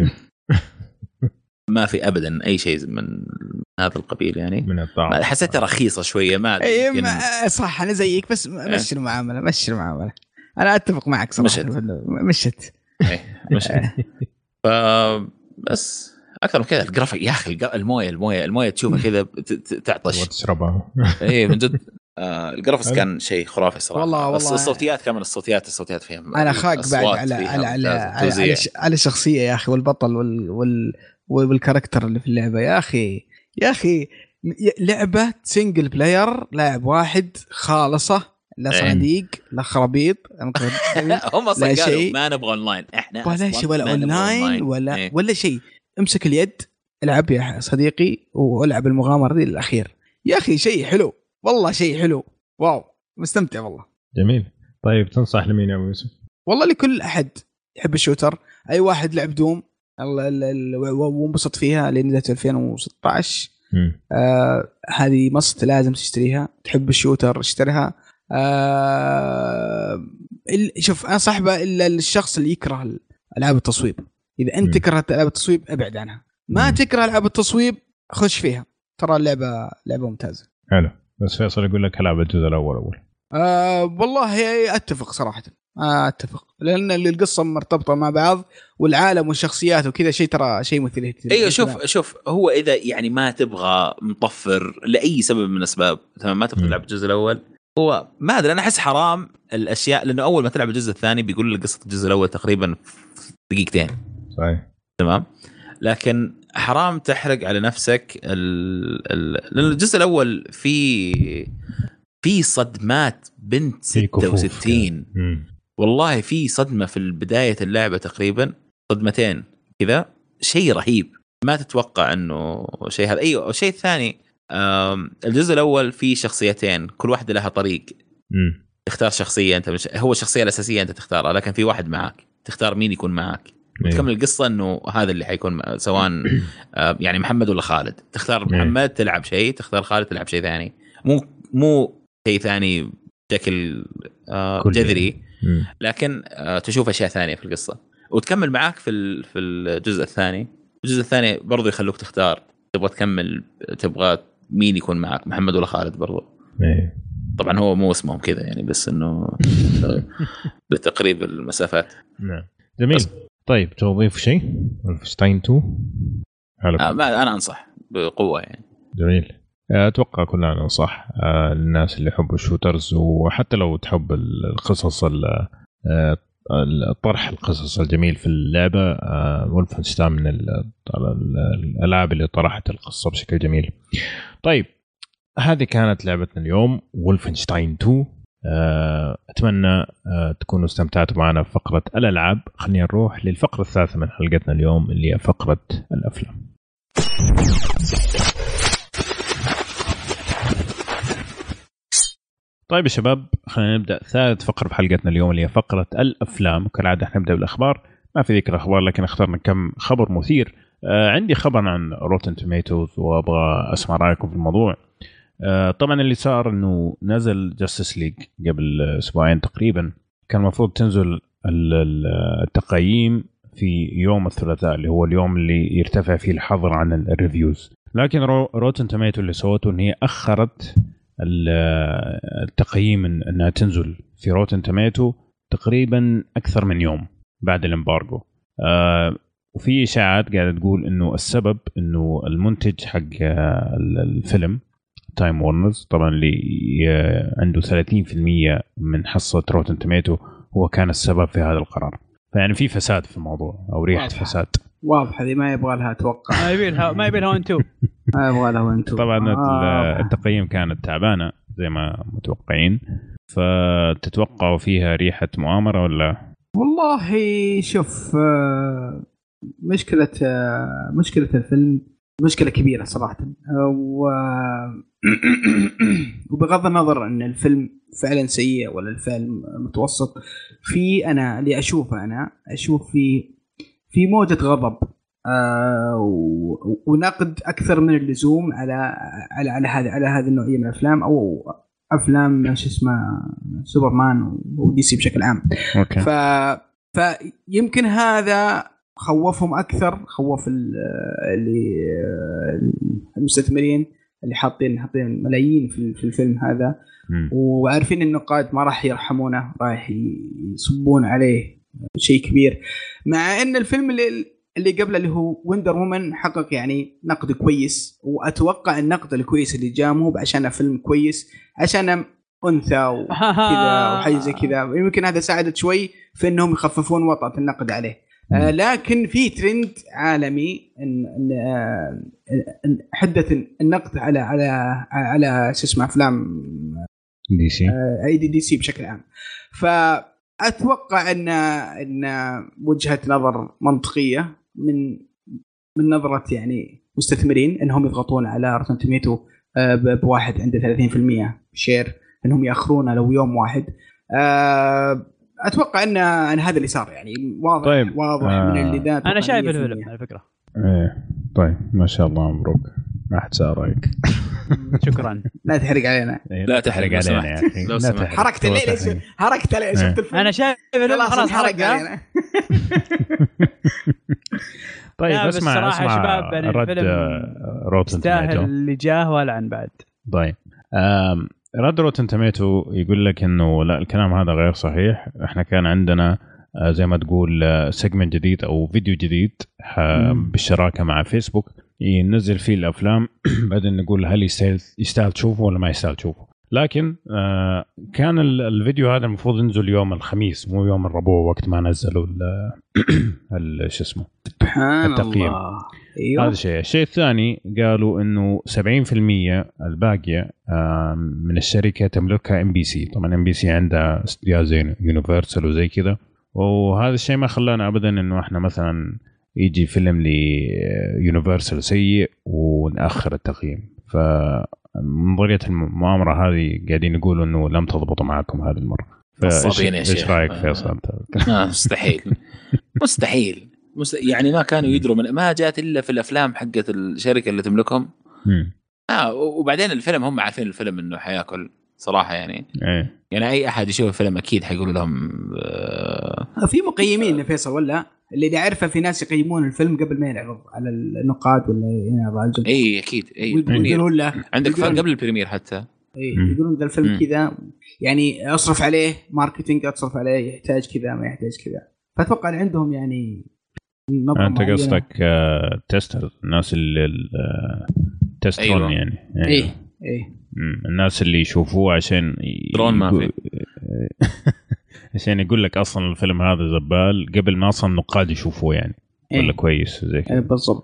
ما في ابدا اي شيء من هذا القبيل يعني. من الطعام حسيتها رخيصه شويه. ما صح انا زيك، بس مشي المعامله. انا اتفق معك صراحه. مشت بس اكثر من كذا الجرافيك يا اخي، المويه تشوفها كذا تعطش وتشربها. اي من جد. الجرافيكس كان شيء خرافي صراحه. والله الصوتيات كمان، الصوتيات فيها انا خاق بعد على الشخصيه يا اخي، والبطل والكاركتر اللي في اللعبه. يا اخي لعبه سنجل بلاير، لاعب واحد خالصه، لا صناديق لا خرابيط. هم اصلا قالوا ما نبغى اونلاين، احنا ولا شيء، ولا اونلاين ولا شيء. امسك اليد العب يا صديقي والعب المغامره دي الاخير. يا اخي شيء حلو والله، شيء حلو. واو مستمتع والله. جميل. طيب تنصح لمين يا ابو يوسف؟ والله لكل احد يحب الشوتر، اي واحد لعب دوم وانبسط فيها لين نزلت 2016. هذه مصت لازم تشتريها. تحب الشوتر اشتريها. شوف انا صاحبه الا الشخص اللي يكره العاب التصويب. اذا انت كرهت العاب التصويب ابعد عنها. ما تكره العاب التصويب خش فيها، ترى اللعبه ممتازه. حلو. بس فيصل يقول لك العب الجزء الاول. والله اتفق صراحه، اتفق، لان القصه مرتبطه مع بعض، والعالم والشخصيات وكذا شيء، ترى شيء مثير. ايوه شوف هو اذا يعني ما تبغى مطفر لاي سبب من الاسباب، تمام، ما تبغى تلعب الجزء الاول، هو ما ادري، انا احس حرام الاشياء، لانه اول ما تلعب الجزء الثاني بيقول لك قصه الجزء الاول تقريبا في دقيقتين. صحيح. تمام. لكن حرام تحرق على نفسك لأن الجزء الأول في صدمات بنت 66. والله في صدمة في بداية اللعبة تقريبا، صدمتين كذا، شيء رهيب ما تتوقع انه شيء هذا. ايوه. الشيء الثاني الجزء الاول فيه شخصيتين، كل واحدة لها طريق. تختار شخصية انت، مش هو الشخصية الأساسية انت تختارها، لكن في واحد معك تختار مين يكون معك. وتكمل القصة انه هذا اللي حيكون سواء يعني محمد ولا خالد. تختار محمد تلعب شيء، تختار خالد تلعب شيء ثاني، مو شيء ثاني بشكل جذري، لكن تشوف اشياء ثانية في القصة وتكمل معاك في الجزء الثاني. الجزء الثاني برضو يخلوك تختار تبغى تكمل، تبغى مين يكون معك، محمد ولا خالد برضو. طبعا هو مو اسمهم كذا يعني، بس انه بتقريب المسافات. نعم. جميل. طيب توظيف شيء ولفنشتاين 2 ما انا انصح بقوه يعني. جميل. اتوقع كلنا ننصح للناس اللي يحبوا الشوترز، وحتى لو تحب القصص طرح القصص الجميل في اللعبة. وولفنشتاين من الألعاب اللي طرحت القصة بشكل جميل. طيب هذه كانت لعبتنا اليوم وولفنشتاين 2. أتمنى تكونوا استمتعتوا معنا في فقرة الألعاب. خلينا نروح للفقرة الثالثة من حلقتنا اليوم اللي هي فقرة الأفلام. طيب يا شباب خلينا نبدأ ثالث فقرة في حلقتنا اليوم اللي هي فقرة الأفلام. وكالعادة احنا نبدأ بالأخبار. ما في ذكر أخبار لكن اخترنا كم خبر مثير. عندي خبر عن روتن توميتوز وأبغى أسمع رأيكم في الموضوع. طبعا اللي صار انه نزل جاستس ليج قبل اسبوعين تقريبا. كان المفروض تنزل التقييم في يوم الثلاثاء اللي هو اليوم اللي يرتفع فيه الحظر عن الريفيوز. لكن روتن توميتو اللي سوته ان هي اخرت التقييم انها تنزل في روتن توميتو تقريبا اكثر من يوم بعد الامبارجو. وفي اشاعات قاعده تقول انه السبب انه المنتج حق الفيلم تايم وورنرز طبعا اللي عنده 30% من حصة روتن توميتو هو كان السبب في هذا القرار. فيعني في فساد في الموضوع او ريحة فساد واضحة. هذه ما يبغى لها اتوقع. ما يبيلها انتو. ما يبغى لها انتو. طبعا التقييم كانت تعبانة زي ما متوقعين. فتتوقعوا فيها ريحة مؤامرة ولا؟ والله شوف مشكلة الفيلم مشكلة كبيرة صراحة. وبغض النظر ان الفيلم فعلا سيء ولا الفيلم متوسط، في انا اللي اشوفه اشوف في موجة غضب ونقد اكثر من اللزوم على هذه النوعية من الافلام او افلام شو اسمه سوبرمان ودي سي بشكل عام. فيمكن هذا خوفهم أكثر، خوف المستثمرين اللي حاطين ملايين في الفيلم هذا. وعارفين النقاد ما راح يرحمونه، راح يصبون عليه شيء كبير. مع أن الفيلم اللي قبله اللي هو وندر وومن حقق يعني نقد كويس، وأتوقع النقد الكويس اللي جاء مو عشان فيلم كويس، عشان أنثى وكذا وحاجة زي كذا. يمكن هذا ساعدت شوي في أنهم يخففون وطأة النقد عليه. لكن في ترند عالمي إن حدث النقد على شو اسمه افلام دي سي دي سي بشكل عام. فاتوقع ان وجهة نظر منطقية من نظرة يعني مستثمرين انهم يضغطون على روتن توميتو بواحد عنده 30% شير، انهم ياخرونه لو يوم واحد. اتوقع ان هذا اللي صار يعني واضح. طيب. واضح من اللي ذات. انا شايف الفيلم على فكره. طيب ما شاء الله مبروك. ما حد سأل رايك. شكرا. لا تحرق علينا. لا تحرق علينا يا اخي. لو سمحت. حركت الليل حركت الليل شفت الفيلم. انا شايف الفيلم خلاص حرق علينا. طيب اسمع شباب رد روتن توميتو اللي جاه ولا عن بعد. طيب رد روتن توميتو يقول لك انه لا الكلام هذا غير صحيح. احنا كان عندنا زي ما تقول سيجمنت جديد او فيديو جديد بالشراكه مع فيسبوك ينزل فيه الافلام بعدين نقول هل يستاهل تشوفه ولا ما يستاهل تشوفه. لكن كان الفيديو هذا المفروض ينزل يوم الخميس مو يوم الربوع وقت ما نزلوا شو اسمه التقييم. أيوه. هذا الشيء الثاني قالوا انه 70% الباقيه من الشركه تملكها ام بي سي. طبعا ام بي سي عندها استديوهات زي يونيفرسال وزي كذا، وهذا الشيء ما خلانا ابدا انه احنا مثلا يجي فيلم ليونيفرسال سيء ونأخر التقييم. فنظريه المؤامره هذه قاعدين يقولوا انه لم تضبط معكم هذه المره. ايش رايك فيصل؟ مستحيل يعني ما كانوا يدروا ما جات الا في الافلام حقت الشركه اللي تملكهم. وبعدين الفيلم هم عارفين الفيلم انه حياكل صراحه يعني. يعني اي احد يشوف الفيلم اكيد حيقول لهم في مقيمين فيصل ولا اللي عارفه في ناس يقيمون الفيلم قبل ما يعرض على النقاد ولا يعرض على الجمهور. اي اكيد يقولون له عندك قبل البريمير حتى يقولون ذا الفيلم كذا يعني اصرف عليه ماركتينج، اصرف عليه يحتاج كذا ما يحتاج كذا. فاتوقع عندهم يعني انت قصدك تستر الناس اللي تسترون. أيوة. يعني ايه الناس اللي يشوفوه عشان درون ما في عشان يقول لك اصلا الفيلم هذا زبال قبل ما اصلا النقاد يشوفوه يعني ولا كويس زي كذا. بالضبط.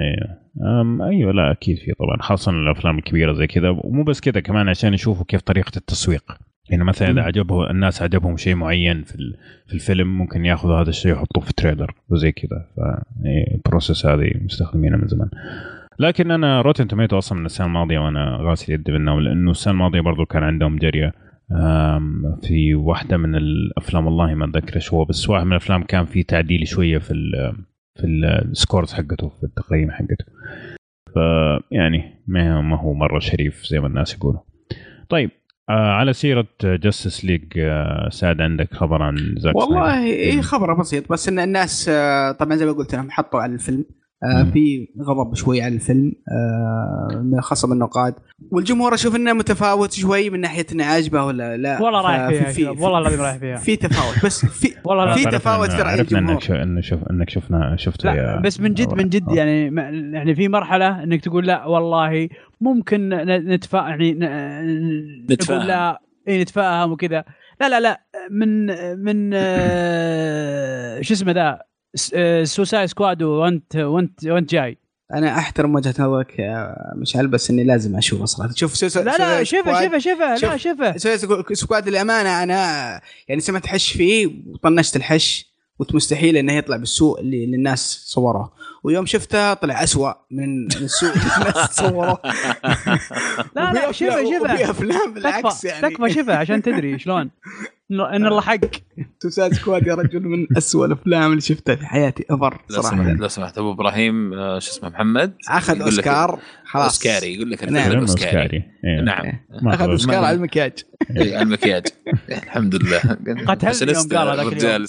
ايوه لا اكيد في طبعا، خاصه الافلام الكبيره زي كذا، ومو بس كذا كمان عشان يشوفوا كيف طريقه التسويق. يعني مثلا اذا عجبه الناس عجبهم شيء معين في الفيلم، ممكن ياخذوا هذا الشيء يحطوه في تريلر وزي كذا. فالبروسيس هذه مستخدمينها من زمان. لكن انا روتن توميتو اصلا من السنه الماضيه وانا غاسل يدي بالنوم، لانه السنه الماضيه برضو كان عندهم جريه في واحده من الافلام، والله ما اتذكر شو، بس واحد من الافلام كان فيه تعديل شويه في السكورز حقته، في التقييم حقته. فيعني ما هو مره شريف زي ما الناس يقولوا. طيب على سيرة جاستس ليج، سعد عندك خبر عن زاك سنايدر؟ والله إيه خبر بسيط، بس إن الناس طبعا زي ما قلت أنا حطوا على الفيلم في غضب شوي على الفيلم خاصة بالنقاد والجمهور. أشوف إنه متفاوت شوي من ناحية إنه عاجبه ولا لا. والله رايح فيها والله العظيم رايح فيها في تفاوت، بس في تفاوت في رأي الجمهور. إنك شفته لا بس من جد يعني في مرحلة إنك تقول لا والله ممكن نتفاهم يعني نقول لا نتفاهم وكذا. لا من شو اسمه ذا سوساي سكواد وانت جاي. انا احترم وجهة نظرك يا مشعل، بس اني لازم اشوفه صراحه. شوف لا شوفه سكواد الامانه انا يعني سمعت حش فيه وطنشت الحش، ومستحيل انه يطلع بالسوء اللي الناس صوروه، ويوم شفته طلع أسوأ من السوء اللي الناس صوروه. لا شوفه في افلام بالعكس يعني تكفى شوفه عشان تدري شلون ان الله حق. سوسايد سكواد يا رجل من أسوأ الافلام اللي شفتها في حياتي افر صراحه. لو سمحت ابو ابراهيم شو اسمه محمد اخذ اوسكار خلاص، اوسكاري يقول لك الفيلم اوسكاري. نعم اخذ اوسكار على المكياج. المكياج الحمد لله. قتل يوم قال هذاك الرجال.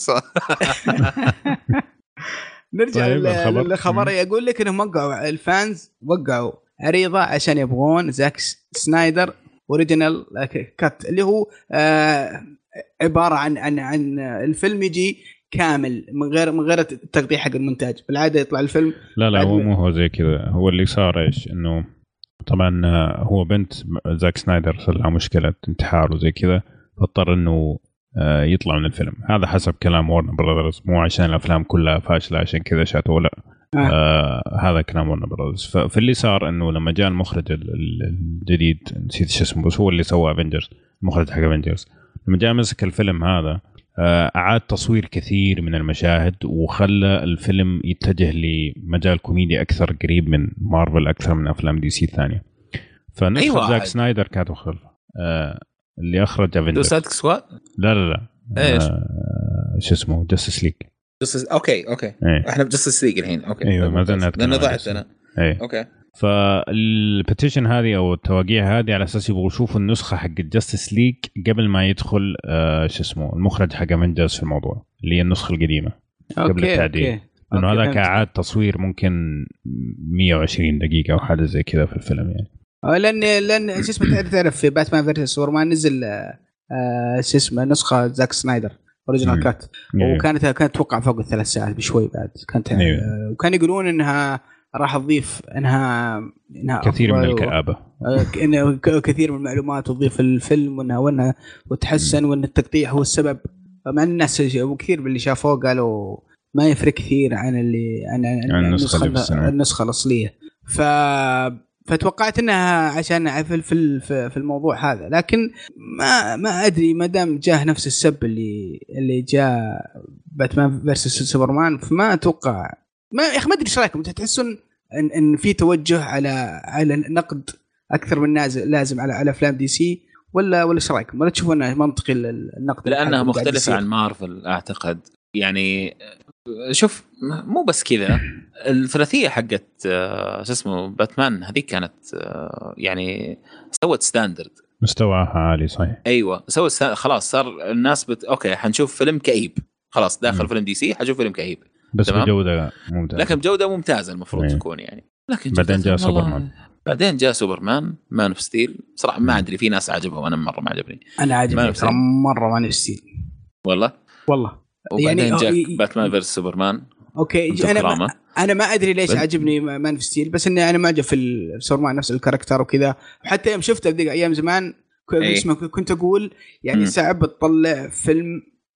نرجع للخبر. يقول لك انهم وقعوا الفانز وقعوا عريضه عشان يبغون زاك سنايدر اوريجينال كات، اللي هو عباره عن الفيلم يجي كامل من غير التقطيع حق المونتاج. بالعاده يطلع الفيلم لا هو مو هو زي كذا. هو اللي صار ايش، انه طبعا هو بنت زاك سنايدر صار لها مشكله انتحار وزي كذا، فاضطر انه يطلع من الفيلم. هذا حسب كلام وارنر براذرز، مو عشان الافلام كلها فاشله عشان كذا شاتوا، لا هذا كلام وارنر براذرز. فاللي صار انه لما جاء المخرج الجديد، نسيت ايش اسمه، بس هو اللي سوى افنجرز، المخرج حق افنجرز، لما جاء مسك الفيلم هذا اعاد تصوير كثير من المشاهد، وخلى الفيلم يتجه لمجال كوميدي اكثر، قريب من مارفل اكثر من افلام دي سي الثانيه. فنسخه زاك سنايدر كانت مخالفه. اللي اخرج افنجرز سوسايد سكواد لا ايش شو اسمه جاستس ليج. اوكي احنا بجاستس ليج الحين. اوكي ايوه ما زلنا لأن ضعت انا. اوكي فالبيتيشن هذه او التواقيع هذه على اساس يبغوا يشوفوا النسخه حق الجاستس ليج قبل ما يدخل شو اسمه المخرج حق افنجرز في الموضوع، اللي هي النسخه القديمه قبل التعديل. لانه هذا كعاد تصوير ممكن 120 دقيقه او حاجه زي كذا في الفيلم يعني. لان شو اسمه تعرف في باتمان فيرسس سوبرمان نزل شو اسمه نسخه زاك سنايدر اوريجينال كات، وكانت توقع فوق ال3 ساعات بشوي بعد كانت وكان يقولون انها راح تضيف انها كثير من الكآبه، انه كثير من المعلومات تضيف الفيلم وانها وتحسن، وان التقطيع هو السبب. مع الناس كثير باللي شافوه قالوا ما يفرق كثير عن اللي عن النسخه الاصليه. فتوقعت انها عشان في الموضوع هذا، لكن ما ادري ما دام جاء نفس السب اللي جاء باتمان فيرسس سوبرمان، فما اتوقع ما يا اخي ما ادري ايش رايكم، تحسون ان في توجه على نقد اكثر من لازم على افلام دي سي، ولا ايش رايكم؟ ولا تشوفون انه منطقي النقد لانها مختلفه عن مارفل اعتقد يعني. شوف مو بس كذا، الثلاثيه حقت شو اسمه باتمان هذيك كانت يعني سوت ستاندرد، مستواها عالي صحيح. ايوه سوت خلاص صار الناس اوكي حنشوف فيلم كئيب، خلاص داخل فيلم دي سي حنشوف فيلم كئيب بس بجوده ممتازه، لكن بجوده ممتازه المفروض تكون يعني. لكن بعدين جاء سوبرمان مان اوف ستيل صراحه ما ادري، في ناس عجبهم، انا مره ما عجبني. انا عجبني مره مان اوف ستيل والله يعني جاء باتمان فيرس سوبرمان. اوكي انا ما ادري ليش عجبني مان اوف ستيل، بس اني انا معجب في سوبرمان نفس الكاركتر وكذا. وحتى يوم شفته بدي ايام زمان اسمه كنت اقول يعني صعب تطلع فيلم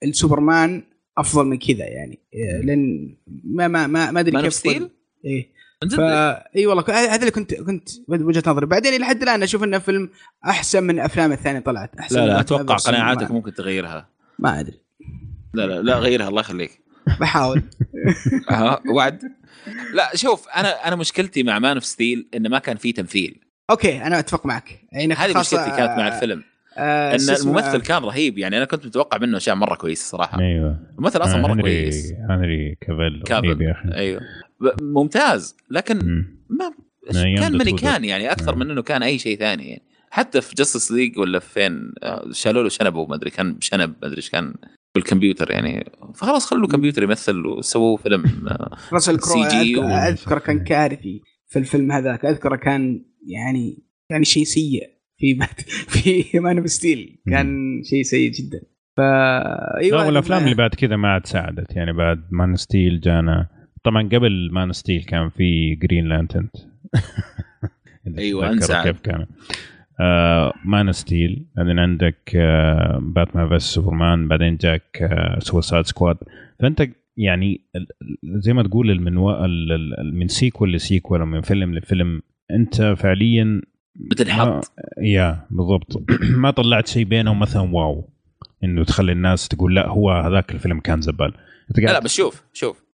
السوبرمان افضل من كذا يعني، لان ما ادري كيف ستيل. ايه اي والله هذا اللي كنت وجهة نظري. بعدين لحد الان اشوف انه فيلم احسن من افلام الثانيه طلعت احسن. لا اتوقع قناعاتك ممكن تغيرها. ما ادري. لا غيرها الله يخليك. بحاول. وعد. لا شوف انا مشكلتي مع مان اوف ستيل انه ما كان فيه تمثيل. اوكي انا اتفق معك يعني، هذه مشكلتي كانت مع الفيلم. ان الممثل كان رهيب يعني، انا كنت متوقع منه اشياء مره كويسه صراحه. ايوه الممثل اصلا مره كويس. هنري كافيل. ايوه ممتاز، لكن ما كان مانيكان يعني اكثر من انه كان اي شيء ثاني يعني. حتى في جاستس ليج ولا فين شالوا له شنبه ما ادري كان شنب ما ادري ايش كان بالكمبيوتر يعني، فخلاص خلوا الكمبيوتر يمثل وسووا فيلم راسل كرو. اذكر كان كارثي في الفيلم هذاك، اذكره كان يعني شيء سيء في مان اوف ستيل، كان شيء سيء جدا. ايوه الافلام اللي بعد كذا ما عاد ساعدت يعني. بعد مان ستيل جانا طبعا، قبل مان ستيل كان في جرين لانترن. ايوه انسى كيف كان مان ستيل. بعدين عندك باتمان فيرس سوبرمان، بعدين جاك سويسايد سكواد. فانت يعني زي ما تقول من سيكول لسيكول ومن فيلم لفيلم انت فعليا بتنحط. يا بالضبط. ما طلعت شيء بينهم مثلا واو انه تخلي الناس تقول لا هو هذاك الفيلم كان زبال. لا بس شوف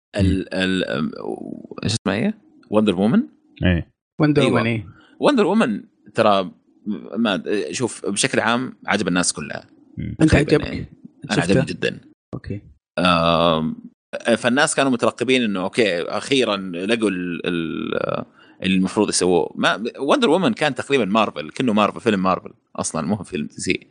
ايش اسمها هي وندر وومن. ايه وندر وومن ترى ما شوف بشكل عام عجب الناس كلها. انت عجبك؟ يعني انا عجبني جدا. اوكي. فالناس كانوا مترقبين انه اوكي اخيرا لقوا اللي المفروض يسووه. ما وندر وومن كان تقريبا مارفل، كأنه مارفل، فيلم مارفل اصلا مو فيلم دي سي.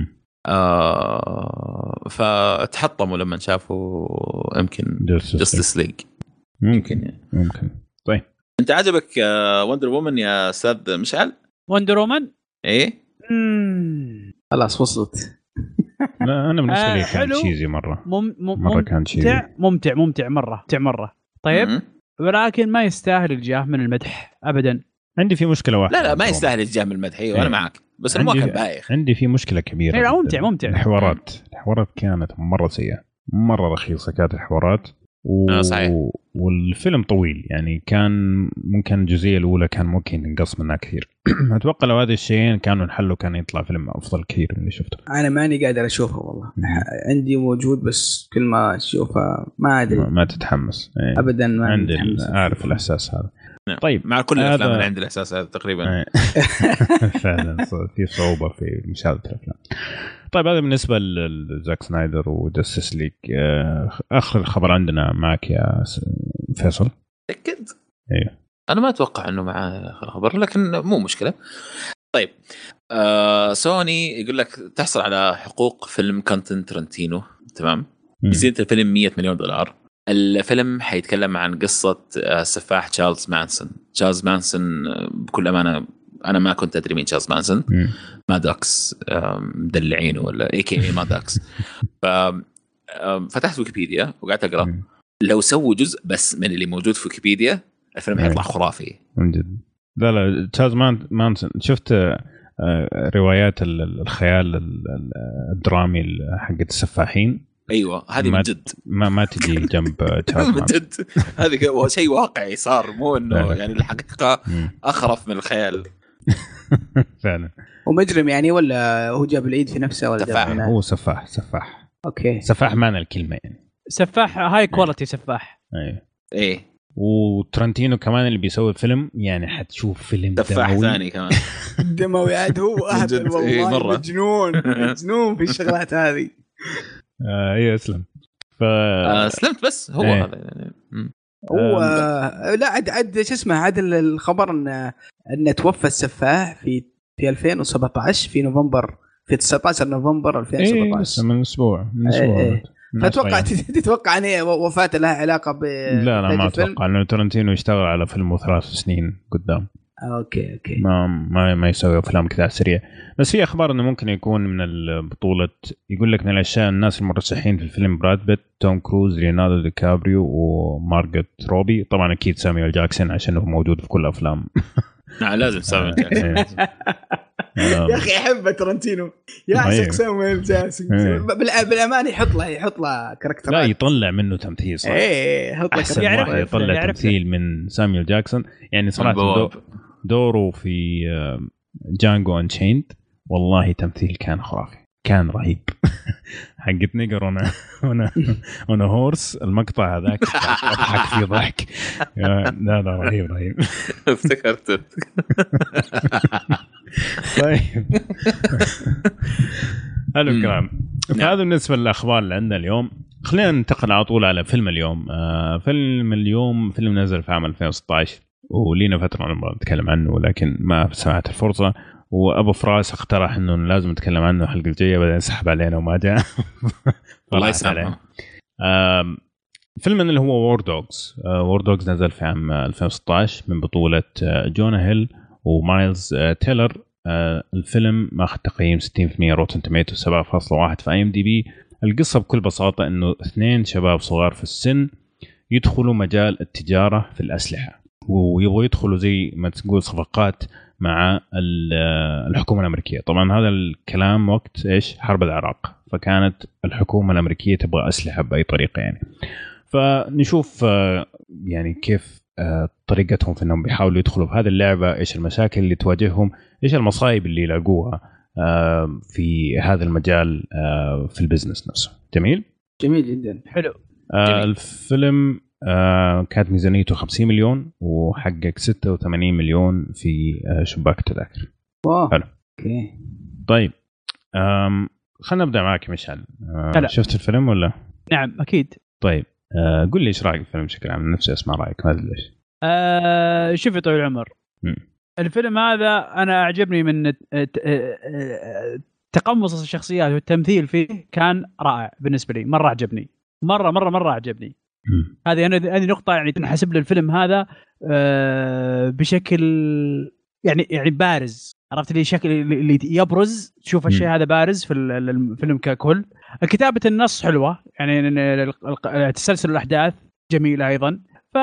فتحطموا لما شافوا يمكن جاستس ليج. ممكن. طيب انت عجبك وندر وومن يا استاذ مشعل؟ وندر وومن ايه خلاص وصلت. لا انا بالنسبه لي كان تشيزي مره. مره كان تشيزي. ممتع مره. طيب ولكن ما يستاهل الجاه من المدح ابدا. عندي في مشكله واحده. لا ما يستاهل الجاه من المدح. ايوه انا معك، بس ما كان بايخ. عندي في مشكله كبيره. ممتع. الحوارات كانت مره سيئه، مره رخيصه كانت الحوارات. صحيح. والفيلم طويل يعني، كان ممكن الجزئيه الاولى كان ممكن ينقص منها كثير. اتوقع لو هذا الشيء كانوا نحلوا كان يطلع فيلم افضل كثير من اللي شفته. انا ماني قادر اشوفه والله. عندي موجود بس كل ما اشوفه ما ادري ما تتحمس. ابدا. ما عندي اعرف الاحساس هذا. طيب مع كل الافلام اللي عندي الاحساس هذا تقريبا. فعلا في صعوبه في مشاهده الافلام. طيب هذا بالنسبه لزاك سنايدر وجاستس ليج. اخر خبر عندنا معك يا فيصل. اكيد. ايوه انا ما اتوقع انه معاه اخر خبر لكن مو مشكله. طيب سوني يقول لك تحصل على حقوق فيلم كوينتين تارانتينو. تمام. ميزانية الفيلم $100 مليون. الفيلم حيتكلم عن قصة السفاح تشارلز مانسون. بكل أمانة أنا ما كنت أدري مين تشارلز مانسون. مادوكس مدلعينه ولا AKA مادوكس. فتحت ويكيبيديا وقعدت أقرأ. لو سووا جزء بس من اللي موجود في ويكيبيديا الفيلم حيطلع خرافي من جد. لا تشارلز مانسون شفت روايات الخيال الدرامي حقت السفاحين. ايوه هذه من جد ما تجي جنب تشارلز من جد. هذه شيء واقعي صار، مو انه يعني الحقيقه اخرف من الخيال. فعلا. ومجرم يعني ولا هو جاب العيد في نفسه ولا سفاح؟ هو سفاح. اوكي سفاح معنى الكلمه يعني سفاح هاي كواليتي سفاح. ايه وترنتينو كمان اللي بيسوي فيلم يعني حتشوف فيلم سفاح ثاني كمان دموي عاد. هو اهبل والله مجنون في الشغلات هذه. ايوه اسلم. سلمت بس هو هذا يعني. هو لا عد شو اسمه عاد الخبر ان توفى السفاح في 2017 في نوفمبر، في 19 نوفمبر 2017. من اسبوع. فتوقع تتوقع ان وفاته لها علاقه ب لا ما اتوقع انه تارانتينو يشتغل على فيلم 3 سنين قدام. اوكي ما يسوي افلام كذا سريع. بس في اخبار انه ممكن يكون من البطوله. يقول لك من الاشياء الناس المرشحين في الفيلم براد بيت، توم كروز، ليوناردو دي كابريو، ومارغوت روبي. طبعا اكيد سامويل جاكسون عشان هو موجود في كل افلام. لازم سامويل جاكسون. يا اخي احب ترنتينو يعشق سامويل جاكسون بالامانه يحط له كاركتر لا يطلع منه تمثيل صح يحط له واحد يطلع تمثيل من سامويل جاكسون يعني صراحه دوره في جانجو انشيند والله تمثيل كان خرافي كان رهيب حقت نيجر وانا هورس المقطع هذاك اضحك فيه ضحك لا رهيب افتكرت طيب حلو الكلام هذا بالنسبه للاخبار اللي عندنا اليوم خلينا ننتقل على طول على فيلم اليوم فيلم نزل في عام 2016 ولينا فتره نبغى نتكلم عنه ولكن ما سمعت الفرصه وابو فراس اقترح انه لازم نتكلم عنه الحلقه الجايه بعدين سحب علينا وما جاء الله يسامحه. فيلم اللي هو وور دوغز نزل في عام 2016 من بطوله جونا هيل ومايلز تيلر. الفيلم ماخذ تقييم 60% روتن توميتو 7.1 في IMDb. القصه بكل بساطه انه 2 شباب صغار في السن يدخلوا مجال التجاره في الاسلحه ويبغوا يدخلوا زي ما تقول صفقات مع الحكومة الأمريكية. طبعا هذا الكلام وقت إيش حرب العراق فكانت الحكومة الأمريكية تبغى أسلحة بأي طريقة يعني. فنشوف يعني كيف طريقتهم في أنهم بيحاولوا يدخلوا في هذه اللعبة إيش المشاكل اللي تواجههم إيش المصايب اللي يلاقوها في هذا المجال في البزنس نفسه. جميل جدا حلو. الفيلم كانت ميزانيته 50 مليون وحقق 86 مليون في شباك التذاكر. حلو. طيب خلينا نبدأ معك مشعل. شفت الفيلم ولا؟ نعم أكيد. طيب قل لي إيش رأيك في الفيلم بشكل عام نفسي أسمع رأيك ما أدري ليش. شوف يا طويل العمر الفيلم هذا أنا أعجبني من تقمص الشخصيات والتمثيل فيه كان رائع بالنسبة لي مرة عجبني مرة أعجبني. هذه نقطة يعني تنحسب للفيلم هذا بشكل يعني بارز عرفت لي شكل اللي يبرز تشوف الشيء هذا بارز في الفيلم ككل. كتابة النص حلوة يعني تسلسل الأحداث جميلة أيضا.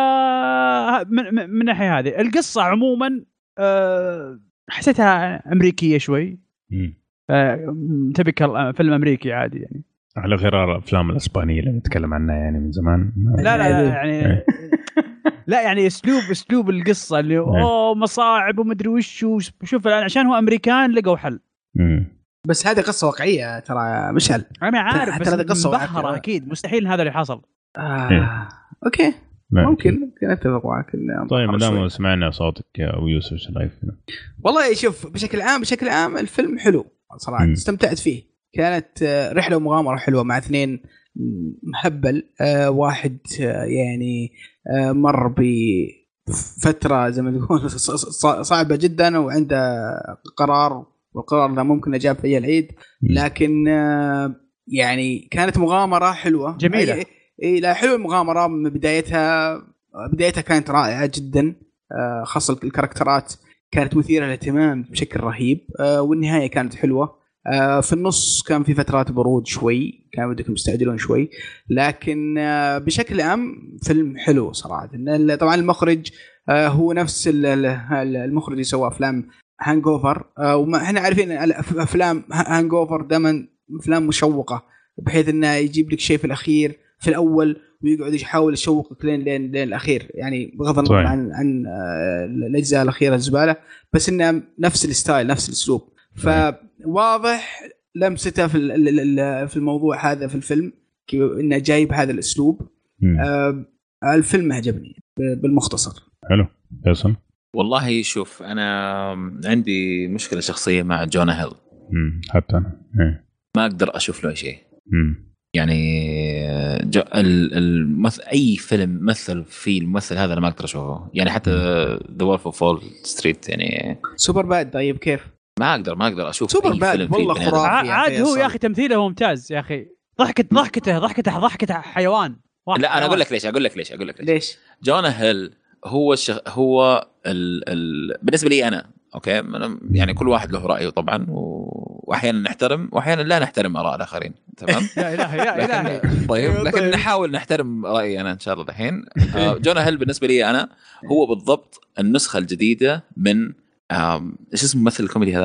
من ناحية هذه القصة عموما حسيتها أمريكية شوي تبي فيلم أمريكي عادي يعني على غير الافلام الاسبانيه اللي نتكلم عنها يعني من زمان. لا يعني لا يعني اسلوب القصه اللي مصاعب ومدري وش شوف عشان هو امريكان لقوا حل. بس هذه قصه واقعيه ترى مشعل انا عارف بس هذه قصه واقعيه اكيد مستحيل هذا اللي حصل. اوكي ممكن اتفق معك. طيب ما دام سمعنا صوتك يا ابو يوسف ايش رايك؟ والله شوف بشكل عام الفيلم حلو صراحه استمتعت فيه. كانت رحلة ومغامرة حلوة مع 2 مهبل. واحد يعني مر بفترة زي ما تقول صعبة جدا وعنده قرار والقرار ده ممكن أجاب في العيد لكن يعني كانت مغامرة حلوة جميلة. لا حلوة المغامرة من بدايتها كانت رائعة جدا. خاصة الكاركترات كانت مثيرة للاهتمام بشكل رهيب والنهاية كانت حلوة. في النص كان في فترات برود شوي كان بدكم تستعجلون شوي لكن بشكل عام فيلم حلو صراحة. طبعا المخرج هو نفس المخرج اللي سوى أفلام هانغوفر وإحنا عارفين أفلام هانغوفر دائما أفلام مشوقة بحيث إنه يجيب لك شيء في الأخير في الأول ويقعد يحاول يشوقك لين الأخير يعني بغض النظر عن الأجزاء الأخيرة الزبالة بس إنه نفس الستايل نفس الأسلوب. فواضح لمسته في الموضوع هذا في الفيلم إنه جايب هذا الأسلوب. الفيلم عجبني بالمختصر. حلو فيصل. والله شوف أنا عندي مشكلة شخصية مع جونا هيل. حتى أنا ما أقدر أشوف له شيء. يعني أي فيلم مثل فيه الممثل هذا أنا ما أقدر أشوفه يعني حتى The Wolf of Wall Street يعني سوبر باد. طيب كيف ما أقدر أشوف سوبر باد والله خرافي عاد هو يا أخي تمثيله ممتاز يا أخي. ضحكته حيوان. لا أنا أقول لك ليش جونا هيل هو بالنسبة لي أنا أوكي يعني كل واحد له رأيه طبعا وأحيانا نحترم وأحيانا لا نحترم آراء الآخرين تمام. يا إلهي طيب لكن نحاول نحترم رأيي أنا إن شاء الله الحين. جونا هيل بالنسبة لي أنا هو بالضبط النسخة الجديدة من إيش اسم ممثل الكوميدي هذاك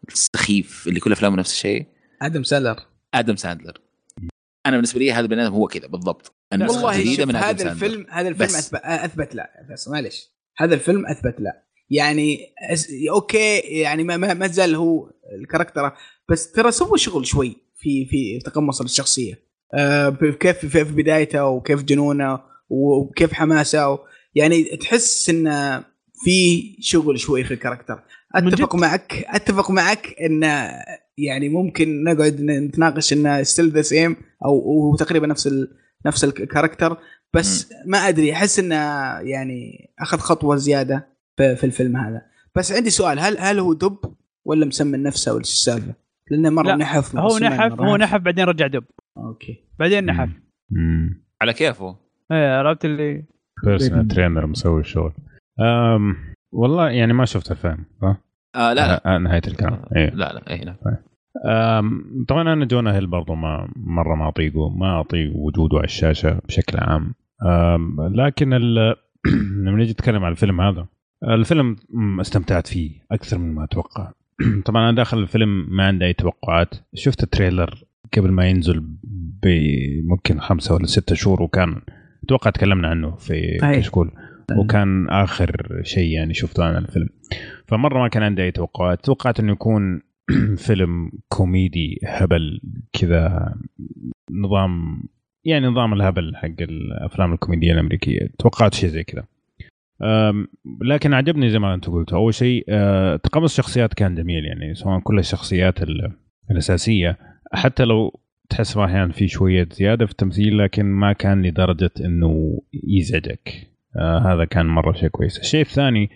السخيف اللي كل افلامه نفس الشيء. ادم ساندلر انا بالنسبه لي هذا البني ادم هو كذا بالضبط. والله من هذا الفيلم اثبت لا بس معلش هذا الفيلم اثبت لا يعني اوكي يعني ما زال هو الكاركتر بس ترى سوى شغل شوي في تقمص الشخصيه كيف في بدايته وكيف جنونه وكيف حماسه يعني تحس ان في شغل شوي في الكاركتر. اتفق معك ان يعني ممكن نقعد نتناقش انه ستيل ذا سيم او تقريبا نفس الكاركتر بس ما ادري احس انه يعني اخذ خطوه زياده في الفيلم هذا. بس عندي سؤال هل هو دب ولا مسمن نفسه ولا ايش السالفه؟ لانه مره نحف هو نحف بعدين رجع دب. اوكي بعدين نحف على كيفه. عرفت اللي بيرسونال ترينر مسوي الشغل. والله يعني ما شفت الفيلم لا نهاية الكلام لا اي نعم. طبعا انا جونا هيل برضو ما اطيق وجوده على الشاشة بشكل عام. لكن لما نيجي نتكلم على الفيلم هذا الفيلم استمتعت فيه اكثر من ما اتوقع. طبعا انا داخل الفيلم ما عندي اي توقعات. شفت التريلر قبل ما ينزل بممكن 5 ولا 6 شهور وكان اتوقع تكلمنا عنه في كشكول وكان آخر شيء يعني شفته عن الفيلم. فمرة ما كان عندي أي توقعات إنه يكون فيلم كوميدي هبل كذا نظام الهبل حق الأفلام الكوميدية الأمريكية. توقعت شيء زي كذا. لكن عجبني زي ما أنت قلت. أول شيء تقمص الشخصيات كان جميل يعني سواء كل الشخصيات الأساسية حتى لو تحس أحيانا في شوية زيادة في التمثيل لكن ما كان لدرجة إنه يزعجك. هذا كان مرة شيء كويس. الشيء الثاني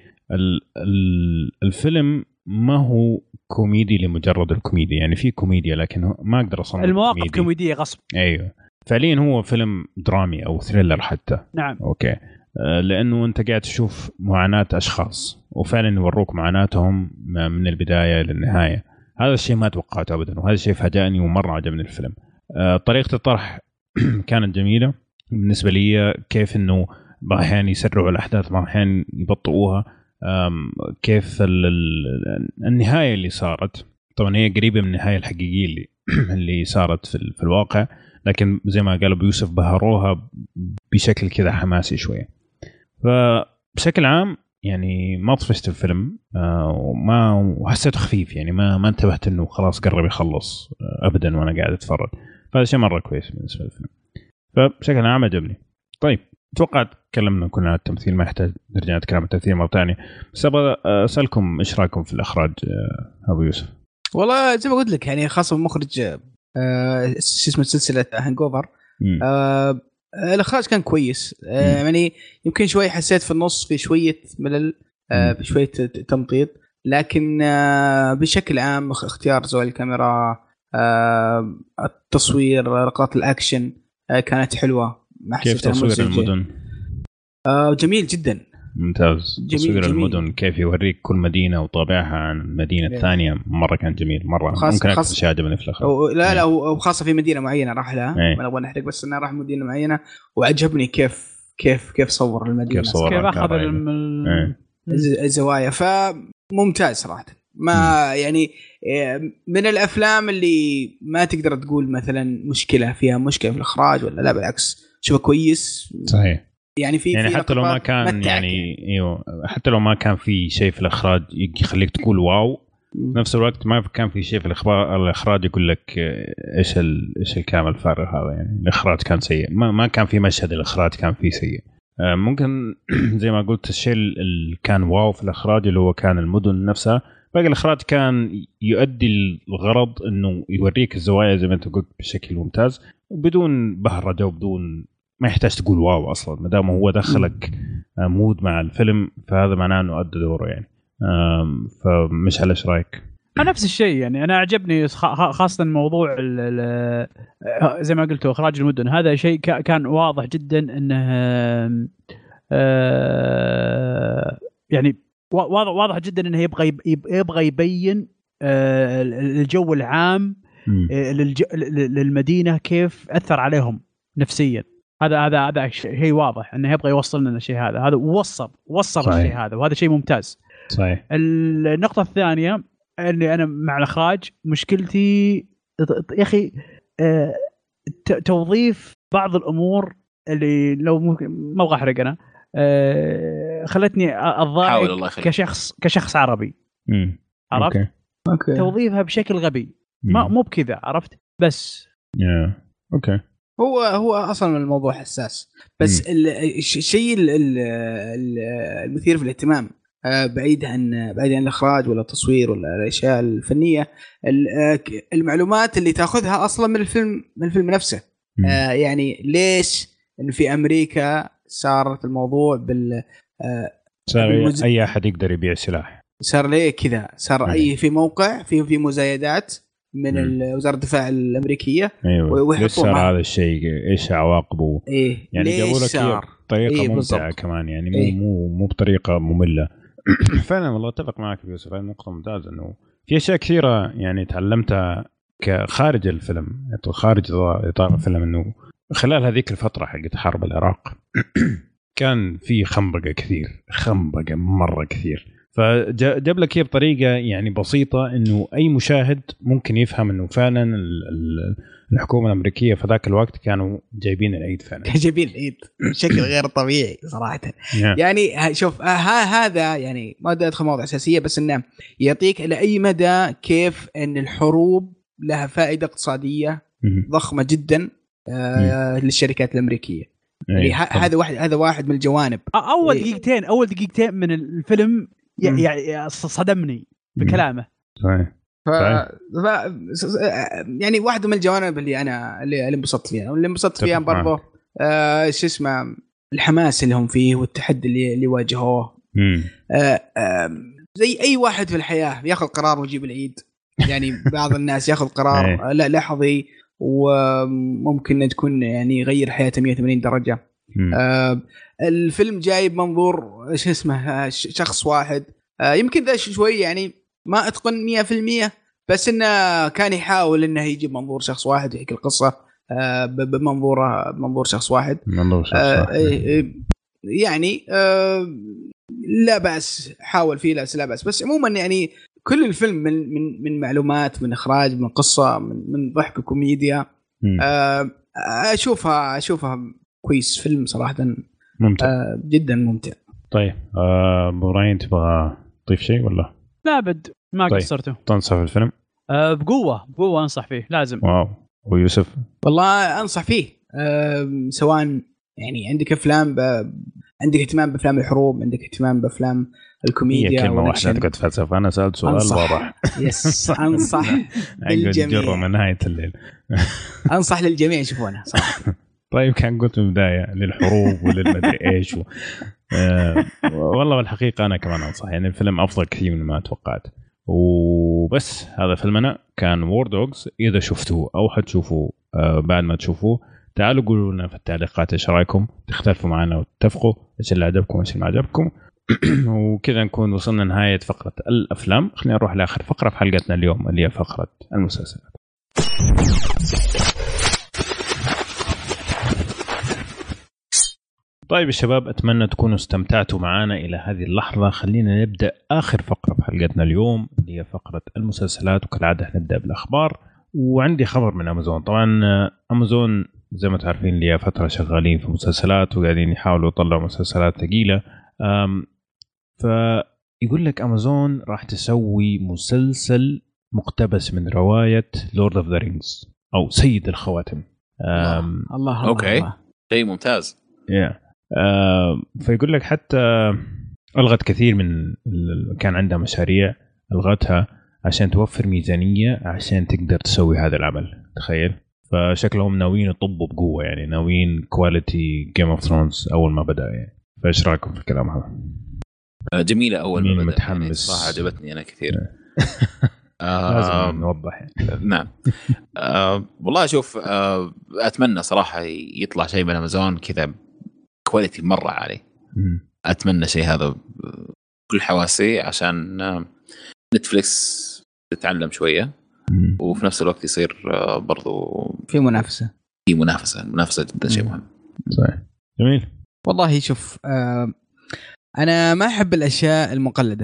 الفيلم ما هو كوميدي لمجرد الكوميديا يعني في كوميديا لكن ما أقدر أصنع المواقف كوميدية غصب. أيوه فعليا هو فيلم درامي أو ثريلر حتى. نعم أوكي لأنه أنت قاعد تشوف معاناة أشخاص وفعلا يوروك معاناتهم من البداية للنهاية. هذا الشيء ما توقعته أبدا وهذا الشيء فاجأني ومرة عجبني الفيلم. طريقة الطرح كانت جميلة بالنسبة لي. كيف إنه أحيانا يسرعوا الأحداث أحيانا يبطئوها. كيف النهاية اللي صارت طبعا هي قريبة من النهاية الحقيقية اللي صارت في الواقع لكن زي ما قالوا بيوسف بهروها بشكل كذا حماسي شوية. فبشكل عام يعني ما طفشت الفيلم وحسيته خفيف يعني ما انتبهت انه خلاص قرب يخلص ابدا وانا قاعد اتفرج. فهذا شيء مرة كويس بالنسبة للفيلم. فبشكل عام عجبني. طيب توقعت تكلمنا كنا عن التمثيل ما يحتاج نرجع نتكلم عن التمثيل مرة ثانية بس أبغى أسألكم إيش رأيكم في الإخراج أبو يوسف؟ والله زي ما قلت لك يعني خاصة مخرج اسمه سلسلة هانغوفر. الإخراج كان كويس. يعني يمكن شوي حسيت في النص في شوية ملل بشوية تمطيط لكن بشكل عام اختيار زوايا الكاميرا التصوير لقطات الأكشن كانت حلوة. كيف تصوير المدن؟ جميل جدا ممتاز. تصوير المدن كيف يوريك كل مدينة وطابعها عن المدينة الثانية مرة كان جميل مرة. ممكن أكثر شيء عجبني في الأخير لا وخاصة في مدينة معينة راح لها ما نبغى نحرق بس أنا راح مدينة معينة وعجبني كيف صور المدينة كيف أخذ الزوايا فممتاز صراحة. ما يعني من الأفلام اللي ما تقدر تقول مثلا مشكلة فيها مشكلة في الإخراج ولا لا بالعكس شوفه كويس صحيح يعني في حتى لو ما كان يعني ايوه حتى لو ما كان في شيء في الإخراج يخليك تقول واو نفس الوقت ما كان في شيء في الإخراج يقول لك ايش الكلام الفارغ هذا يعني الإخراج كان سيء. ما كان في مشهد الإخراج كان فيه سيء. ممكن زي ما قلت الشيء اللي كان واو في الإخراج اللي هو كان المدن نفسها. باقي الإخراج كان يؤدي الغرض إنه يوريك الزوايا زي ما أنت قلت بشكل ممتاز بدون بهرجة وبدون ما يحتاج تقول واو أصلاً ما دام هو دخلك مود مع الفيلم فهذا معناه إنه أدى دوره يعني. فمش على إيش رأيك؟ نفس الشيء يعني أنا عجبني خاصة موضوع زي ما قلت إخراج المدن. هذا شيء كان واضح جدا إنه يعني واضح جدا انه يبغى يبين الجو العام للمدينه كيف اثر عليهم نفسيا. هذا شيء واضح انه يبغى يوصل لنا الشيء هذا ووصل الشيء هذا وهذا شيء ممتاز. صحيح. النقطه الثانيه اني انا مع الاخراج مشكلتي يا اخي توظيف بعض الامور اللي لو ما ابغى احرق انا خلتني اتضايق كشخص عربي. عرفت أوكي. توظيفها بشكل غبي مو بكذا عرفت بس اوكي. هو اصلا الموضوع حساس بس الشيء المثير في الاهتمام بعيد عن الاخراج ولا التصوير ولا الاشياء الفنيه، المعلومات اللي تاخذها اصلا من الفيلم نفسه. يعني ليش انه في امريكا صارت الموضوع صار اي احد يقدر يبيع سلاح، صار ليه كذا، صار اي في موقع في مزايدات من وزارة الدفاع الأمريكية. أيوة. ليش صار هذا الشيء؟ إيش عواقبه؟ يعني جابوا لك طريقة ممتعة كمان، يعني مو بطريقة مملة. فعلا والله أتفق معك يوسف، هذه نقطة ممتازة. إنه في أشياء كثيرة يعني تعلمتها كخارج الفيلم، خارج إطار الفيلم، إنه خلال هذيك الفترة حقت حرب العراق كان في خنبقة مرة كثير. فجاب لك بطريقة يعني بسيطة إنه أي مشاهد ممكن يفهم إنه فعلا الحكومة الأمريكية في ذاك الوقت كانوا جايبين العيد، فعلا جايبين العيد بشكل غير طبيعي صراحة. يعني شوف هذا يعني ما بدي أدخل موضوع أساسية، بس إنه يعطيك إلى أي مدى كيف إن الحروب لها فائدة اقتصادية ضخمة جدا للشركات الأمريكية. يعني هذا واحد من الجوانب. أول دقيقتين من الفيلم يعني صدمني بكلامه. صحيح. يعني واحدة من الجوانب اللي انبسطت فيها، واللي انبسطت فيها برضه شو اسمه الحماس اللي هم فيه والتحدي اللي واجهوه. زي أي واحد في الحياة ياخذ قرار ويجيب العيد. يعني بعض الناس ياخذ قرار لا لحظي وممكن تكون يعني يغير حياته 180 درجة. الفيلم جايب منظور شو اسمه شخص واحد، يمكن ذا شوي يعني ما اتقن 100%، بس انه كان يحاول انه يجيب منظور شخص واحد ويحكي القصة بمنظور شخص واحد. يعني لا بأس، حاول فيه لا بأس. بس عموما يعني كل الفيلم من معلومات، من اخراج، من قصة، من ضحك وكوميديا. اشوفها كويس، فيلم صراحة ممتع. جدا ممتع. طيب براين تبغى تضيف شيء ولا؟ لا بد ما قصرته. تنصح في الفيلم؟ بقوة أنصح فيه لازم. واو. ويوسف؟ والله أنصح فيه سواء يعني عندك اهتمام بأفلام الحروب، عندك اهتمام بأفلام الكوميديا. كلمة واحدة تقعد فلسفة. أنا سألت سؤال واضح. يس أنصح للجميع. من نهاية الليل. أنصح للجميع يشوفونه صراحة. طيب كان قلت من البداية للحروب وللمدري إيش والله بالحقيقة أنا كمان أنصح، يعني الفيلم أفضل كثير من ما توقعت. وبس هذا فيلمنا كان وور دوغز. إذا شفتوه أو حتشوفوه بعد ما تشوفوه تعالوا قولوا لنا في التعليقات إيش رأيكم، تختلفوا معنا وتتفقوا إيش اللي عجبكم إيش اللي ما عجبكم. وكذا نكون وصلنا نهاية فقرة الأفلام. خلينا نروح لآخر فقرة في حلقتنا اليوم اللي هي فقرة المسلسلات. طيب الشباب، أتمنى تكونوا استمتعتوا معنا إلى هذه اللحظة. خلينا نبدأ آخر فقرة في حلقتنا اليوم اللي هي فقرة المسلسلات، وكالعادة نبدأ بالأخبار. وعندي خبر من أمازون. طبعا أمازون زي ما تعرفين لي فترة شغالين في مسلسلات وقاعدين يحاولوا يطلعوا مسلسلات ثقيلة. فيقول لك أمازون راح تسوي مسلسل مقتبس من رواية Lord of the Rings أو سيد الخواتم. الله أوكي شيء ممتاز. فيقول لك حتى ألغت كثير من كان عندها مشاريع ألغتها عشان توفر ميزانية عشان تقدر تسوي هذا العمل. تخيل. فشكلهم ناويين يطبوا بقوة، يعني ناويين كواليتي جيم اوف ثرونز أول ما بدأ يعني. فإيش رأيكم في الكلام هذا؟ جميلة أول ما بدأ. متحمس يعني صراحة عجبتني أنا كثير. لازم نوضح يعني. نعم. والله شوف أتمنى صراحة يطلع شيء من أمازون كذا كواليتي مرة عالي. أتمنى شيء هذا كل حواسي عشان نتفليكس تتعلم شوية وفي نفس الوقت يصير برضو في منافسة. منافسة جدا شيء مهم. صحيح. جميل. والله شوف أنا ما أحب الأشياء المقلدة.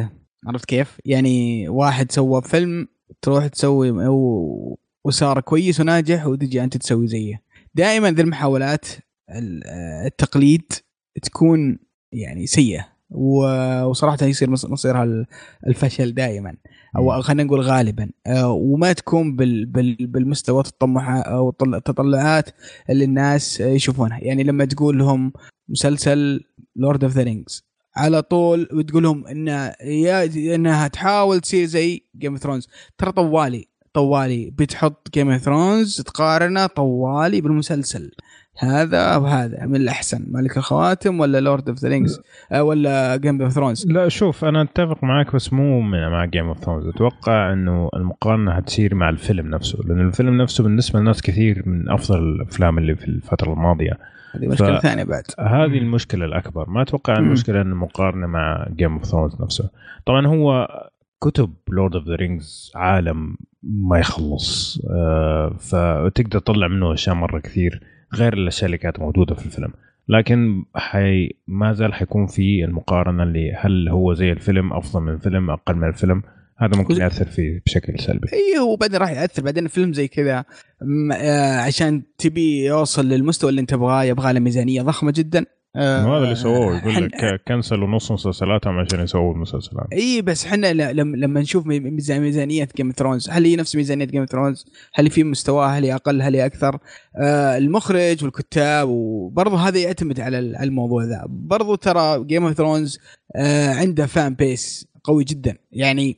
عرفت كيف؟ يعني واحد سوى فيلم تروح تسوي وصار كويس وناجح وتجي أنت تسوي زيه. دائما ذي المحاولات التقليد تكون يعني سيئة، وصراحة يصير مصيرها الفشل دائما، أو خلينا نقول غالبا، وما تكون بالمستوى الطموحات أو التطلعات اللي الناس يشوفونها. يعني لما تقول لهم مسلسل لورد اوف ذا رينجز على طول وتقول لهم إنها تحاول تصير زي جيم اوف ثرونز، ترى طوالي بتحط جيم اوف ثرونز تقارنه طوالي بالمسلسل هذا وهذا من الأحسن، ملك الخواتم ولا لورد اوف ذا رينجز ولا جيم اوف ثرونز. لا شوف أنا أتفق معك بس مو مع جيم اوف ثرونز. أتوقع إنه المقارنة هتصير مع الفيلم نفسه، لأن الفيلم نفسه بالنسبة للناس كثير من أفضل الأفلام اللي في الفترة الماضية. هذه مشكلة ثانية بعد، هذه المشكلة الأكبر. ما أتوقع المشكلة إن المقارنة مع جيم اوف ثرونز نفسه. طبعا هو كتب لورد اوف ذا رينجز عالم ما يخلص، فتقدر تطلع منه أشياء مرة كثير غير الأشياء اللي كانت موجودة في الفيلم، لكن ما زال حيكون في المقارنة اللي هل هو زي الفيلم، أفضل من الفيلم، أقل من الفيلم. هذا ممكن يأثر فيه بشكل سلبي. ايه وبعدين راح يأثر بعدين الفيلم زي كذا عشان تبي يوصل للمستوى اللي انت تبغاه، يبغى له ميزانية ضخمة جدا. هذا اللي سووه، يقول لك كنسلوا نص مسلسلاتهم عشان يسووا المسلسلات. اي بس احنا لما نشوف ميزانية جيم اوف ثرونز، هل هي نفس ميزانية جيم اوف ثرونز؟ هل في مستواه؟ هل اقل؟ هل اكثر؟ المخرج والكتاب، وبرضه هذا يعتمد على الموضوع ذا. برضه ترى جيم اوف ثرونز عنده فان بيس قوي جدا، يعني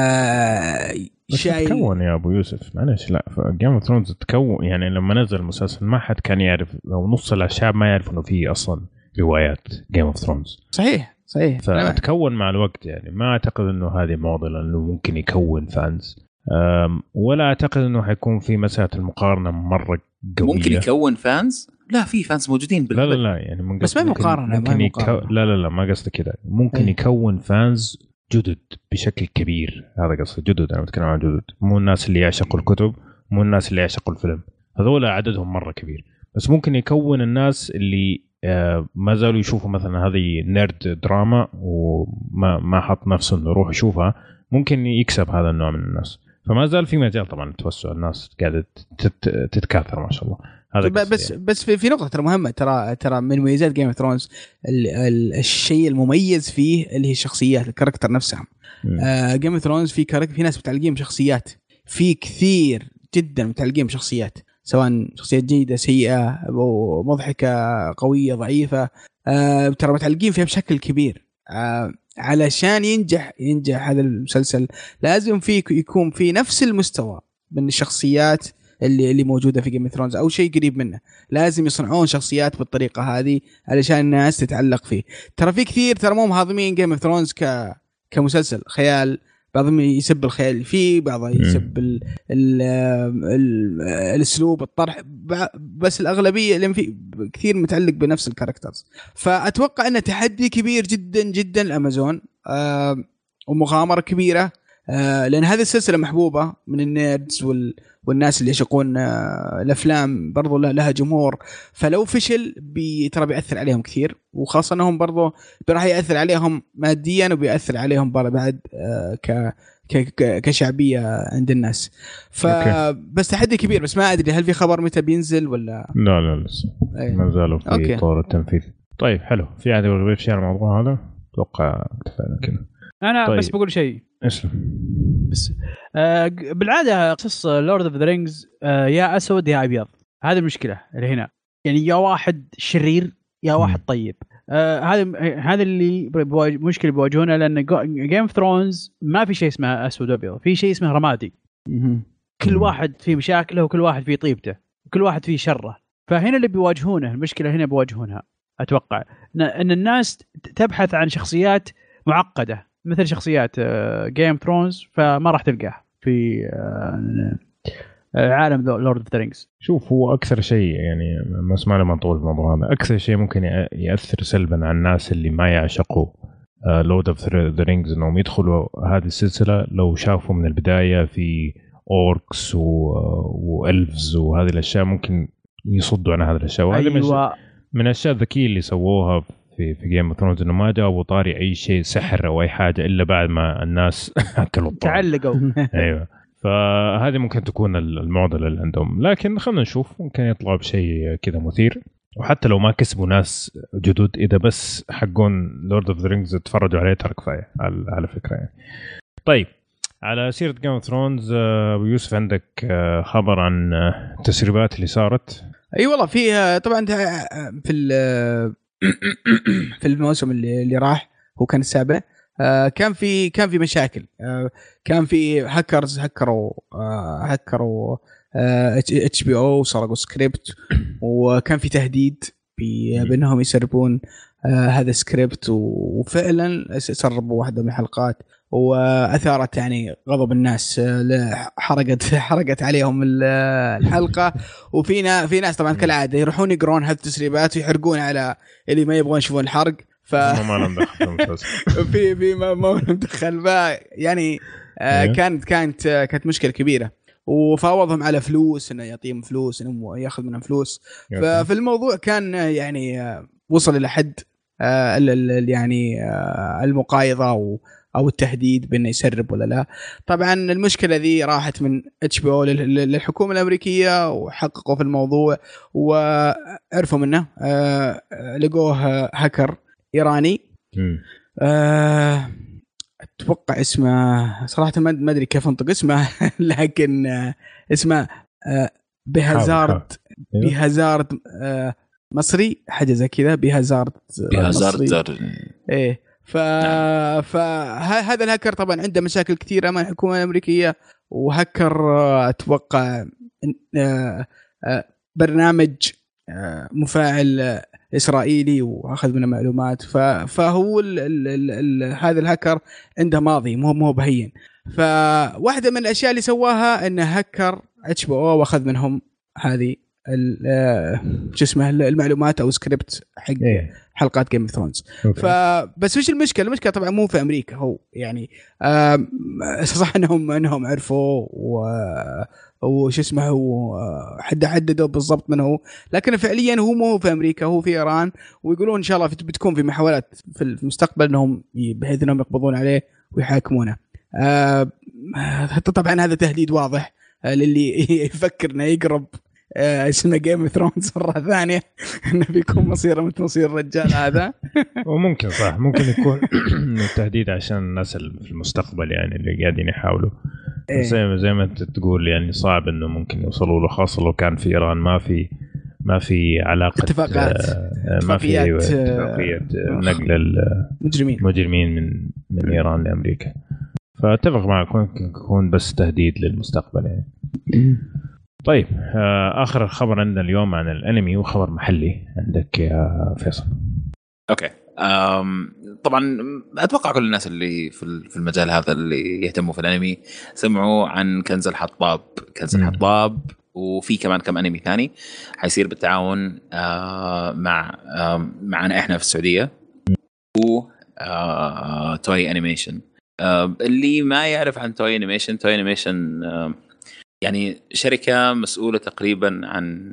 شيء تكون يا ابو يوسف. معلش، لا جيم اوف ثرونز تكون، يعني لما نزل المسلسل ما حد كان يعرف، او نص الشعب ما يعرف انه في اصلا روايات جيم اوف ثرونز. صحيح فتكون مع الوقت. يعني ما اعتقد انه هذه معضله انه ممكن يكون فانز، ولا اعتقد انه حيكون في مساحه المقارنه مره قويه. ممكن يكون فانز؟ لا، في فانز موجودين لا يعني بس ما مقارنه. لا ما قصدي كده. ممكن يكون فانز جدد بشكل كبير. هذا قصدي جدد، انا بتكلم عن جدد، مو الناس اللي يعشقوا الكتب، مو الناس اللي يعشقوا الفيلم، هذول عددهم مره كبير. بس ممكن يكون الناس اللي ما زالوا يشوفوا مثلا هذه نيرد دراما وما حط نفسه انه يروح يشوفها، ممكن يكسب هذا النوع من الناس. فما زال في مجال طبعا توسع، الناس قاعده تتكاثر ما شاء الله. هذا بس في نقطه ترى مهمه، ترى من مميزات جيم اوف ثرونز الشيء المميز فيه اللي هي الشخصيات، الكاركتر نفسهم. جيم اوف ثرونز في ناس متعلقين بشخصيات، في كثير جدا متعلقين بشخصيات، سواء شخصيات جيدة سيئة ومضحكة قوية ضعيفة، ترى متعلقين فيها بشكل كبير. علشان ينجح هذا المسلسل لازم يكون في نفس المستوى من الشخصيات اللي موجودة في جيم اوف ثرونز أو شيء قريب منه. لازم يصنعون شخصيات بالطريقة هذه علشان الناس تتعلق فيه. ترى في كثير ترى مو مهضمين جيم اوف ثرونز كمسلسل خيال، بعضهم يسب الخيال فيه، بعضهم يسب الاسلوب الطرح، بس الاغلبيه اللي فيه كثير متعلق بنفس الكاركترز. فاتوقع انه تحدي كبير جدا جدا الامازون، ومغامره كبيره، لان هذه السلسله محبوبه من النيردز والناس اللي يعشقون الافلام، برضو لها جمهور. فلو فشل ترى بيأثر عليهم كثير، وخاصه انهم برضو راح يأثر عليهم ماديا وبيأثر عليهم بعد كشعبية عند الناس. فبس تحدي كبير، بس ما ادري هل في خبر متى بينزل ولا لا لسه ما زالوا في طور التنفيذ. طيب حلو. في عادي ولا في شيء على الموضوع هذا؟ اتوقع كفايه كده. انا طيب. بس بقول شيء اسلم. بس بالعاده قصص لورد اوف ذا رينجز يا اسود يا ابيض، هذه المشكله اللي هنا. يعني يا واحد شرير يا واحد طيب. هذا اللي مشكله بيواجهونها، لان جيم اوف ثرونز ما في شيء اسمه اسود وابيض، في شيء اسمه رمادي. كل واحد فيه مشاكله وكل واحد فيه طيبته وكل واحد فيه شره. فهنا اللي بيواجهونه المشكله، هنا بيواجهونها اتوقع ان الناس تبحث عن شخصيات معقده مثل شخصيات جيم اوف ثرونز، فما راح تلقاه في عالم لورد اوف ذا رينجز. شوف، هو اكثر شيء يعني ما اسمع لما نطول في الموضوع هذا، اكثر شيء ممكن ياثر سلبا على الناس اللي ما يعشقوا لورد اوف ذا رينجز انهم يدخلوا هذه السلسله لو شافوا من البدايه في اوركس والفز وهذه الاشياء، ممكن يصدوا عن هذه الاشياء. وهذه من الاشياء الذكيه اللي سووها في جيم اوف ثرونز انه ما جابوا طاري اي شيء سحر او اي حاجه الا بعد ما الناس اكلوا تعلقوا. ايوه فهذه ممكن تكون المعضله اللي عندهم، لكن خلينا نشوف ممكن يطلعوا بشيء كذا مثير. وحتى لو ما كسبوا ناس جدد اذا بس حقون لورد اوف ذا رينجز تفرجوا عليه ترى كفايه على فكره يعني. طيب على سيره جيم اوف ثرونز يوسف عندك خبر عن التسريبات اللي صارت؟ اي والله في طبعا في الموسم اللي راح هو كان السابع. كان في مشاكل. كان في هاكرز هكروا HBO وسرقوا سكريبت، وكان في تهديد بانهم يسربون هذا السكريبت، وفعلا سربوا واحده من الحلقات واثارت يعني غضب الناس. حرقت عليهم الحلقه. وفي ناس طبعا كالعاده يروحون يقرون هذه التسريبات ويحرقون على اللي ما يبغون يشوفون الحرق. ما لهم دخل في ما لهم دخل يعني. كانت مشكله كبيره، وفاوضهم على فلوس انه يعطيهم فلوس انه ياخذ منهم فلوس. ففي الموضوع كان يعني وصل الى حد يعني المقايضه او التهديد بانه يسرب ولا لا. طبعا المشكله ذي راحت من HBO للحكومه الامريكيه وحققوا في الموضوع وعرفوا منه. لقوه هاكر ايراني. اتوقع اسمه صراحه ما ادري كيف انطق اسمه لكن اسمه بهازارد مصري حاجه زي كذا. بهازارد ايه. فهذا الهاكر طبعا عنده مشاكل كثيره مع الحكومه الامريكيه، وهكر اتوقع برنامج مفاعل إسرائيلي واخذ منه معلومات. فهو هذا الهاكر عنده ماضي مو بهين. فواحدة من الأشياء اللي سواها إنه هكر HBO واخذ منهم هذه المعلومات أو سكريبت حق حلقات جيم اوف ثرونز. فبس وش المشكلة طبعا مو في أمريكا. هو يعني صح إنهم عرفوا وش اسمه حددوا بالضبط من هو، لكن فعليا هو مو في أمريكا، هو في إيران. ويقولون إن شاء الله بتكون في محاولات في المستقبل إنهم بحيث إنهم يقبضون عليه ويحاكمونه. طبعا هذا تهديد واضح للي يفكر إنه يقرب اسمه جيم اوف ثرونز مرة ثانية إنه بيكون مصيره مثل مصير الرجال هذا. وممكن صح ممكن يكون التهديد عشان الناس في المستقبل يعني اللي قاعدين يحاولوا. زي ما انت تقول يعني صعب انه ممكن يوصلوا له، خاصة لو كان في ايران ما في علاقة اتفاقات ما في اتفاقية نقل المجرمين من ايران لامريكا. فاتفق معك ممكن يكون بس تهديد للمستقبل يعني. طيب اخر خبر عندنا اليوم عن الانمي وخبر محلي عندك يا فيصل. اوكي طبعا اتوقع كل الناس اللي في المجال هذا اللي يهتموا في الانمي سمعوا عن كنز الحطاب وفي كمان كم انمي ثاني حيصير بالتعاون معنا احنا في السعوديه و توي انيميشن. اللي ما يعرف عن توي انيميشن يعني شركه مسؤوله تقريبا عن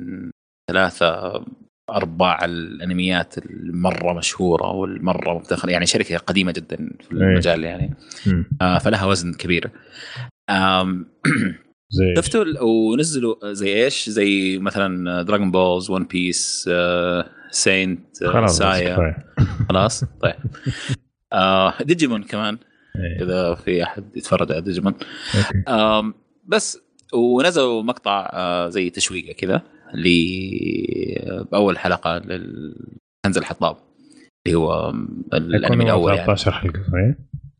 3/4 الانميات المره مشهوره والمره مفتخره، يعني شركه قديمه جدا في المجال يعني. فلها وزن كبير. شفتوا ونزلوا زي ايش؟ زي مثلا دراغون بولز، ون بيس، ساينت سايا. خلاص طيب. ديجيمون كمان اذا في احد يتفرج على ديجيمون. بس ونزلوا مقطع زي تشويقه كذا لأول حلقة لكنز الحطاب اللي هو الأنمي الأول يعني. 13 حلقة صحيح.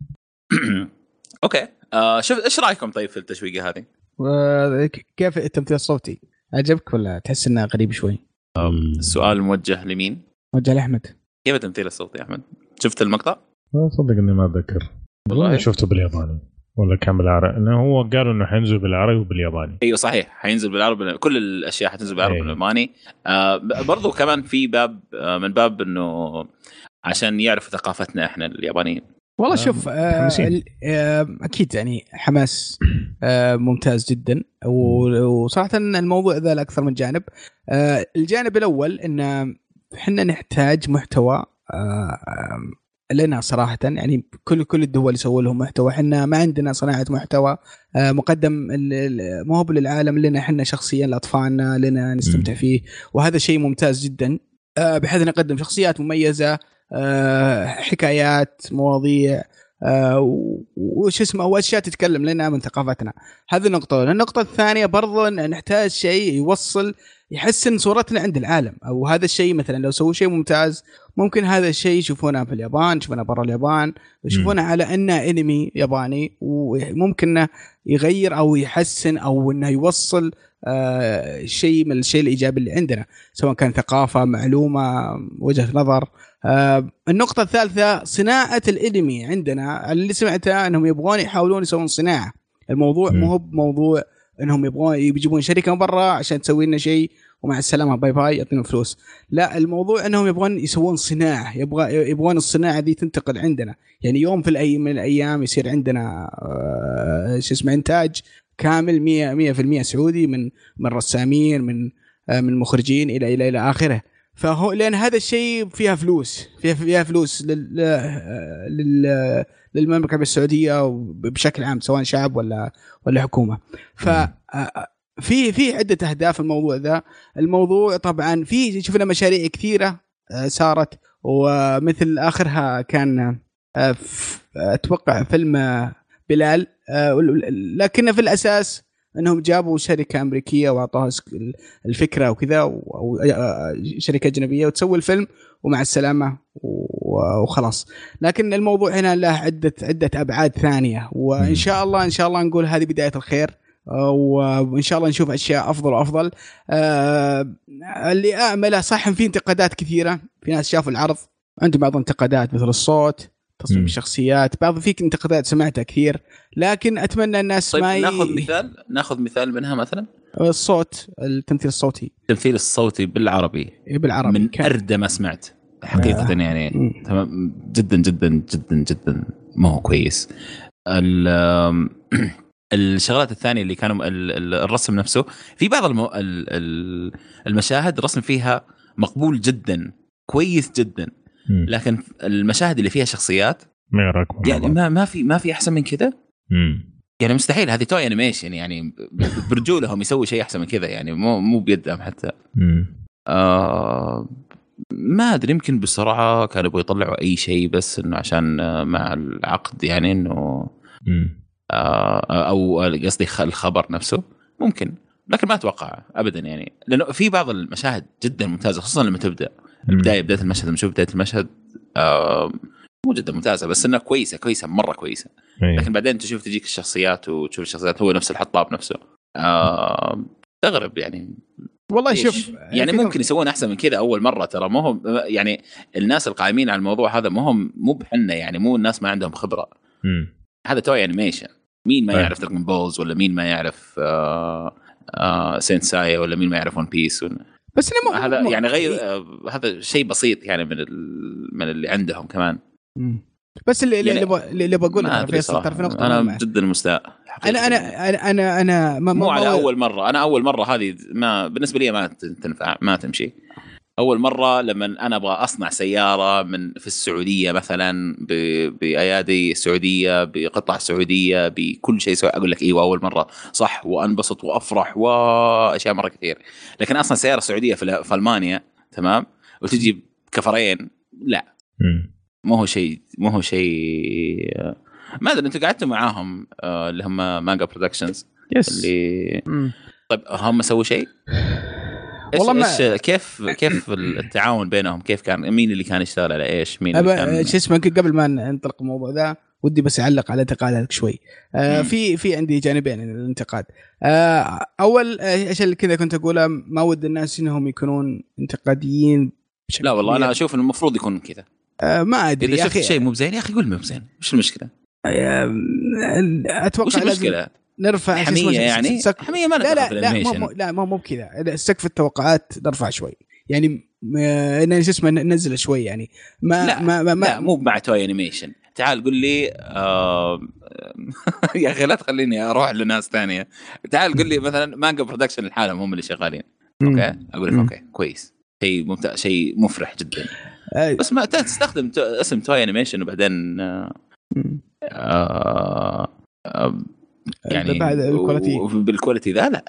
أوكي شوف إيش رأيكم طيب في التشويقة هذه؟ كيف التمثيل الصوتي عجبك ولا تحس إنه غريب شوي؟ السؤال موجه لمين؟ موجه لأحمد. كيف التمثيل الصوتي يا أحمد؟ شفت المقطع؟ صدق إني ما أتذكر والله. شفته بالياباني ولا كان بالعربي؟ انه هو قالوا انه حينزل بالعربي وبالياباني. ايوه صحيح حينزل بالعربي، كل الاشياء حتنزل بالعربي والياباني. برضو كمان في باب من باب انه عشان يعرفوا ثقافتنا احنا اليابانيين. والله شوف اكيد يعني حماس ممتاز جدا. وصراحه الموضوع ذا اكثر من جانب. الجانب الاول ان احنا نحتاج محتوى لنا صراحة يعني كل الدول يسووا لهم محتوى. احنا ما عندنا صناعة محتوى مقدم مو هو للعالم، لنا احنا شخصيا لأطفالنا لنا نستمتع فيه، وهذا شيء ممتاز جدا بحيث نقدم شخصيات مميزة، حكايات، مواضيع وش اسمه واشياء تتكلم لنا من ثقافتنا. هذه النقطة الثانية برضو نحتاج شيء يوصل يحسن صورتنا عند العالم، او هذا الشيء مثلا لو سووا شيء ممتاز ممكن هذا الشيء يشوفونه في اليابان، يشوفونه برا اليابان، يشوفونه على انه انمي ياباني، وممكن يغير او يحسن او انه يوصل شيء من الشيء الايجابي اللي عندنا، سواء كان ثقافة، معلومة، وجهة نظر. النقطة الثالثة صناعة الانمي عندنا، اللي سمعتها انهم يبغون يحاولون يسوون صناعة. الموضوع مو هو بموضوع انهم يبغون يجيبون شركة من برا عشان تسوي لنا شيء ومع السلامة باي باي يعطينا فلوس، لا الموضوع انهم يبغون يسوون صناعة، يبغون الصناعة دي تنتقل عندنا. يعني يوم في من الايام يصير عندنا انتاج كامل 100% سعودي، من رسامين، من مخرجين الى اخره. فهو لان هذا الشيء فيها فلوس، فيها فلوس للمملكة السعودية بشكل عام، سواء شعب ولا حكومة. في عدة أهداف الموضوع ذا. الموضوع طبعا شفنا مشاريع كثيرة صارت، ومثل آخرها كان أتوقع فيلم بلال، لكن في الأساس أنهم جابوا شركة أمريكية وأعطوها الفكرة وكذا، أو شركة أجنبية وتسوي الفيلم ومع السلامة وخلاص. لكن الموضوع هنا له عدة أبعاد ثانية، وإن شاء الله نقول هذه بداية الخير، وإن شاء الله نشوف أشياء أفضل وأفضل. اللي أعمله صح في انتقادات كثيرة، في ناس شافوا العرض عندهم بعض الانتقادات مثل الصوت، تصميم الشخصيات، بعض فيك انتقادات سمعتها كثير، لكن أتمنى الناس طيب ما ناخذ مثال منها. مثلا الصوت، التمثيل الصوتي بالعربي من أردى ما سمعت حقيقة يعني تمام، جدا جدا جدا جدا ما هو كويس. الشغلات الثانية اللي كانوا الرسم نفسه في بعض المشاهد الرسم فيها مقبول جدا، كويس جدا، لكن المشاهد اللي فيها شخصيات يعني ما في أحسن من كده. يعني مستحيل، هذه توي أنيميشن، يعني برجولهم يسوي شيء أحسن من كذا، يعني مو بيدهم حتى. ما أدري، يمكن بسرعة كانوا يبغوا يطلعوا أي شيء بس إنه عشان مع العقد، يعني إنه أو قصدي الخبر نفسه ممكن، لكن ما أتوقع أبدا يعني، لأنه في بعض المشاهد جدا ممتازة، خصوصا لما تبدأ بداية المشهد، لما تشوف بداية المشهد مو جدا ممتازة، بس إنها كويسة مرة كويسة. لكن بعدين تجيك الشخصيات وتشوف الشخصيات هو نفس الحطاب نفسه، تغرب يعني. والله شوف يعني ممكن يسوون أحسن من كذا أول مرة، ترى ما هو يعني الناس القائمين على الموضوع هذا مو بحنا، يعني مو الناس ما عندهم خبرة. هذا توي أنيميشن، مين ما يعرف دراغون بولز، ولا مين ما يعرف سينساي، ولا مين ما يعرف ون بيس بس هذا يعني غير هذا شيء بسيط يعني من اللي عندهم كمان. بس اللي بقوله فيصل، تعرف نقطة أنا جدا مستاء. أنا مو على أول مرة، أنا أول مرة هذه ما بالنسبة لي ما تنفع، ما تمشي. أول مرة لما أنا أبغى أصنع سيارة في السعودية مثلا، بأيادي سعودية، بقطع سعودية، بكل شيء أقول لك إيوه أول مرة صح، وأنبسط وأفرح وأشياء مرة كثير. لكن أصلا سيارة سعودية في ألمانيا تمام، وتجي كفرين، لا ما هو شيء ما أدري. أنتوا قعدتوا معاهم اللي هم مانجا برودكشنز اللي طيب هم سووا شيء؟ والله كيف التعاون بينهم؟ كيف كان؟ مين اللي كان يشتغل على ايش؟ مين شو اسمه؟ قبل ما ننطلق الموضوع ذا ودي بس اعلق على انتقادك شوي. في عندي جانبين الانتقاد. اول ايش اللي كذا كنت اقوله، ما ود الناس انهم يكونون انتقاديين بشكل لا والله كبير. انا اشوف انه المفروض يكون كذا. ما ادري اذا شفت شيء مو بزين يا اخي قول مو بزين، وش المشكله؟ اتوقع وش المشكله؟ نرفع حمية يعني حمية ما لا مو بكذا، سقف التوقعات نرفع شوي يعني، ننزل شوي يعني. لا مو مع توي انيميشن. تعال قل لي يا اخي لا تخليني اروح لناس ثانيه. تعال قل لي مثلا مانجا برودكشن الحالة هم اللي شغالين اوكي، اقول لك اوكي كويس، شيء ممتاز، شيء مفرح جدا. بس ما تستخدم اسم توي انيميشن وبعدين يعني بعد الكواليتي بالكواليتي ذا لا.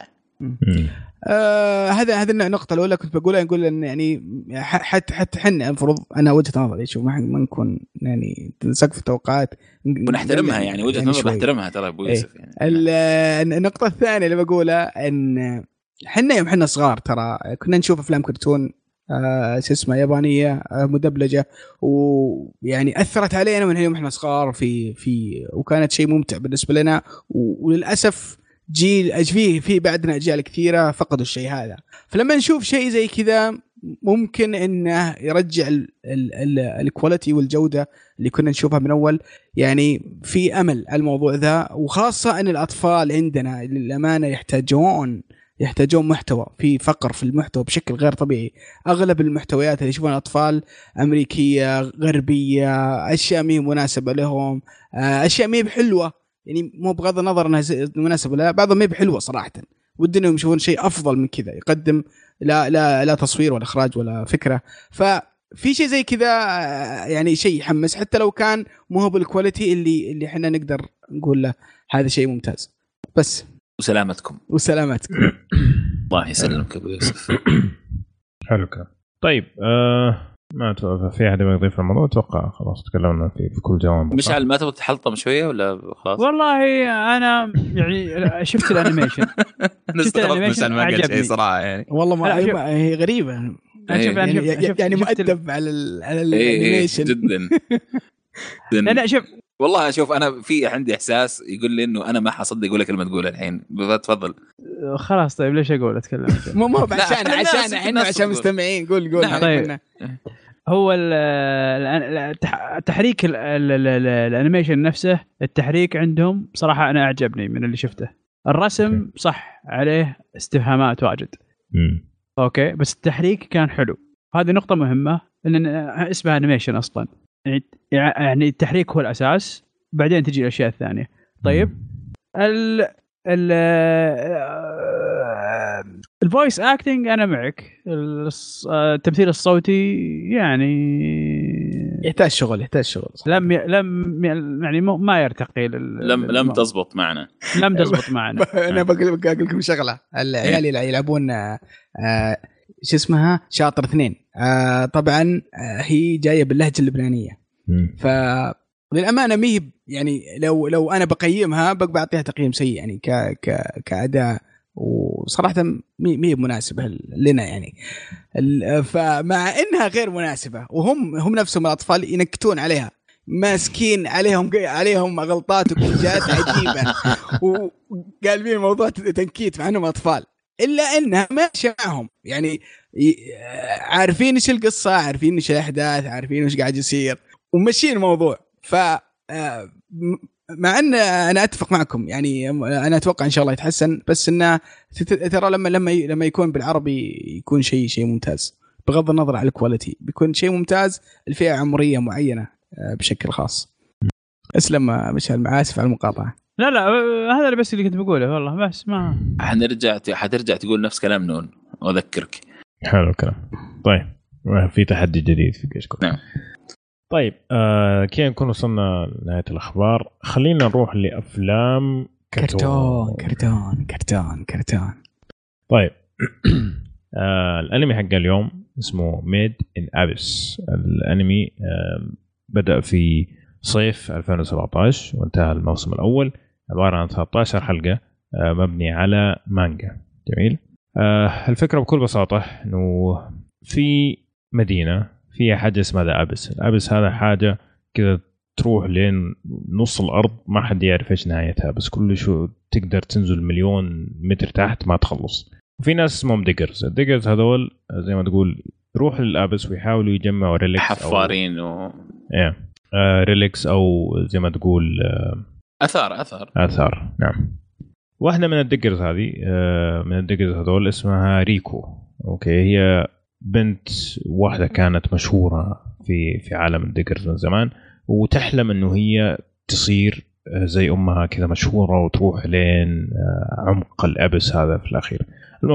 هذا النقطة الأولى كنت بقولها، نقول إن يعني حتى حنا المفروض أنا وجهة نظري شوف ما نكون يعني سقف التوقعات ونحترمها يعني وجهة نظر نحترمها ترى أبو يوسف يعني. النقطة الثانية اللي بقولها إن حنا يوم حنا صغار ترى كنا نشوف أفلام كرتون شو اسمه يابانية مدبلجة، ويعني أثرت علينا من يوم إحنا صغار في وكانت شيء ممتع بالنسبة لنا، وللأسف جيل في بعدنا أجيال كثيرة فقدوا الشيء هذا. فلما نشوف شيء زي كذا ممكن إنه يرجع الكواليتي والجودة اللي كنا نشوفها من أول، يعني في أمل على الموضوع ذا. وخاصة أن الأطفال عندنا للأمانة يحتاجون محتوى، في فقر في المحتوى بشكل غير طبيعي. أغلب المحتويات اللي يشوفون الأطفال أمريكية غربية، أشياء مي مناسبة لهم، أشياء مي بحلوة، يعني مو بغض النظر أنها مناسبة لا، بعضها مي بحلوة صراحة، ودنا يشوفون شيء أفضل من كذا يقدم لا تصوير ولا إخراج ولا فكرة. ففي شيء زي كذا يعني شيء يحمس، حتى لو كان مو هو بالكواليتي اللي إحنا نقدر نقول له هذا شيء ممتاز. بس وسلامتكم الله يسلمك ابو يوسف. حلو كده. طيب ما في احد يضيف في الموضوع؟ اتوقع خلاص تكلمنا في كل جوانب. مشعل ما تبغى تحلطم شويه ولا خلاص؟ والله انا يعني شفت الانيميشن عجبني صراحه يعني. والله ما هي غريبه يعني مؤدب على الانيميشن جدا. لا شوف والله شوف انا في عندي احساس يقول لي انه انا ما حصدق اقول لك كلمه تقولها الحين. تفضل خلاص. طيب ليش اقول اتكلم مو عشان مستمعين. قول طيب. هو التحريك الانيميشن نفسه، التحريك عندهم صراحه انا اعجبني من اللي شفته. الرسم صح عليه استفهامات واجد اوكي، بس التحريك كان حلو. هذه نقطه مهمه لان اسمها انيميشن اصلا، يعني التحريك هو الأساس، بعدين تجي الأشياء الثانية. طيب الفويس اكتنج أنا معك. التمثيل الصوتي يعني يحتاج شغل لم يعني ما يرتقي لم تزبط معنا. أنا بقول لكم شغلة. العيال يلعبون شو اسمها شاطر 2 طبعا هي جاية باللهجة اللبنانية، فللأمانة ميه يعني لو أنا بقيمها بعطيها تقييم سيء يعني كأداء، وصراحة ميه مناسبة لنا يعني. فمع إنها غير مناسبة وهم نفسهم الأطفال ينكتون عليها، ماسكين عليهم غلطات وكلجات عجيبة وقال بيه الموضوع تنكيت مع أنهم أطفال، إلا إنها ماشية معهم يعني عارفين إيش القصة، عارفين إيش الأحداث، عارفين إيش قاعد يصير ومشين الموضوع. مع أن أنا أتفق معكم يعني أنا أتوقع إن شاء الله يتحسن، بس إنه ترى لما يكون بالعربي يكون شيء ممتاز بغض النظر عن الكواليتي، بيكون شيء ممتاز الفئة عمرية معينة بشكل خاص. أسلم مشعل معاسف على المقاطعة. لا هذا اللي بس اللي كنت بقوله والله، بس ما حترجع تقول نفس كلام نون وأذكرك. حلو الكلام. طيب في تحدي جديد في كشكول. نعم. طيب كي نكون وصلنا لنهاية الأخبار، خلينا نروح لأفلام كرتون. طيب الأنمي حق اليوم اسمه ميد إن أبيس. الأنمي بدأ في صيف 2017 وانتهى الموسم الأول، عبارة عن 13 حلقة مبني على مانجا. جميل. الفكرة بكل بساطة إنه في مدينة فيها حاجة اسمها الأبس. الأبس هذا حاجة كذا تروح لين نص الأرض، ما حد يعرف إيش نهايتها، بس كل شو تقدر تنزل 1,000,000 متر تحت ما تخلص. وفي ناس اسمهم ديجرز هذول زي ما تقول يروحوا للأبس ويحاولوا يجمعوا ريليكس حفارين ريليكس أو زي ما تقول آثار. نعم. واحدة من الديجرز هذه من الديجرز هذول اسمها ريكو. أوكي، هي بنت واحدة كانت مشهورة في عالم الديجرز من زمان، وتحلم إنه هي تصير زي أمها كذا مشهورة وتروح لين عمق الأبس هذا في الأخير. المهم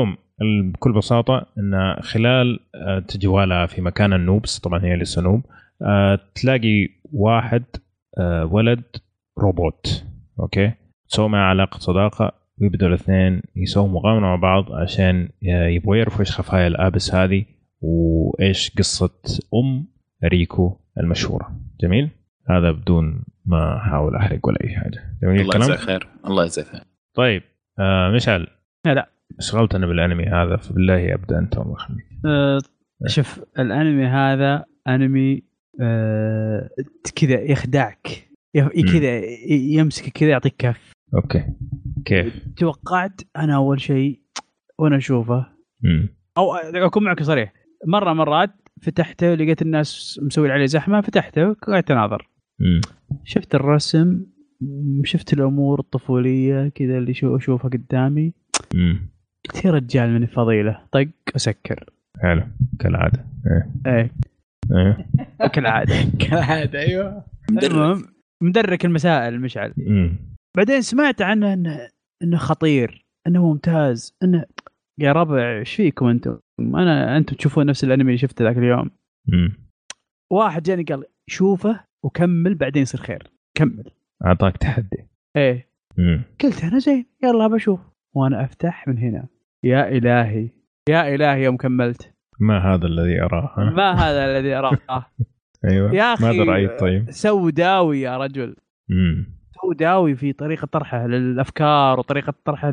بكل بساطة إن خلال تجوالها في مكان النوبس، طبعا هي لسه نوب، تلاقي واحد ولد روبوت، أوكي، تسوي معه علاقة صداقة، ويبدأوا الاثنين يسووا مغامرة مع بعض عشان يبغوا يعرفوا إيش خفايا الآبس هذه وإيش قصة ريكو المشهورة. جميل، هذا بدون ما أحاول أحرق ولا أي حاجة. جميل الله يجزاك خير. الله يجزاك خير. طيب مشعل، لا اشغلت أنا بالأنمي هذا، فبالله أبدأ أنت والله خليك. شوف الأنمي هذا أنمي كذا يخدعك، كذا يمسك كذا يعطيك كف. أوكي كيف؟ توقعت أنا أول شيء وأنا أشوفه أو أكون معك صريح، مرات فتحته لقيت الناس مسوي عليه زحمة، فتحته قاعد أناظر، شفت الرسم، شفت الأمور الطفولية كذا اللي أشوفها قدامي، قلت يا رجال من الفضيلة، طق أسكر. حلو كالعادة. ايه كالعادة. أيوة. المهم مدرك المسائل مشعل. بعدين سمعت عنه انه خطير، انه ممتاز، انه يا ربع ايش فيكم انتم تشوفون نفس الانمي اللي شفته ذاك اليوم. واحد جاني قال شوفه وكمل بعدين يصير خير، كمل، اعطاك تحدي. ايه قلت انا زين يلا بشوف، وانا افتح من هنا يا الهي يوم كملت ما هذا الذي اراه. ما هذا الذي اراه. ايوه يا اخي ماذا رايت؟ طيب سوداوي يا رجل. سوداوي في طريقه طرحه للافكار وطريقه طرحه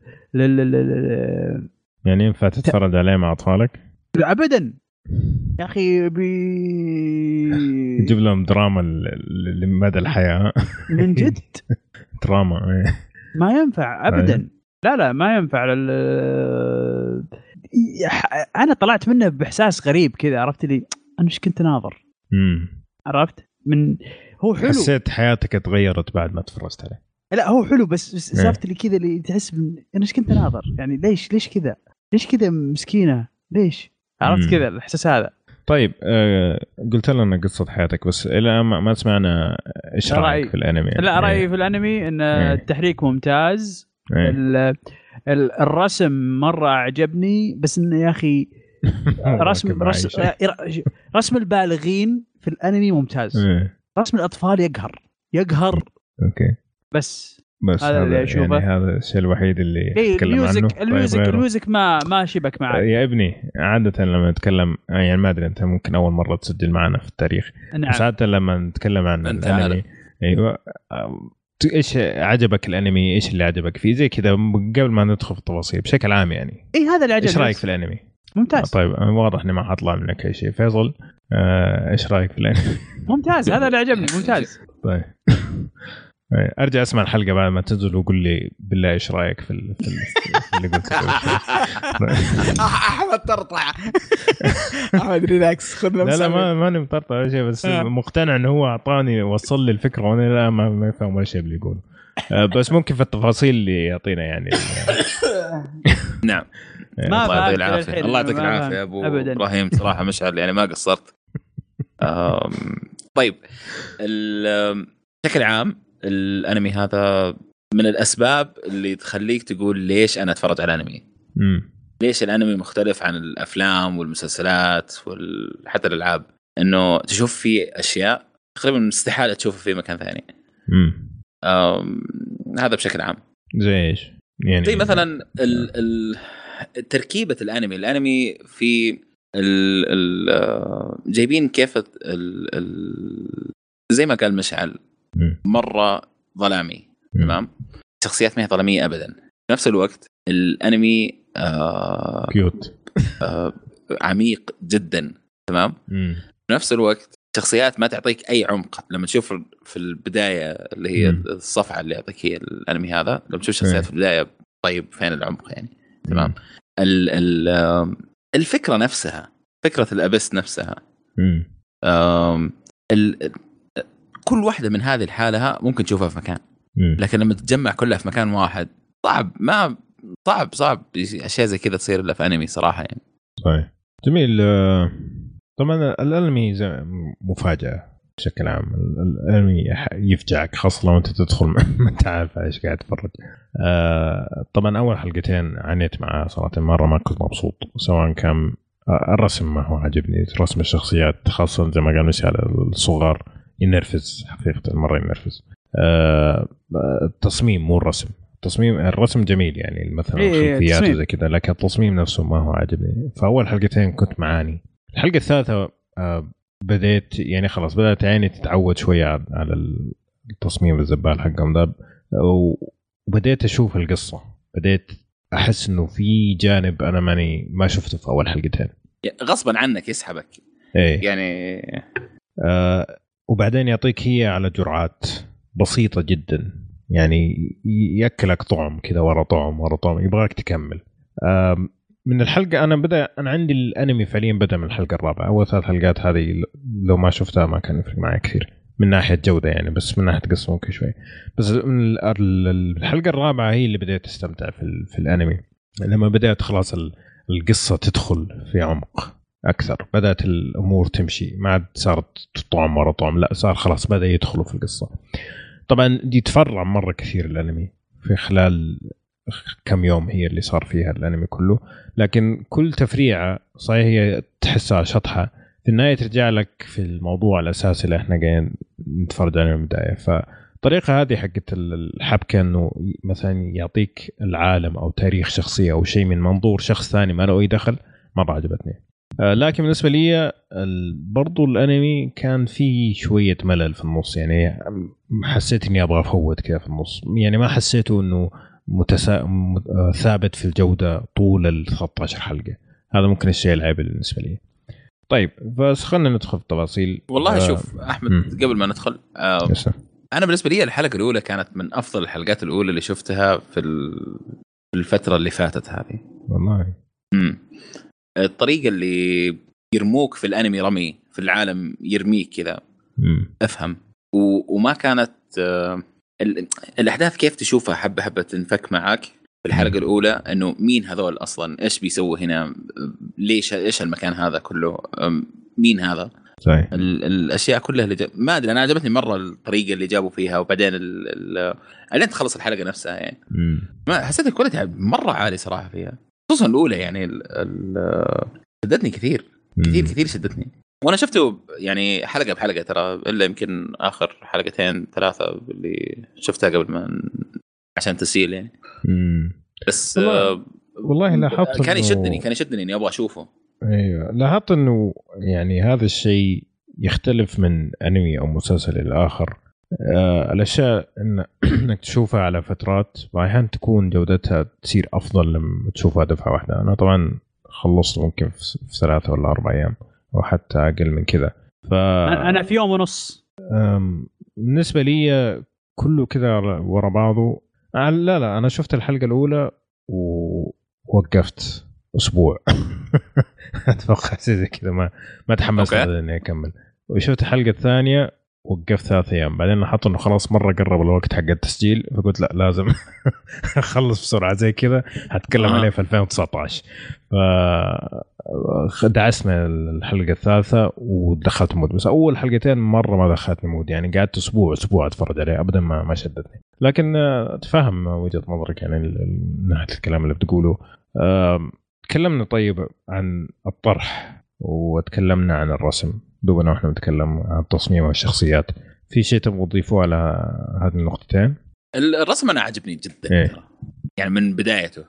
يعني ينفع تتفرج عليه مع اطفالك؟ ابدا يا اخي يجيب لهم دراما لمدى الحياه. من جد دراما ما ينفع ابدا. لا ما ينفع. انا طلعت منه باحساس غريب كذا، عرفت لي انا ايش كنت ناظر. عرفت من هو حلو، حسيت حياتك تغيرت بعد ما تفرجت عليه. لا هو حلو بس سافت لي كذا اللي تحس انا ايش كنت ناظر، يعني ليش كذا مسكينه، ليش عرفت كذا الاحساس هذا. طيب قلت لنا قصة حياتك بس إلى ما سمعنا إيش رأيك في الأنمي؟ لا رأيي في الأنمي إن التحريك ممتاز، الرسم مرة أعجبني، بس إنه يا أخي رسم البالغين في الأنمي ممتاز، رسم الأطفال يقهر. أوكي بس هذا اللي أشوفه، يعني هذا الشيء الوحيد اللي أتكلم عنه. الميوزك ما شبك معك يا ابني. عادة لما نتكلم يعني ما أدري أنت ممكن أول مرة تسجل معنا في التاريخ. نعم. بس عادة لما نتكلم عن الأنمي أيوة إيش عجبك الأنمي، إيش اللي عجبك فيه زي كذا قبل ما ندخل في التفاصيل بشكل عام يعني. هذا اللي عجبني. إيش رأيك في الأنمي؟ ممتاز. طيب واضح إني ما حطلع منك أي شيء. فيصل إيش رأيك في الأنمي؟ ممتاز. هذا اللي عجبني ممتاز. طيب ارجع اسمع الحلقه بعد ما تنزل وقول لي بالله ايش رايك في اللي قلته. احمد طرطع. احمد ريلاكس خذ لا ماني مطرطع ولا شيء، بس مقتنع انه هو اعطاني وصل لي الفكره وانا لا ما يفهم ولا شيء اللي يقوله. بس ممكن في التفاصيل اللي يعطينا يعني. نعم الله يعطيك العافيه. الله يعطيك العافيه يا ابو ابراهيم، صراحه مشعل يعني ما قصرت. طيب بشكل عام الانمي هذا من الاسباب اللي تخليك تقول ليش انا اتفرج على انمي. ليش الانمي مختلف عن الافلام والمسلسلات وحتى الالعاب، انه تشوف فيه اشياء تقريبا مستحيل تشوفها في مكان ثاني. هذا بشكل عام. زي ايش يعني؟ زي مثلا تركيبه الانمي في جايبين كيف زي ما قال مشعل مرة ظلامي. تمام. شخصيات ما هي ظلامية أبدا. في نفس الوقت الأنمي كيوت عميق جدا. تمام. في نفس الوقت شخصيات ما تعطيك أي عمق. لما تشوف في البداية اللي هي الصفحة اللي يعطيك هي الأنمي هذا، لما تشوف شخصيات في البداية طيب فين العمق يعني. تمام. الفكرة نفسها، فكرة الأبس نفسها، كل واحدة من هذه الحالة ممكن تشوفها في مكان، لكن لما تتجمع كلها في مكان واحد صعب أشياء زي كذا تصير إلا في أنمي صراحة يعني. صحيح. جميل. طبعا الأنمي مفاجأة بشكل عام. الانمي يفجعك خاصه لو انت تدخل ما تعرف ايش قاعد تتفرج. طبعا اول حلقتين عانيت معها صراحه، مره ما كنت مبسوط، سواء كان الرسم ما هو عجبني، رسم الشخصيات خاصه زي ما قال مشي على الصغار ينرفز حقيقه، مره ينرفز. التصميم مو الرسم، الرسم جميل يعني مثلا الخلفيات وزي كذا، لكن التصميم نفسه ما هو عاجبني. فاول حلقتين كنت معاني. الحلقه الثالثه بديت يعني خلاص بدأت عيني تتعود شويه على التصميم الزبال حقهم ذا، وبديت اشوف القصه، بديت احس انه في جانب انا ما شفته في اول حلقتين، غصبا عنك يسحبك. ايه يعني وبعدين يعطيك هي على جرعات بسيطه جدا، يعني ياكلك طعم كذا ورا طعم ورا طعم، يبغاك تكمل. من الحلقه انا عندي الانمي فعليا بدا من الحلقه الرابعه. اول 3 حلقات هذه لو ما شفتها ما كان يفرق معي كثير من ناحيه جوده يعني، بس من ناحيه قصه ممكن شوي. بس من الحلقه الرابعه هي اللي بديت استمتع في الانمي، لما بدات خلاص القصه تدخل في عمق اكثر، بدات الامور تمشي، ما عاد صارت طعم ورا طعم، لا صار خلاص بدا يدخلوا في القصه. طبعا دي تفرع مره كثير الانمي في خلال كم يوم هي اللي صار فيها الانمي كله، لكن كل تفريعه صحيح هي تحسها شطحه، في النهايه ترجع لك في الموضوع الاساسي اللي احنا قاعدين نتفرج عليه من البدايه. فالطريقه هذه حقت الحبكه انه مثلا يعطيك العالم او تاريخ شخصيه او شيء من منظور شخص ثاني ما له اي دخل، ما عجبتني. لكن بالنسبه لي برضو الانمي كان فيه شويه ملل في النص، يعني حسيت اني ابغى افوت كذا في النص، يعني ما حسيته انه ثابت في الجوده طول ال 13 حلقه. هذا ممكن الشيء العيب بالنسبه لي. طيب بس خلينا ندخل في التفاصيل. والله شوف احمد قبل ما ندخل انا بالنسبه لي الحلقه الاولى كانت من افضل الحلقات الاولى اللي شفتها في الفتره اللي فاتت هذه والله. الطريقه اللي يرموك في الانمي رمي في العالم، يرميك كذا افهم، وما كانت الاحداث كيف تشوفها حبه حبه تنفك معك في الحلقه الاولى، انه مين هذول اصلا، ايش بيسووا هنا، ليش ايش المكان هذا كله، مين هذا صحيح. الاشياء كلها اللي ما ادري، انا عجبتني مره الطريقه اللي جابوا فيها، وبعدين لين تخلص الحلقه نفسها يعني ما حسيت الكواليتي مره عالي صراحه فيها، خصوصا الاولى يعني شدتني كثير شدتني. وانا شفته يعني حلقه بحلقه ترى، الا يمكن اخر 2-3 اللي شفتها قبل ما عشان تسيل يعني. بس والله لاحظت كان يشدني اني ابغى اشوفه. ايوه لاحظت انه يعني هذا الشيء يختلف من انمي او مسلسل للاخر. الاشياء انك تشوفها على فترات واحيانا تكون جودتها تصير افضل لما تشوفها دفعه واحده. انا طبعا خلصت ممكن في 3 ولا 4 ايام او حتى اقل من كذا. انا في يوم ونص. بالنسبه لي كله كذا ورا بعضه. لا انا شفت الحلقه الاولى ووقفت اسبوع. اتوقع زي كذا ما تحمست اني اكمل. وشفت الحلقه الثانيه وقفت 3 ايام، بعدين لاحظت انه خلاص مره قرب الوقت حق التسجيل، فقلت لا لازم اخلص بسرعه زي كذا، هتكلم عليه في 2019. دعسنا الحلقه الثالثه ودخلت مود، بس اول حلقتين مره ما دخلتني مود، يعني قعدت اسبوع اتفرج عليه ابدا ما شدتني. لكن تفهم وجهه نظرك يعني ناحيه الكلام اللي بتقوله. تكلمنا طيب عن الطرح وتكلمنا عن الرسم، دوبنا واحنا بنتكلم عن التصميم والشخصيات. في شيء تبغى تضيفه على هذه النقطتين؟ الرسم انا عجبني جدا يعني من بدايته.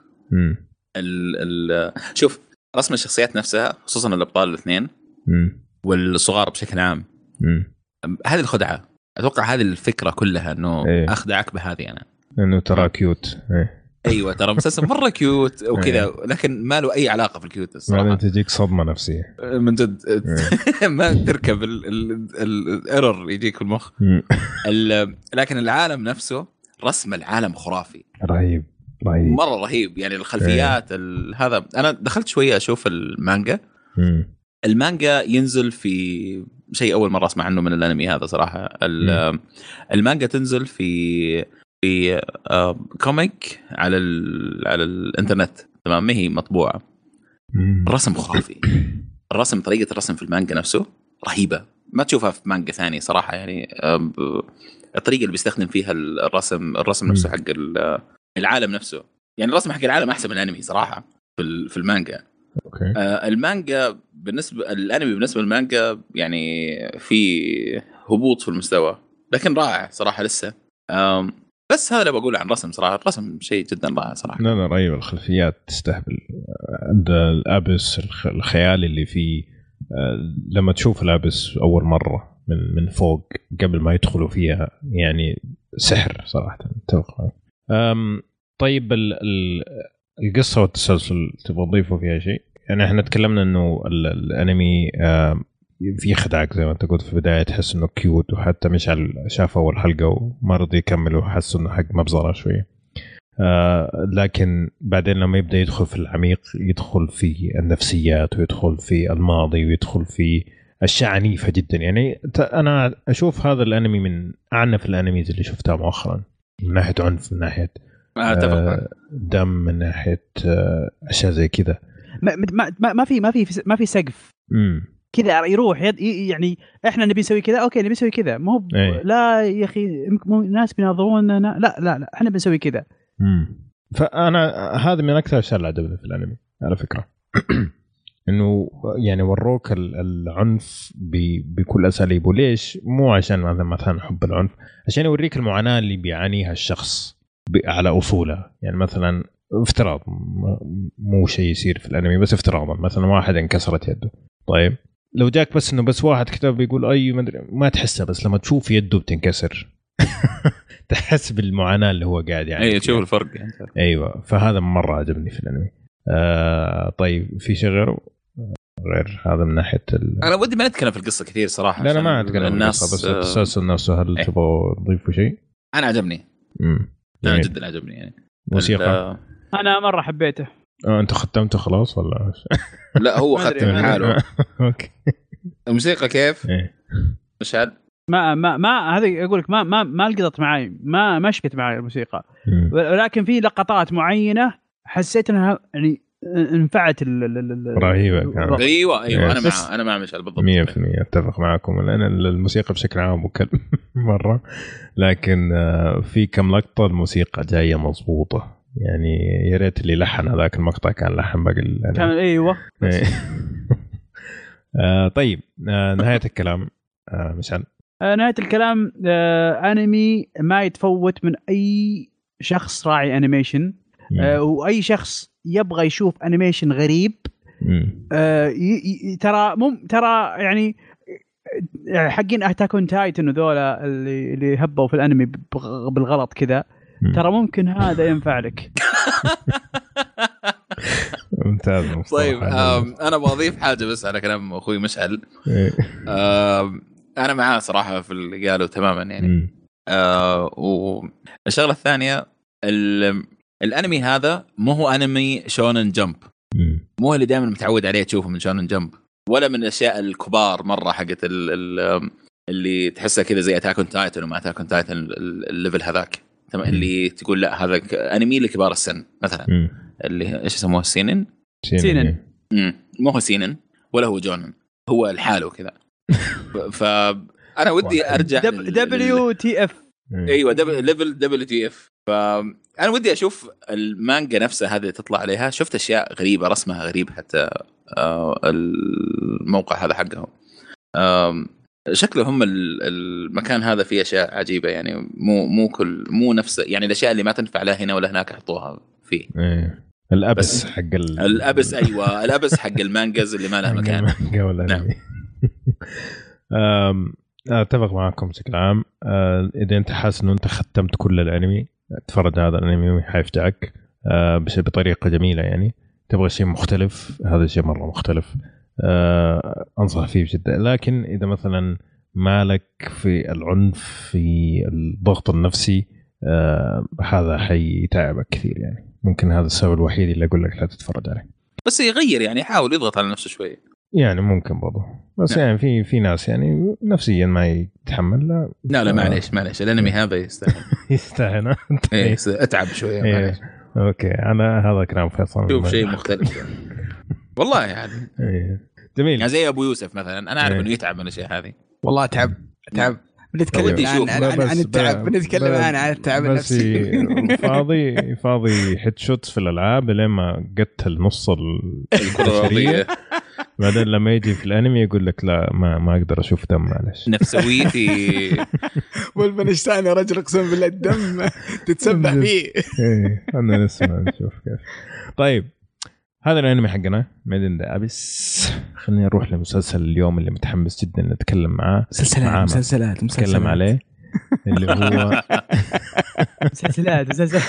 شوف رسم الشخصيات نفسها خصوصا الابطال الاثنين والصغار بشكل عام، هذه الخدعه، اتوقع هذه الفكره كلها انه اخدعك بهذه انا انه ترى كيوت. ايوه ترى مسلسل مره كيوت وكذا، لكن ما له اي علاقه في الكيوت الصراحه. بعدين تجيك صدمه نفسيه من جد. ما تركب الايرور يجيك في المخ. لكن العالم نفسه، رسم العالم خرافي، رهيب مره رهيب يعني. الخلفيات هذا انا دخلت شويه اشوف المانجا ينزل في شيء اول مره اسمع عنه من الانمي هذا صراحه. المانجا تنزل في كوميك على الانترنت، تمام، ما هي مطبوعه. الرسم خرافي، طريقه الرسم في المانجا نفسه رهيبه ما تشوفها في مانجا ثاني صراحه يعني. الطريقه اللي بيستخدم فيها الرسم نفسه حق العالم نفسه، يعني الرسم حق العالم احسن من الانمي صراحه في المانجا. اوكي. المانجا بالنسبه الانمي بالنسبه للمانجا يعني في هبوط في المستوى، لكن رائع صراحه لسه. بس هذا اللي بقوله عن الرسم صراحه، الرسم شيء جدا رائع صراحه. لا رهيب، الخلفيات تستهبل، الابس الخيال اللي فيه. لما تشوف الابس اول مره من فوق قبل ما يدخلوا فيها يعني سحر صراحه. اتفق. طيب القصه والتسلسل تبغى تضيفوا فيها شيء؟ يعني احنا تكلمنا انه الانمي في خدعك زي ما انت قلت في البدايه، تحس انه كيوت، وحتى مشعل شاف اول حلقه وما رضي يكمل وحس انه حق مبزره شويه. لكن بعدين لما يبدا يدخل في العميق، يدخل في النفسيات ويدخل في الماضي ويدخل في اشياء عنيفه جدا. يعني انا اشوف هذا الانمي من اعنف الانميز اللي شفتها مؤخرا، من ناحيه عنف، من ناحيه دم، من ناحيه اشياء زي كذا. ما في سقف كذا يروح يعني احنا نبي نسوي كذا، اوكي نبي نسوي كذا، مو لا يا اخي الناس بيناظروننا، لا احنا بنسوي كذا. فانا هذا من اكثر الاشياء اللي عجبني في الانمي على فكره. انه يعني وروك العنف بكل اساليبه. ليش؟ مو عشان مثلا حب العنف، عشان يوريك المعاناه اللي بيعانيها الشخص على اصوله. يعني مثلا افتراض، مو شيء يصير في الانمي، بس افتراضا مثلا واحد انكسرت يده، طيب لو جاك بس انه بس واحد كتاب بيقول اي ما تحسه، بس لما تشوف يده بتنكسر تحس بالمعاناه اللي هو قاعد يعني. تشوف الفرق يعني. ايوه، فهذا مره عجبني في الانمي. طيب في شيء غير هذا من ناحيه انا ودي ما نتكلم في القصه كثير صراحه. لا انا ما اتكلم عن القصه، بس التسلسل نفسه. هل تبغوا تضيفوا شيء؟ انا عجبني. انا جدا عجبني يعني. موسيقى انا مره حبيته. انت ختمته خلاص ولا؟ لا هو ختم حاله. اوكي. الموسيقى كيف؟ مشهد ما هذا اقول لك ما القطت معي، ما شفت معي الموسيقى، ولكن في لقطات معينه حسيت انها يعني انفعت رهيبه كانت. ايوه انا مع مشعل بالضبط 100% اتفق معكم. لان الموسيقى بشكل عام مكلم مره، لكن في كم لقطه الموسيقى جايه مضبوطه. يعني يا ريت اللي لحن هذاك المقطع كان لحن باقي كان. ايوه طيب نهايه الكلام مشعل. نهايه الكلام انمي ما يتفوت من اي شخص راعي انيميشن، واي شخخ يبغى يشوف انيميشن غريب. ترى يعني حقين اتاك اون تايتن وذولا اللي هبوا في الانمي بالغلط كذا، ترى ممكن هذا ينفع لك. ممتاز. طيب انا بضيف حاجه بس على كلام اخوي مشعل. انا معاه صراحه في اللي قالوا تماما يعني. والشغله الثانيه، الانمي هذا مو هو انمي شونن جمب، مو اللي دائما متعود عليه تشوفه من شونن جمب، ولا من الاشياء الكبار مره حقت اللي تحسها كذا زي اتاك اون تايتن وما اتاك اون تايتن الليفل هذاك تمام، اللي تقول لا هذا انمي لكبار السن مثلا. اللي ايش يسموه سينن مو هو سينن ولا هو جونن، هو الحاله كذا. فانا ودي ارجع دبليو تي اف. ايوه ليفل دبليو تي اف. فانا ودي اشوف المانجا نفسها هذه تطلع عليها. شفت اشياء غريبه، رسمها غريب، حتى الموقع هذا حقهم شكلهم المكان هذا فيه اشياء عجيبه يعني. مو نفس يعني الاشياء اللي ما تنفع لا هنا ولا هناك يحطوها فيه. الابس حق الابس. ايوه الابس حق المانجاز اللي ما له مكان. نعم. اتفق معكم بشكل عام. اذا انت حاسس انه انت ختمت كل الانمي، تفرج هذا الانمي حيفتعك بطريقه جميله. يعني تبغى شيء مختلف، هذا شيء مره مختلف، انصح فيه جدا. لكن اذا مثلا مالك في العنف، في الضغط النفسي، هذا حيتعبك كثير. يعني ممكن هذا السبب الوحيد اللي اقول لك لا تتفرج عليه. بس يغير يعني، يحاول يضغط على نفسه شويه يعني، ممكن برضه. بس يعني في ناس يعني نفسيا ما يتحمل. لا معليش الانمي هذا يستاهل اتعب شويه. اوكي انا هذا كلام فيصل. شوف شيء مختلف يعني. والله يعني جميل. يعني زي ابو يوسف مثلا، انا اعرف انه يتعب من الاشياء هذه، والله تعب بنتكلم عن التعب، بنتكلم عن التعب النفسي. فاضي هيد شوتس في الالعاب لين ما قتل نص البشريه. بعدين لما يجي في الانمي يقول لك لا ما اقدر اشوف دم، معلش. نفسويتي والبنشتاين يا رجل اقسم بالله الدم تتسبح فيه. انا نسمع نشوف كيف. طيب هذا الانمي حقنا ميدن ذا ابيس. خلينا نروح لمسلسل اليوم اللي متحمس جدا نتكلم معاه. مسلسلات نتكلم عليه اللي هو مسلسلات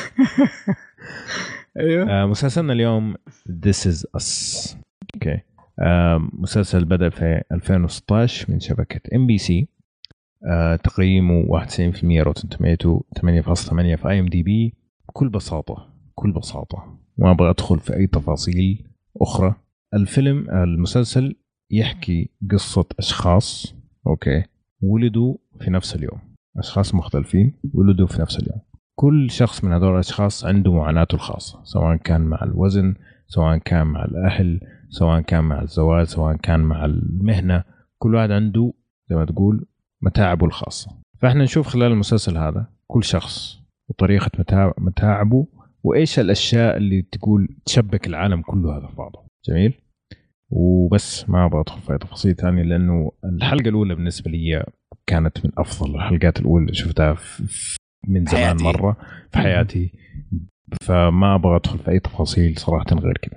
ايوه. مسلسلنا اليوم This Is Us. اوكي. مسلسل بدأ في 2016 من شبكة MBC. تقييمه 91% روتن توميتو، 8.8 في IMDb. بكل بساطة ما أبغى أدخل في أي تفاصيل أخرى. المسلسل يحكي قصة أشخاص أوكي ولدوا في نفس اليوم، أشخاص مختلفين ولدوا في نفس اليوم. كل شخص من هذول الأشخاص عنده معاناته الخاصة، سواء كان مع الوزن، سواء كان مع الأهل، سواء كان مع الزواج، سواء كان مع المهنة. كل واحد عنده زي ما تقول متاعبه الخاصة. فإحنا نشوف خلال المسلسل هذا كل شخص وطريقة متاعبه وإيش الأشياء اللي تقول تشبك العالم كله هذا في بعضه. جميل. وبس ما أبغى أدخل في تفاصيل ثانية لأنه الحلقة الأولى بالنسبة لي كانت من أفضل الحلقات الأولى اللي شفتها من زمان حياتي. مرة في حياتي. فما أبغى أدخل في أي تفاصيل صراحة غير كده.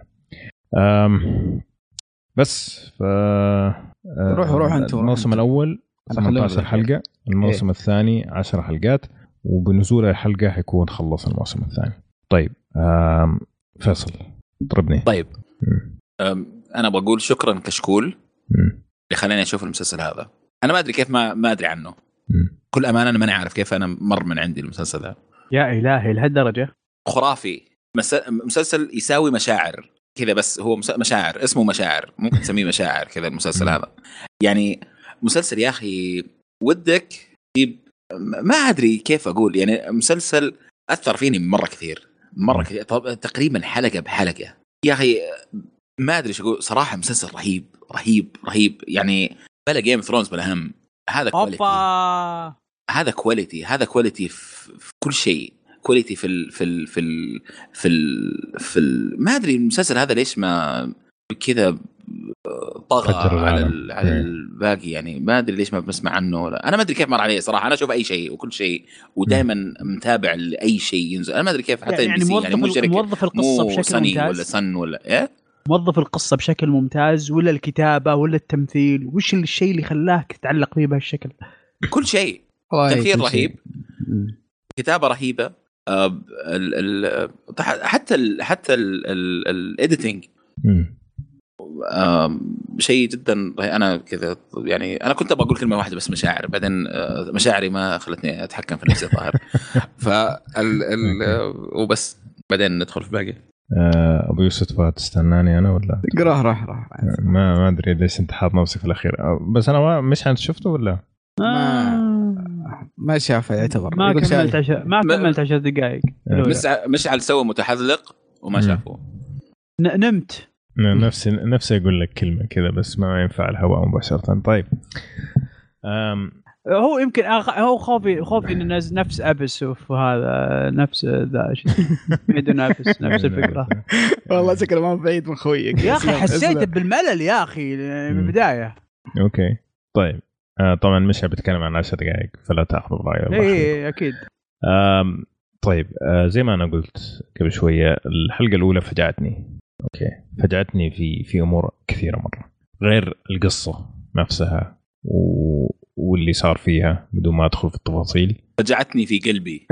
بس روح أنت. الموسم الأول 18 حلقة، الموسم الثاني 10 حلقات، وبنزول الحلقة حيكون خلص الموسم الثاني. طيب فيصل ضربني. طيب أنا بقول شكرا كشكول اللي خلاني أشوف المسلسل هذا. أنا ما أدري كيف ما أدري عنه. كل أمانة أنا ماني عارف كيف أنا مر من عندي المسلسل هذا. يا إلهي لهالدرجة خرافي. مسلسل يساوي مشاعر كذا، بس هو مشاعر، اسمه مشاعر، ممكن تسميه مشاعر كذا المسلسل هذا. يعني مسلسل يا أخي ودك ما أدري كيف أقول. يعني مسلسل أثر فيني مرة كثير تقريبا حلقة بحلقة يا أخي. ما أدري شو أقول صراحة. مسلسل رهيب يعني بلا جيم ثرونز بلا هم. هذا كواليتي هذا كواليتي في كل شيء. كواليتي في ما أدري المسلسل هذا ليش ما كذا طغى على الباقي. يعني ما أدري ليش ما بسمع عنه. أنا ما أدري كيف مر عليه صراحة. أنا أشوف أي شيء وكل شيء ودائما متابع لأي شيء ينزل. أنا ما أدري كيف حتى يعني موظف القصة بشكل ممتاز، ولا سن ولا إيه، موظف القصة بشكل ممتاز، ولا الكتابة ولا التمثيل. وش الشيء اللي خلاك تتعلق فيه بهالشكل؟ كل شيء. تمثيل رهيب، كتابة رهيبة، حتى الإديتينج شيء جدا. أنا كذا يعني أنا كنت أبغى أقول كلمة واحدة بس مشاعر، بعدين مشاعري ما خلتني أتحكم في نفسي الظاهر. وبس بعدين ندخل في باقي. أبو يوسف تستناني أنا ولا راح ما أدري ليش أنت حاط نفسك في الأخير. بس أنا مش شفته ولا ما شافه يعتبر. ما كملت 10 دقائق. مش على سوى متحذلق وما شافه. نمت. نفسي أقول لك كلمة كذا بس ما ينفع الهواء مباشرة. طيب هو يمكن هو خوفي إن نفس أبس وهذا نفس ذا بدون أبس نفس الفكرة. والله شكله ما بعيد من خويك يا أخي. حسيت بالملل يا أخي من البداية. أوكي طيب. طبعا مش بتكلم عن 10 دقائق فلا تأخذ رأيي. إيه أكيد. طيب زي ما أنا قلت قبل شوية الحلقة الأولى فجأتني. أوكي فجأتني في أمور كثيرة مرة غير القصة نفسها واللي صار فيها بدون ما أدخل في التفاصيل. فجأتني في قلبي.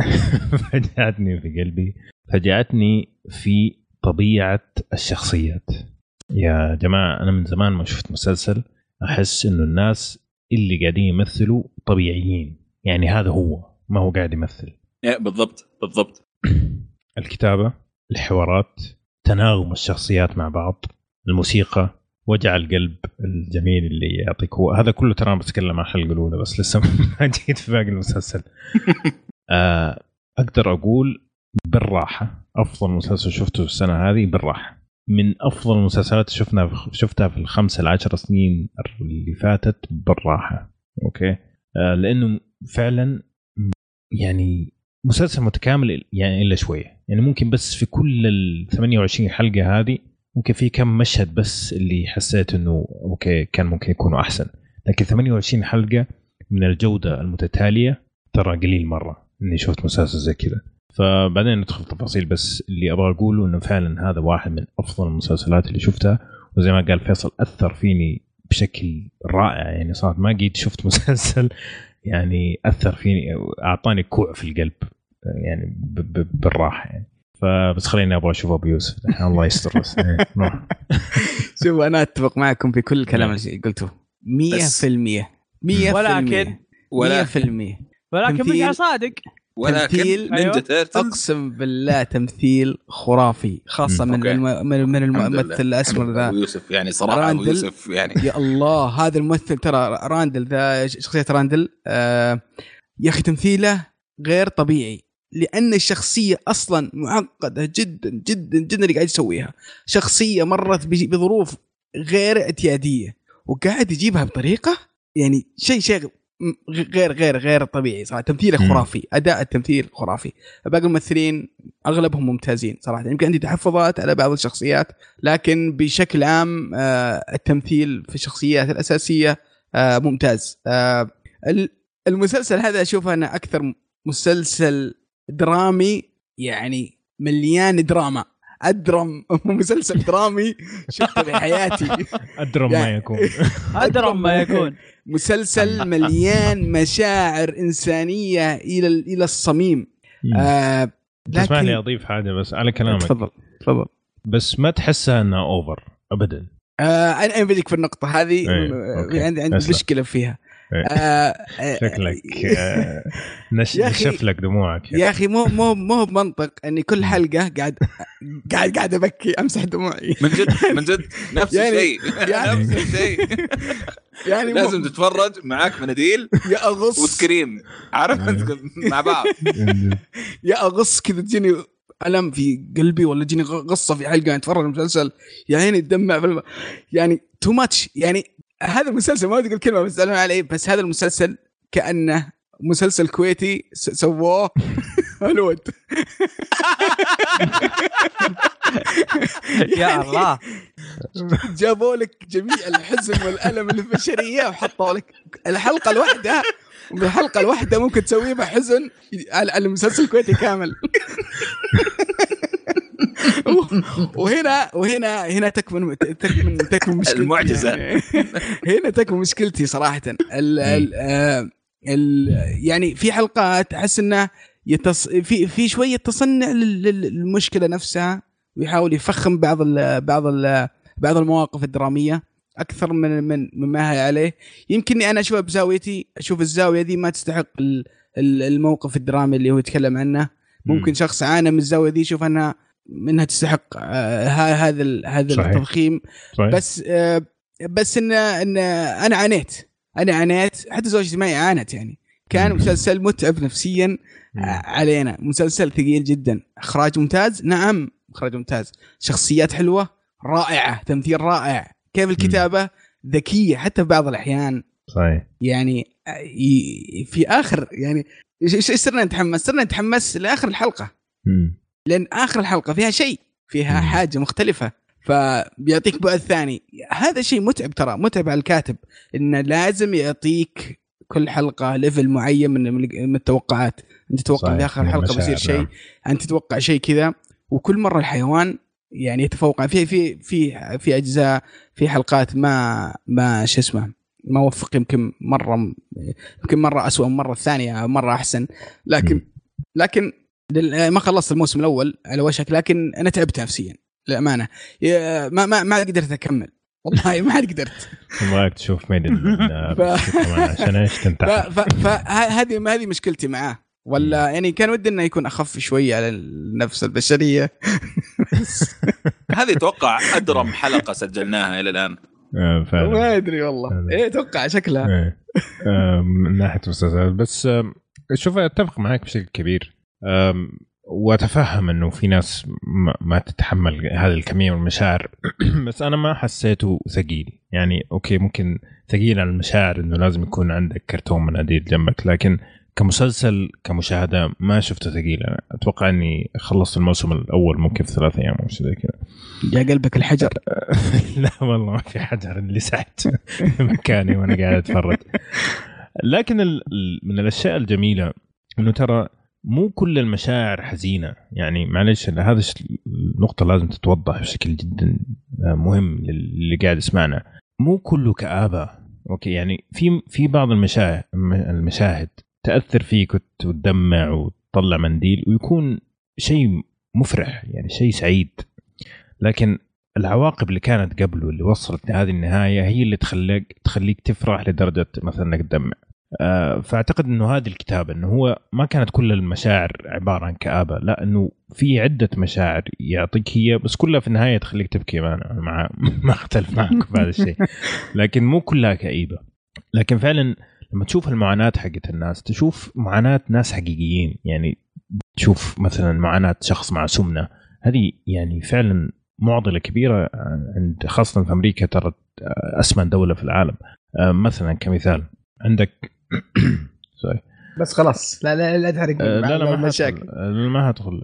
فجأتني في طبيعة الشخصيات. يا جماعة أنا من زمان ما شفت مسلسل أحس إنه الناس اللي قاعدين يمثلوا طبيعيين. يعني هذا هو ما هو قاعد يمثل. بالضبط. الكتابة، الحوارات، تناغم الشخصيات مع بعض، الموسيقى، وجع القلب الجميل اللي يعطيك. هو هذا كله ترى بتكلم عن الحلقة الأولى بس لسه ما جيت في باقي المسلسل. أقدر أقول بالراحة أفضل مسلسل شفته السنة هذه بالراحة. من أفضل المسلسلات شفتها في 5 ل 10 سنين اللي فاتت بالراحة. اوكي لانه فعلا يعني مسلسل متكامل يعني الا شويه، يعني ممكن بس في كل ال 28 حلقه هذه ممكن في كم مشهد بس اللي حسيت انه اوكي كان ممكن يكونوا احسن، لكن 28 حلقه من الجوده المتتاليه ترى قليل مره اني شفت مسلسل زي كذا. فبعدين ندخل تفاصيل، بس اللي ابغى اقوله انه فعلا هذا واحد من افضل المسلسلات اللي شفتها، وزي ما قال فيصل اثر فيني بشكل رائع. يعني صارت ما قيد شفت مسلسل يعني اثر فيني، اعطاني كوع في القلب يعني بالراحه يعني. فبس خليني ابغى اشوف ابو يوسف الله يستر بس. شوف انا اتفق معكم في كل الكلام اللي قلته 100%. 100% مش صادق. تمثيل اقسم بالله تمثيل خرافي، خاصه من الممثل الاسمر ذا يوسف. يعني صراحه ابو يوسف يعني يا الله هذا الممثل ترى راندل ذا شخصيه راندل يا اخي تمثيله غير طبيعي، لان الشخصيه اصلا معقده جدا جدا جدا اللي قاعد يسويها. شخصيه مرت بظروف غير اعتياديه وقاعد يجيبها بطريقه يعني شيء غير طبيعي صراحه. تمثيله خرافي، اداء التمثيل خرافي. باقي الممثلين اغلبهم ممتازين صراحه. يمكن عندي تحفظات على بعض الشخصيات، لكن بشكل عام التمثيل في الشخصيات الاساسيه ممتاز. المسلسل هذا اشوفه انا اكثر مسلسل درامي، يعني مليان دراما. أدرم مسلسل درامي شفته في حياتي. أدرم ما يكون أدرم ما يكون مسلسل مليان مشاعر إنسانية إلى الصميم. تسمح لي أضيف حاجة بس على كلامك؟ تفضل. بس ما تحسها أنها أوفر أبدا. أنا بديك في النقطة هذه عندي مشكلة فيها. شكلك نشف لك دموعك يا أخي. مو بمنطق أني كل حلقة قاعد أبكي أمسح دموعي. من جد نفس الشيء يعني لازم تتفرج معاك مناديل يا أغص وسكريم، عارف مع بعض. يا أغص كذا تجيني ألم في قلبي، ولا تجيني غصة في حلقة أتفرج المسلسل يا عيني الدمع يعني تو ماتش. يعني هذا المسلسل ما أقول كلمة بس أنا عليه، بس هذا المسلسل كأنه مسلسل كويتي سووه هوليوود. يا الله جابوا لك جميع الحزن والألم البشرية وحطوا لك الحلقة الواحدة ممكن تسويه بحزن على المسلسل الكويتي كامل. وهنا تكمن مشكلتي المعجزة. هنا تكمن مشكلتي صراحة. يعني في حلقات أحس إنه في شوية تصنع للمشكلة نفسها، ويحاول يفخم بعض المواقف الدرامية أكثر من ما هي عليه. يمكنني أنا أشوف بزاويتي، أشوف الزاوية دي ما تستحق الموقف الدرامي اللي هو يتكلم عنه. ممكن شخص عانى من الزاوية دي يشوف منها تستحق هذا التضخيم. صحيح. بس إن أنا عانيت، حتى زوجتي معي عانت. يعني كان مسلسل متعب نفسيا علينا، مسلسل ثقيل جدا. إخراج ممتاز، نعم إخراج ممتاز، شخصيات حلوة رائعة، تمثيل رائع. كيف الكتابة ذكية حتى في بعض الأحيان. صحيح. يعني في آخر يعني صرنا نتحمس لآخر الحلقة، لأن آخر الحلقة فيها حاجة مختلفة، فبيعطيك بعد ثاني. هذا شيء متعب، ترى متعب على الكاتب إنه لازم يعطيك كل حلقة ليفل معين من التوقعات. أنت تتوقع في آخر الحلقة بيصير شيء، أنت تتوقع شيء كذا، وكل مرة الحيوان يعني يتفوق في أجزاء، في حلقات ما شو اسمه ما وفق. يمكن مرة أسوأ، مرة الثانية مرة أحسن. لكن ما خلصت الموسم الأول على وشك، لكن أنا تعبت نفسيا للأمانة. ما قدرت أكمل والله، ما قدرت. ما تشوف ميدن عشان ايش تنتحر. هذه مشكلتي معاه. ولا يعني كان ودي انه يكون اخف شويه على النفس البشريه. هذه اتوقع ادرم حلقه سجلناها الى الان. ما ادري والله. ايه اتوقع شكلها من ناحيه مسلسلات. بس شوف اتفق معك بشكل كبير، واتفهم انه في ناس ما تتحمل هذه الكميه من المشاعر. بس انا ما حسيته ثقيل يعني اوكي ممكن ثقيل على المشاعر انه لازم يكون عندك كرتون مناديل جنبك، لكن كمسلسل كمشاهده ما شفته ثقيل. أنا اتوقع اني خلصت الموسم الاول ممكن في 3 أيام او شيء زي كذا. يا قلبك الحجر. لا والله ما في حجر، اللي سحت مكاني وانا قاعد اتفرج. لكن من الاشياء الجميله انه ترى مو كل المشاعر حزينه، يعني معلش هذا النقطه لازم تتوضح بشكل جدا مهم للي قاعد يسمعنا. مو كله كآبة، اوكي؟ يعني في بعض المشاهد تأثر فيك وتدمع وتطلع منديل ويكون شيء مفرح، يعني شيء سعيد، لكن العواقب اللي كانت قبله اللي وصلت لهذه النهاية هي اللي تخليك تفرح لدرجة مثلا انك تدمع. فاعتقد انه هذه الكتابة انه هو ما كانت كل المشاعر عبارة عن كآبة، لا، انه في عدة مشاعر يعطيك هي، بس كلها في النهاية تخليك تبكي. ما اختلف معك بهذا الشيء، لكن مو كلها كئيبة. لكن فعلا لما تشوف المعاناة حقت الناس، تشوف معاناة ناس حقيقيين، يعني تشوف مثلا معاناة شخص مع سمنة، هذه يعني فعلا معضلة كبيرة عند، خاصة في أمريكا، ترى أسمى دولة في العالم. مثلا كمثال عندك بس خلاص لا تحرق. لا ما هدخل.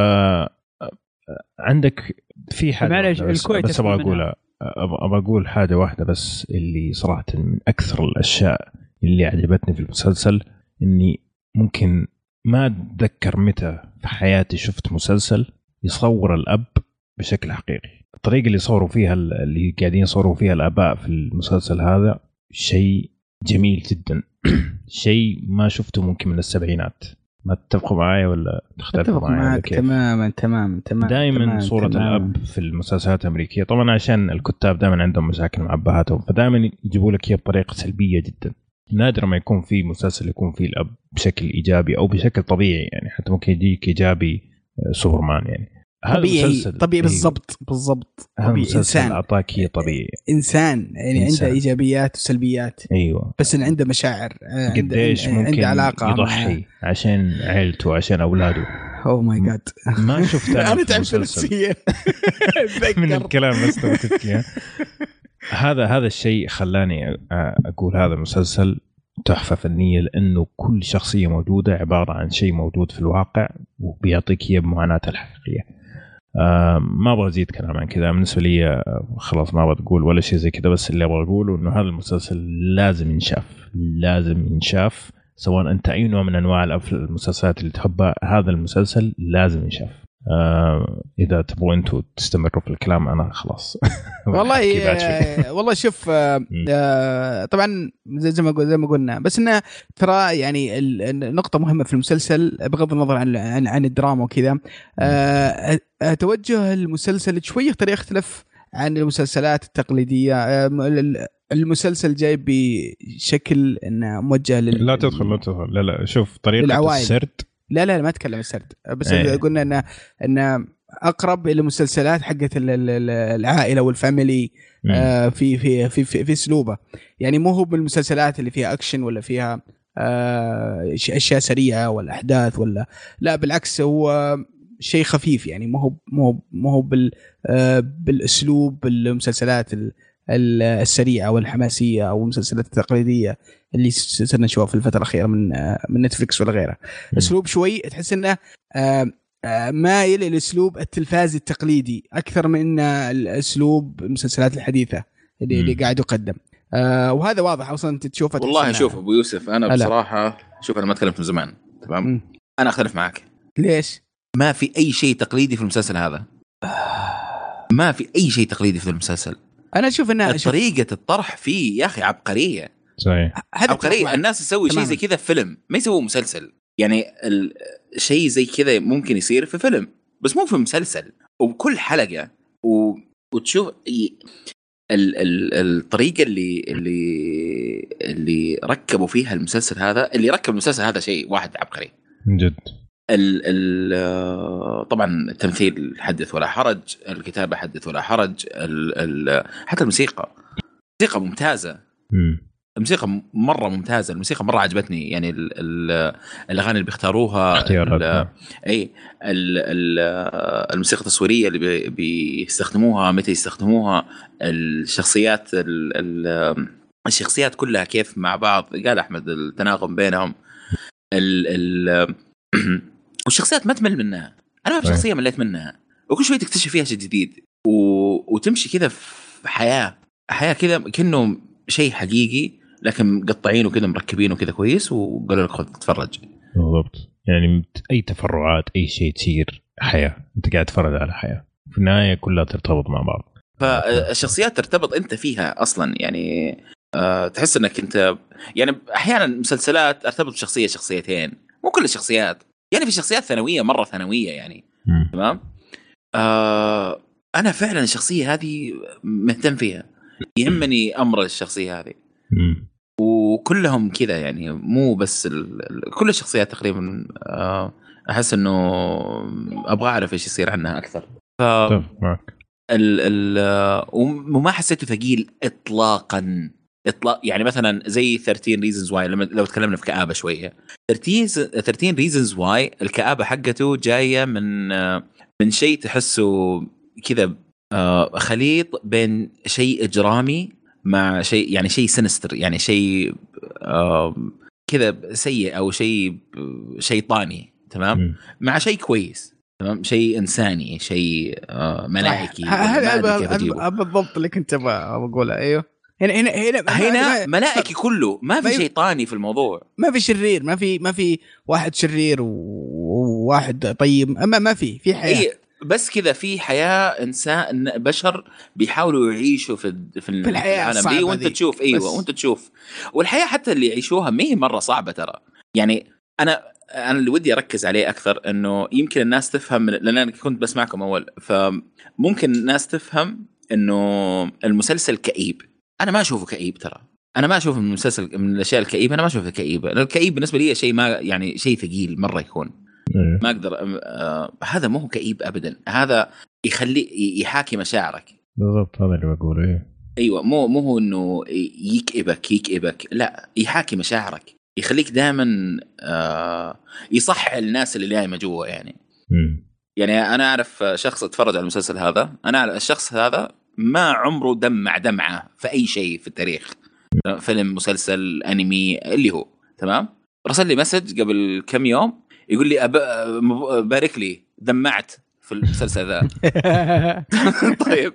فعندك في حاجة بس أبغى أقول حاجة واحدة بس، اللي صراحة من أكثر الأشياء اللي عجبتني في المسلسل إني ممكن ما أتذكر متى في حياتي شفت مسلسل يصور الأب بشكل حقيقي. الطريقة اللي صوروا فيها، اللي قاعدين يصوروا فيها الآباء في المسلسل هذا، شيء جميل جدا. شيء ما شفته ممكن من السبعينات. ما تتفقوا معايا ولا تختلفوا معايا؟ تماما. دائما صورة الأب في المسلسلات الأمريكية، طبعا عشان الكتاب دائما عندهم مشاكل مع أبهاتهم، فدائما يجيبوا لك هي بطريقة سلبية جدا. نادر ما يكون في مسلسل يكون فيه الأب بشكل إيجابي أو بشكل طبيعي، يعني حتى ممكن يجيك إيجابي سوبرمان، يعني طبيعي بالضبط. إنسان أعطاك هي طبيعي، إنسان يعني عنده إيجابيات وسلبيات. أيوة، بس إن عنده مشاعر، قديش ممكن علاقة يضحي عشان عائلته عشان أولاده. أوه ماي جاد، ما شفت أنا تعبت نفسيا من الكلام بس تبكي. هذا الشيء خلاني أقول هذا المسلسل تحفة فنية، لأنه كل شخصية موجودة عبارة عن شيء موجود في الواقع وبيعطيك هي بمعاناته الحقيقية. ما أبغى أزيد كلام عن كذا، بالنسبة لي خلاص ما أبغى أقول ولا شيء زي كذا، بس اللي أبغى أقوله إنه هذا المسلسل لازم ينشاف، سواء أنت أي نوع من أنواع المسلسلات اللي تحبها، هذا المسلسل لازم ينشاف. إذا تبغوا أنتوا تستمروا في الكلام أنا خلاص. والله شوف، طبعا زي ما قلنا، بس إنه ترى يعني النقطة مهمة في المسلسل بغض النظر عن الدراما وكذا. توجه المسلسل شوي يختلف عن المسلسلات التقليدية. المسلسل جاي بشكل إنه موجه لا تدخل لا شوف طريقة السرد. لا ما أتكلم السرد، بس قلنا إن أقرب إلى المسلسلات حقت العائلة والفاميلي. في في في في أسلوبه، يعني مو هو بالمسلسلات اللي فيها أكشن ولا فيها أشياء سريعة ولا أحداث ولا لا، بالعكس هو شيء خفيف، يعني مو هو بالأسلوب المسلسلات السريعة والحماسية أو المسلسلات التقليدية اللي صرنا نشوفها في الفترة الأخيرة من نتفليكس ولا غيره. أسلوب شوي تحس إنه مايل إلى أسلوب التلفاز التقليدي أكثر من الأسلوب المسلسلات الحديثة اللي قاعد يقدم. وهذا واضح أصلا أنت تشوفه. والله شوف أبو يوسف، أنا بصراحة شوف أنا ما أتكلم من زمان، تمام؟ أنا أختلف معك. ليش؟ ما في أي شيء تقليدي في المسلسل هذا. ما في أي شيء تقليدي في المسلسل. أنا أشوف أن طريقة الطرح فيه يا أخي عبقرية. صحيح. عبقرية. الناس يسوي شيء زي كذا في فيلم، ما يسوي مسلسل. يعني الشيء زي كذا ممكن يصير في فيلم بس مو في مسلسل. وبكل حلقة وتشوف الطريقة اللي ركبوا فيها المسلسل هذا. اللي ركب المسلسل هذا شيء واحد عبقري جد. طبعا التمثيل حدث ولا حرج، الكتابة حدث ولا حرج، حتى الموسيقى ممتازة. الموسيقى مرة ممتازة، الموسيقى مرة عجبتني يعني الأغاني اللي بيختاروها أي الموسيقى التصويرية اللي بيستخدموها، متى يستخدموها، الشخصيات كلها كيف مع بعض، قال أحمد التناغم بينهم، والشخصيات ما تمل منها. أنا ما في شخصية مليت منها، وكل شوي تكتشف فيها شيء جديد وتمشي كذا في حياة كذا كأنه شيء حقيقي، لكن مقطعينه كذا مركبينه كذا كويس، وقالوا لك خذ تتفرج. بالضبط، يعني أي تفرعات أي شيء تصير حياة، أنت قاعد تتفرج على حياة في النهاية كلها ترتبط مع بعض. فالشخصيات ترتبط أنت فيها أصلا، يعني تحس أنك أنت يعني أحيانا مسلسلات ارتبط بشخصية شخصيتين، مو كل الشخصيات، يعني في شخصيات ثانوية مرة ثانوية يعني. تمام. أنا فعلا الشخصية هذه مهتم فيها، يهمني أمر الشخصية هذه. وكلهم كذا يعني، مو بس كل الشخصيات تقريبا أحس إنه أبغى أعرف إيش يصير عنها أكثر. وما حسيته ثقيل إطلاقا. يعني مثلا زي 13 reasons why، لو تكلمنا في كآبة شوية، 13 reasons why الكآبة حقته جاية من شيء تحسه كذا خليط بين شيء إجرامي مع شيء، يعني شيء سينستر، يعني شيء كذا سيء أو شيء شيطاني. تمام. مع شيء كويس. تمام. شيء إنساني، شيء ملائكي. هذا بالضبط اللي كنت بقوله. أيوه، هنا ملائكي كله، ما في شيطاني في الموضوع، ما في شرير، ما في واحد شرير وواحد طيب، ما في حياة. بس كذا في حياة، إنسان بشر بيحاولوا يعيشوا في العالم دي، وانت تشوف. ايوه، وانت تشوف. والحياة حتى اللي يعيشوها ما هي مرة صعبة ترى. يعني انا اللي ودي اركز عليه اكثر انه يمكن الناس تفهم، لان انا كنت بسمعكم اول، فممكن الناس تفهم انه المسلسل كئيب. انا ما اشوفه كئيب ترى. انا ما اشوف المسلسل من الاشياء الكئيبة، انا ما اشوفه كئيب. الكئيب بالنسبة لي شيء ما، يعني شيء ثقيل مرة يكون. ما أقدر هذا مو كئيب أبدا، هذا يخلي يحاكي مشاعرك. بالضبط، هذا اللي بقوله. أيوة، مو هو إنه يكئبك، لا، يحاكي مشاعرك، يخليك دائما يصح الناس اللي نايمة جوا يعني. يعني أنا أعرف شخص اتفرج على المسلسل هذا، أنا الشخص هذا ما عمره دمع دمعة في أي شيء في التاريخ، فيلم، مسلسل، أنمي، اللي هو تمام. رسل لي مسج قبل كم يوم يقول لي بارك لي، دمعت في المسلسل ذا. طيب،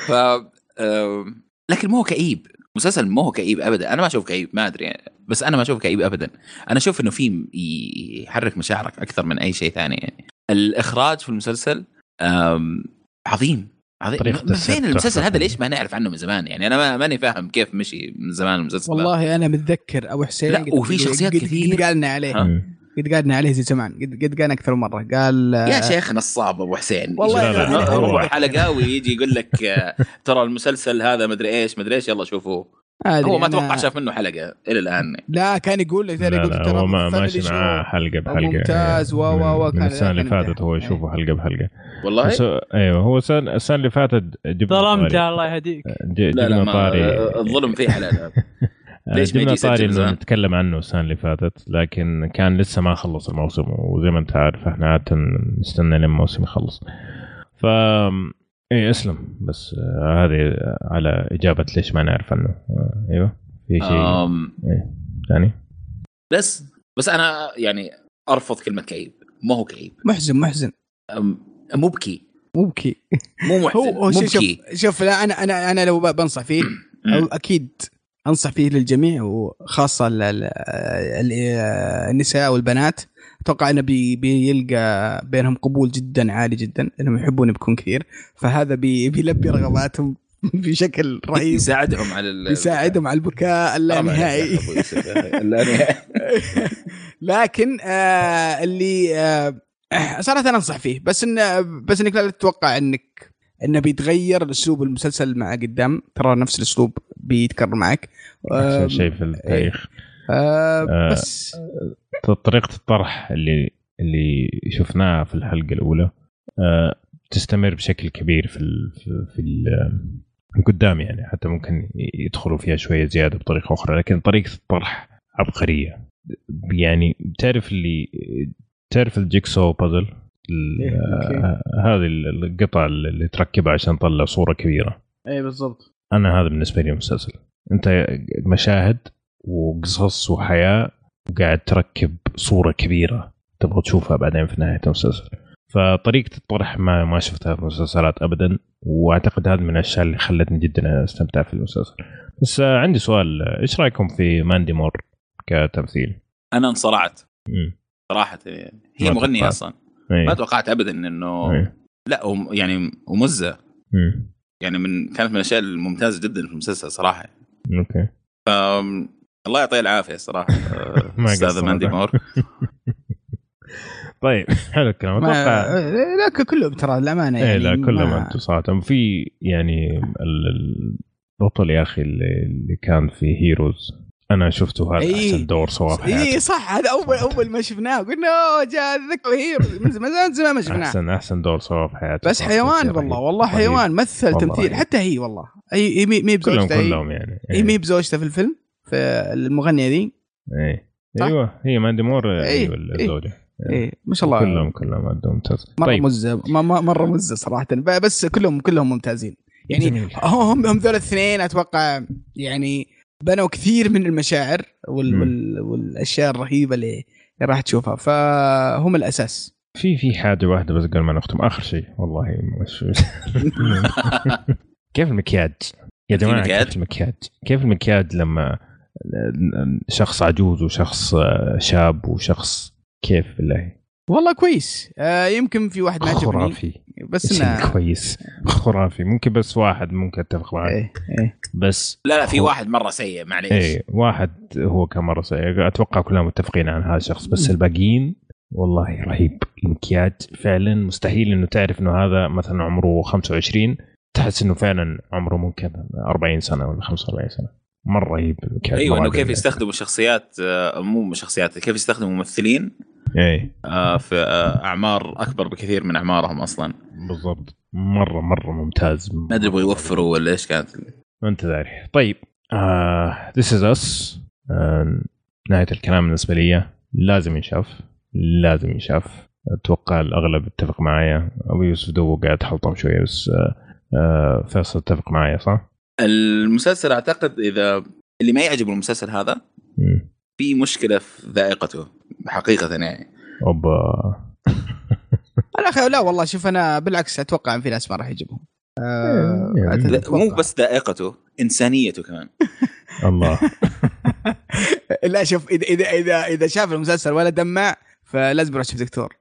لكن مو كئيب مسلسل، مو كئيب ابدا. انا ما اشوف كئيب، ما ادري يعني، بس انا ما اشوف كئيب ابدا. انا اشوف انه في يحرك مشاعرك اكثر من اي شيء ثاني يعني. الاخراج في المسلسل عظيم. فين المسلسل هذا؟ ليش ما نعرف عنه من زمان يعني؟ انا ماني فاهم كيف مشي من زمان المسلسل. والله انا متذكر ابو حسين، وفي شخصيات كثير قد قالنا عليه، قد قالنا عليه زي زمان، قد قالنا اكثر مره. قال يا شيخنا الصعب ابو حسين، والله روح حلقه ويجي يقول لك ترى المسلسل هذا مدري ايش يلا شوفوه. هو ما توقع شاف منه حلقه الى الان. لا، كان يقول لي ترى هو ماشي معاه حلقه بحلقه ممتاز. كان السنه اللي فاتت هو يشوفه حلقه بحلقه والله. ايوه، هو السنه اللي فاتت ظلمت، الله يهديك. لا الظلم فيه حلال. ليش ما طاري إنه نتكلم عنه السنة اللي فاتت، لكن كان لسه ما خلص الموسم، وزي ما أنت عارف إحنا عادة نستنى لما الموسم يخلص. إيه أسلم، بس هذه على إجابة ليش ما نعرف عنه. أيوة، في شيء إيه ثاني. بس أنا يعني أرفض كلمة كئيب. ما هو كئيب، محزن. مبكي مو محزن. شوف لا، أنا لو بنصح فيه أو أكيد أنصح فيه للجميع، وخاصة النساء والبنات. أتوقع أنه بيلقى بينهم قبول جدا عالي جدا، أنهم يحبون بيكون كثير، فهذا بيلبي رغباتهم بشكل رهيب. يساعدهم على البكاء اللانهائي. لكن اللي صراحة أنا أنصح فيه، بس إنك لا تتوقع إنه بيتغير أسلوب المسلسل مع قدام. ترى نفس الأسلوب بيتكرر معك. شيء في التاريخ. بس طريقة الطرح اللي شفناها في الحلقة الأولى تستمر بشكل كبير في قدامي يعني حتى ممكن يدخلوا فيها شويه زياده بطريقه اخرى، لكن طريقه الطرح عبقريه. يعني تعرف الجيكسو بازل، هذه القطع اللي تركبها عشان تطلع صوره كبيره. اي بالضبط. انا هذا بالنسبه لي مسلسل، انت مشاهد وقصص وحياه وقاعد تركب صوره كبيره تبغى تشوفها بعدين في نهايه المسلسل. فطريقه الطرح ما شفتها في المسلسلات ابدا، واعتقد هذا من الاشياء اللي خلتني جدا استمتع في المسلسل. بس عندي سؤال، ايش رايكم في ماندي مور كتمثيل؟ انا انصرعت صراحه، هي مغنيه اصلا ما توقعت ابدا انه لا يعني ومزه يعني كانت من الاشياء الممتازه جدا في المسلسل صراحه. اوكي الله يعطيه العافيه صراحه استاذ ماندي مور. طيب حلو الكلام. اتوقع لا كلهم ترى الامانه يعني لا كلهم انتم صراحه في يعني البطل يا اخي اللي كان في هيروز انا شفته هذا احسن دور سواه في حياتي. اي صح، هذا اول ما شفناه قلنا جاء ذكر هيروز من زمان ما شفناه. احسن دور سواه في حياتي بس حيوان والله حيوان مثل تمثيل حتى هي والله هي مي بزوجته كلهم يعني هي مي بزوجته في الفيلم في المغنيه دي. ايوه هي ماندي مور ايوه الزوجه. ايه ما شاء الله كلهم عندهم ممتاز. مرة طيب. مزة مرة مزة صراحة، بس كلهم ممتازين يعني. هم ذول الاثنين اتوقع يعني بنوا كثير من المشاعر والاشياء الرهيبة اللي راح تشوفها، فهم الاساس. في حاجة واحدة بس قبل ما نختم، اخر شيء والله مش كيف المكياج يا جماعة؟ كيف المكياج لما شخص عجوز وشخص شاب وشخص كيف بالله؟ والله كويس. يمكن في واحد ما عجبني خرافي، بس انه كويس خرافي. ممكن بس واحد ممكن اتفق معك. إيه. بس لا في واحد مره سيء معليش. واحد هو كان مره سيء، اتوقع كلنا متفقين عن هذا الشخص. بس الباقيين والله رهيب. المكياج فعلا مستحيل انه تعرف انه هذا مثلا عمره 25 تحس انه فعلا عمره ممكن 40 سنه ولا 45 سنه. مره رهيب المكياج. ايوه انه كيف يستخدموا شخصيات مو شخصيات، كيف يستخدموا ممثلين في اعمار اكبر بكثير من اعمارهم اصلا. بالضبط. مره ممتاز. ما ادري يبغوا يوفروا ولا ايش كانت انت داري. طيب This is Us نهايه الكلام بالنسبه لي لازم ينشاف. اتوقع الاغلب اتفق معايا. ابو يوسف دوبه قاعد حلطم شويه بس فيصل اتفق معايا صح؟ المسلسل اعتقد اذا اللي ما يعجب المسلسل هذا في مشكله في ذائقته حقيقه يعني. لا والله شوف انا بالعكس اتوقع ان في ناس ما راح يعجبهم. مو بس ذائقته، انسانيته كمان. الله. لا شوف اذا شاف المسلسل ولا دمع فلازم يروح يشوف دكتور.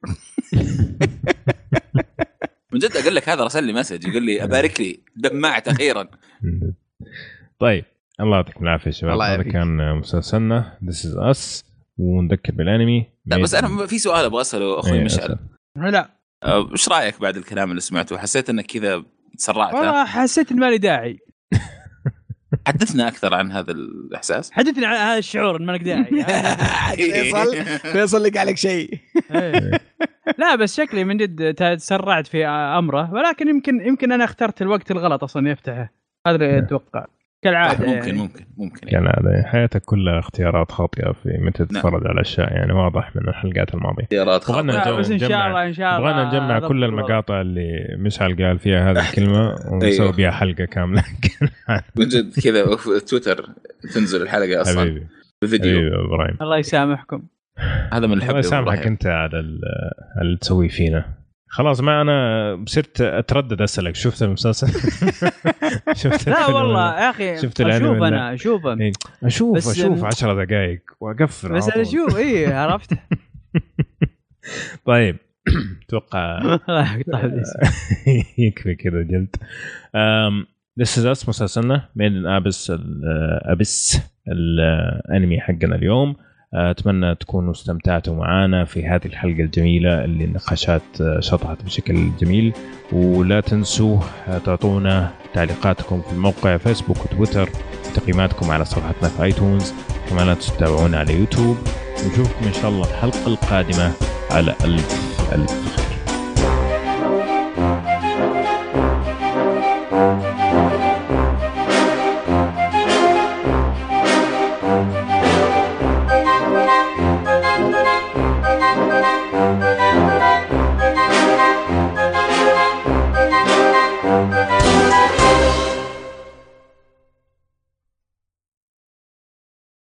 من جد اقول لك هذا رسل لي مسج يقول لي ابارك لي دمعت اخيرا. طيب الله يعطيكم العافيه شباب. هذا كان مسلسلنا This is Us. ونذكر بالانمي. لا بس انا في سؤال ابغى اساله اخوي مشعل. لا ايش رايك بعد الكلام اللي سمعته؟ حسيت انك كذا تسرعت؟ والله حسيت ان ما لي داعي. حدثنا اكثر عن هذا الاحساس. حدثنا عن هذا الشعور ان ما لك داعي. فيصل لك عليك شيء. لا بس شكلي من جد تسرعت في امره، ولكن يمكن انا اخترت الوقت الغلط اصلا يفتحه. هذا اللي اتوقع كالعاده. ممكن كالعاده حياتك كلها اختيارات خاطئه في متى تتفرج على اشياء يعني واضح من الحلقات الماضيه. اختيارات خاطئه. بس ان شاء الله بغينا نجمع كل المقاطع اللي مشعل قال فيها هذه الكلمه ونسوي بها حلقه كامله. من جد كذا في تويتر تنزل الحلقه اصلا بالفيديو. ابراهيم الله يسامحكم. هذا من الحب. الله يسامحك انت على اللي تسوي فينا. خلاص ما أنا صرت أتردد أسألك شفت المسلسل؟ شفت لا والله يا أخي أشوف 10 دقائق وأقفل. بس أنا أشوف عرفت. طيب توقع يكفي كذا جلد. This is Us مسلسلنا من أبس الأنمي حقنا اليوم. أتمنى تكونوا استمتعتوا معنا في هذه الحلقة الجميلة اللي النقاشات شطحت بشكل جميل. ولا تنسوا تعطونا تعليقاتكم في الموقع فيسبوك وتويتر، تقييماتكم على صفحتنا في ايتونز، كمان لا تتابعونا على يوتيوب. ونشوفكم إن شاء الله الحلقة القادمة على ألف خير. السلامه.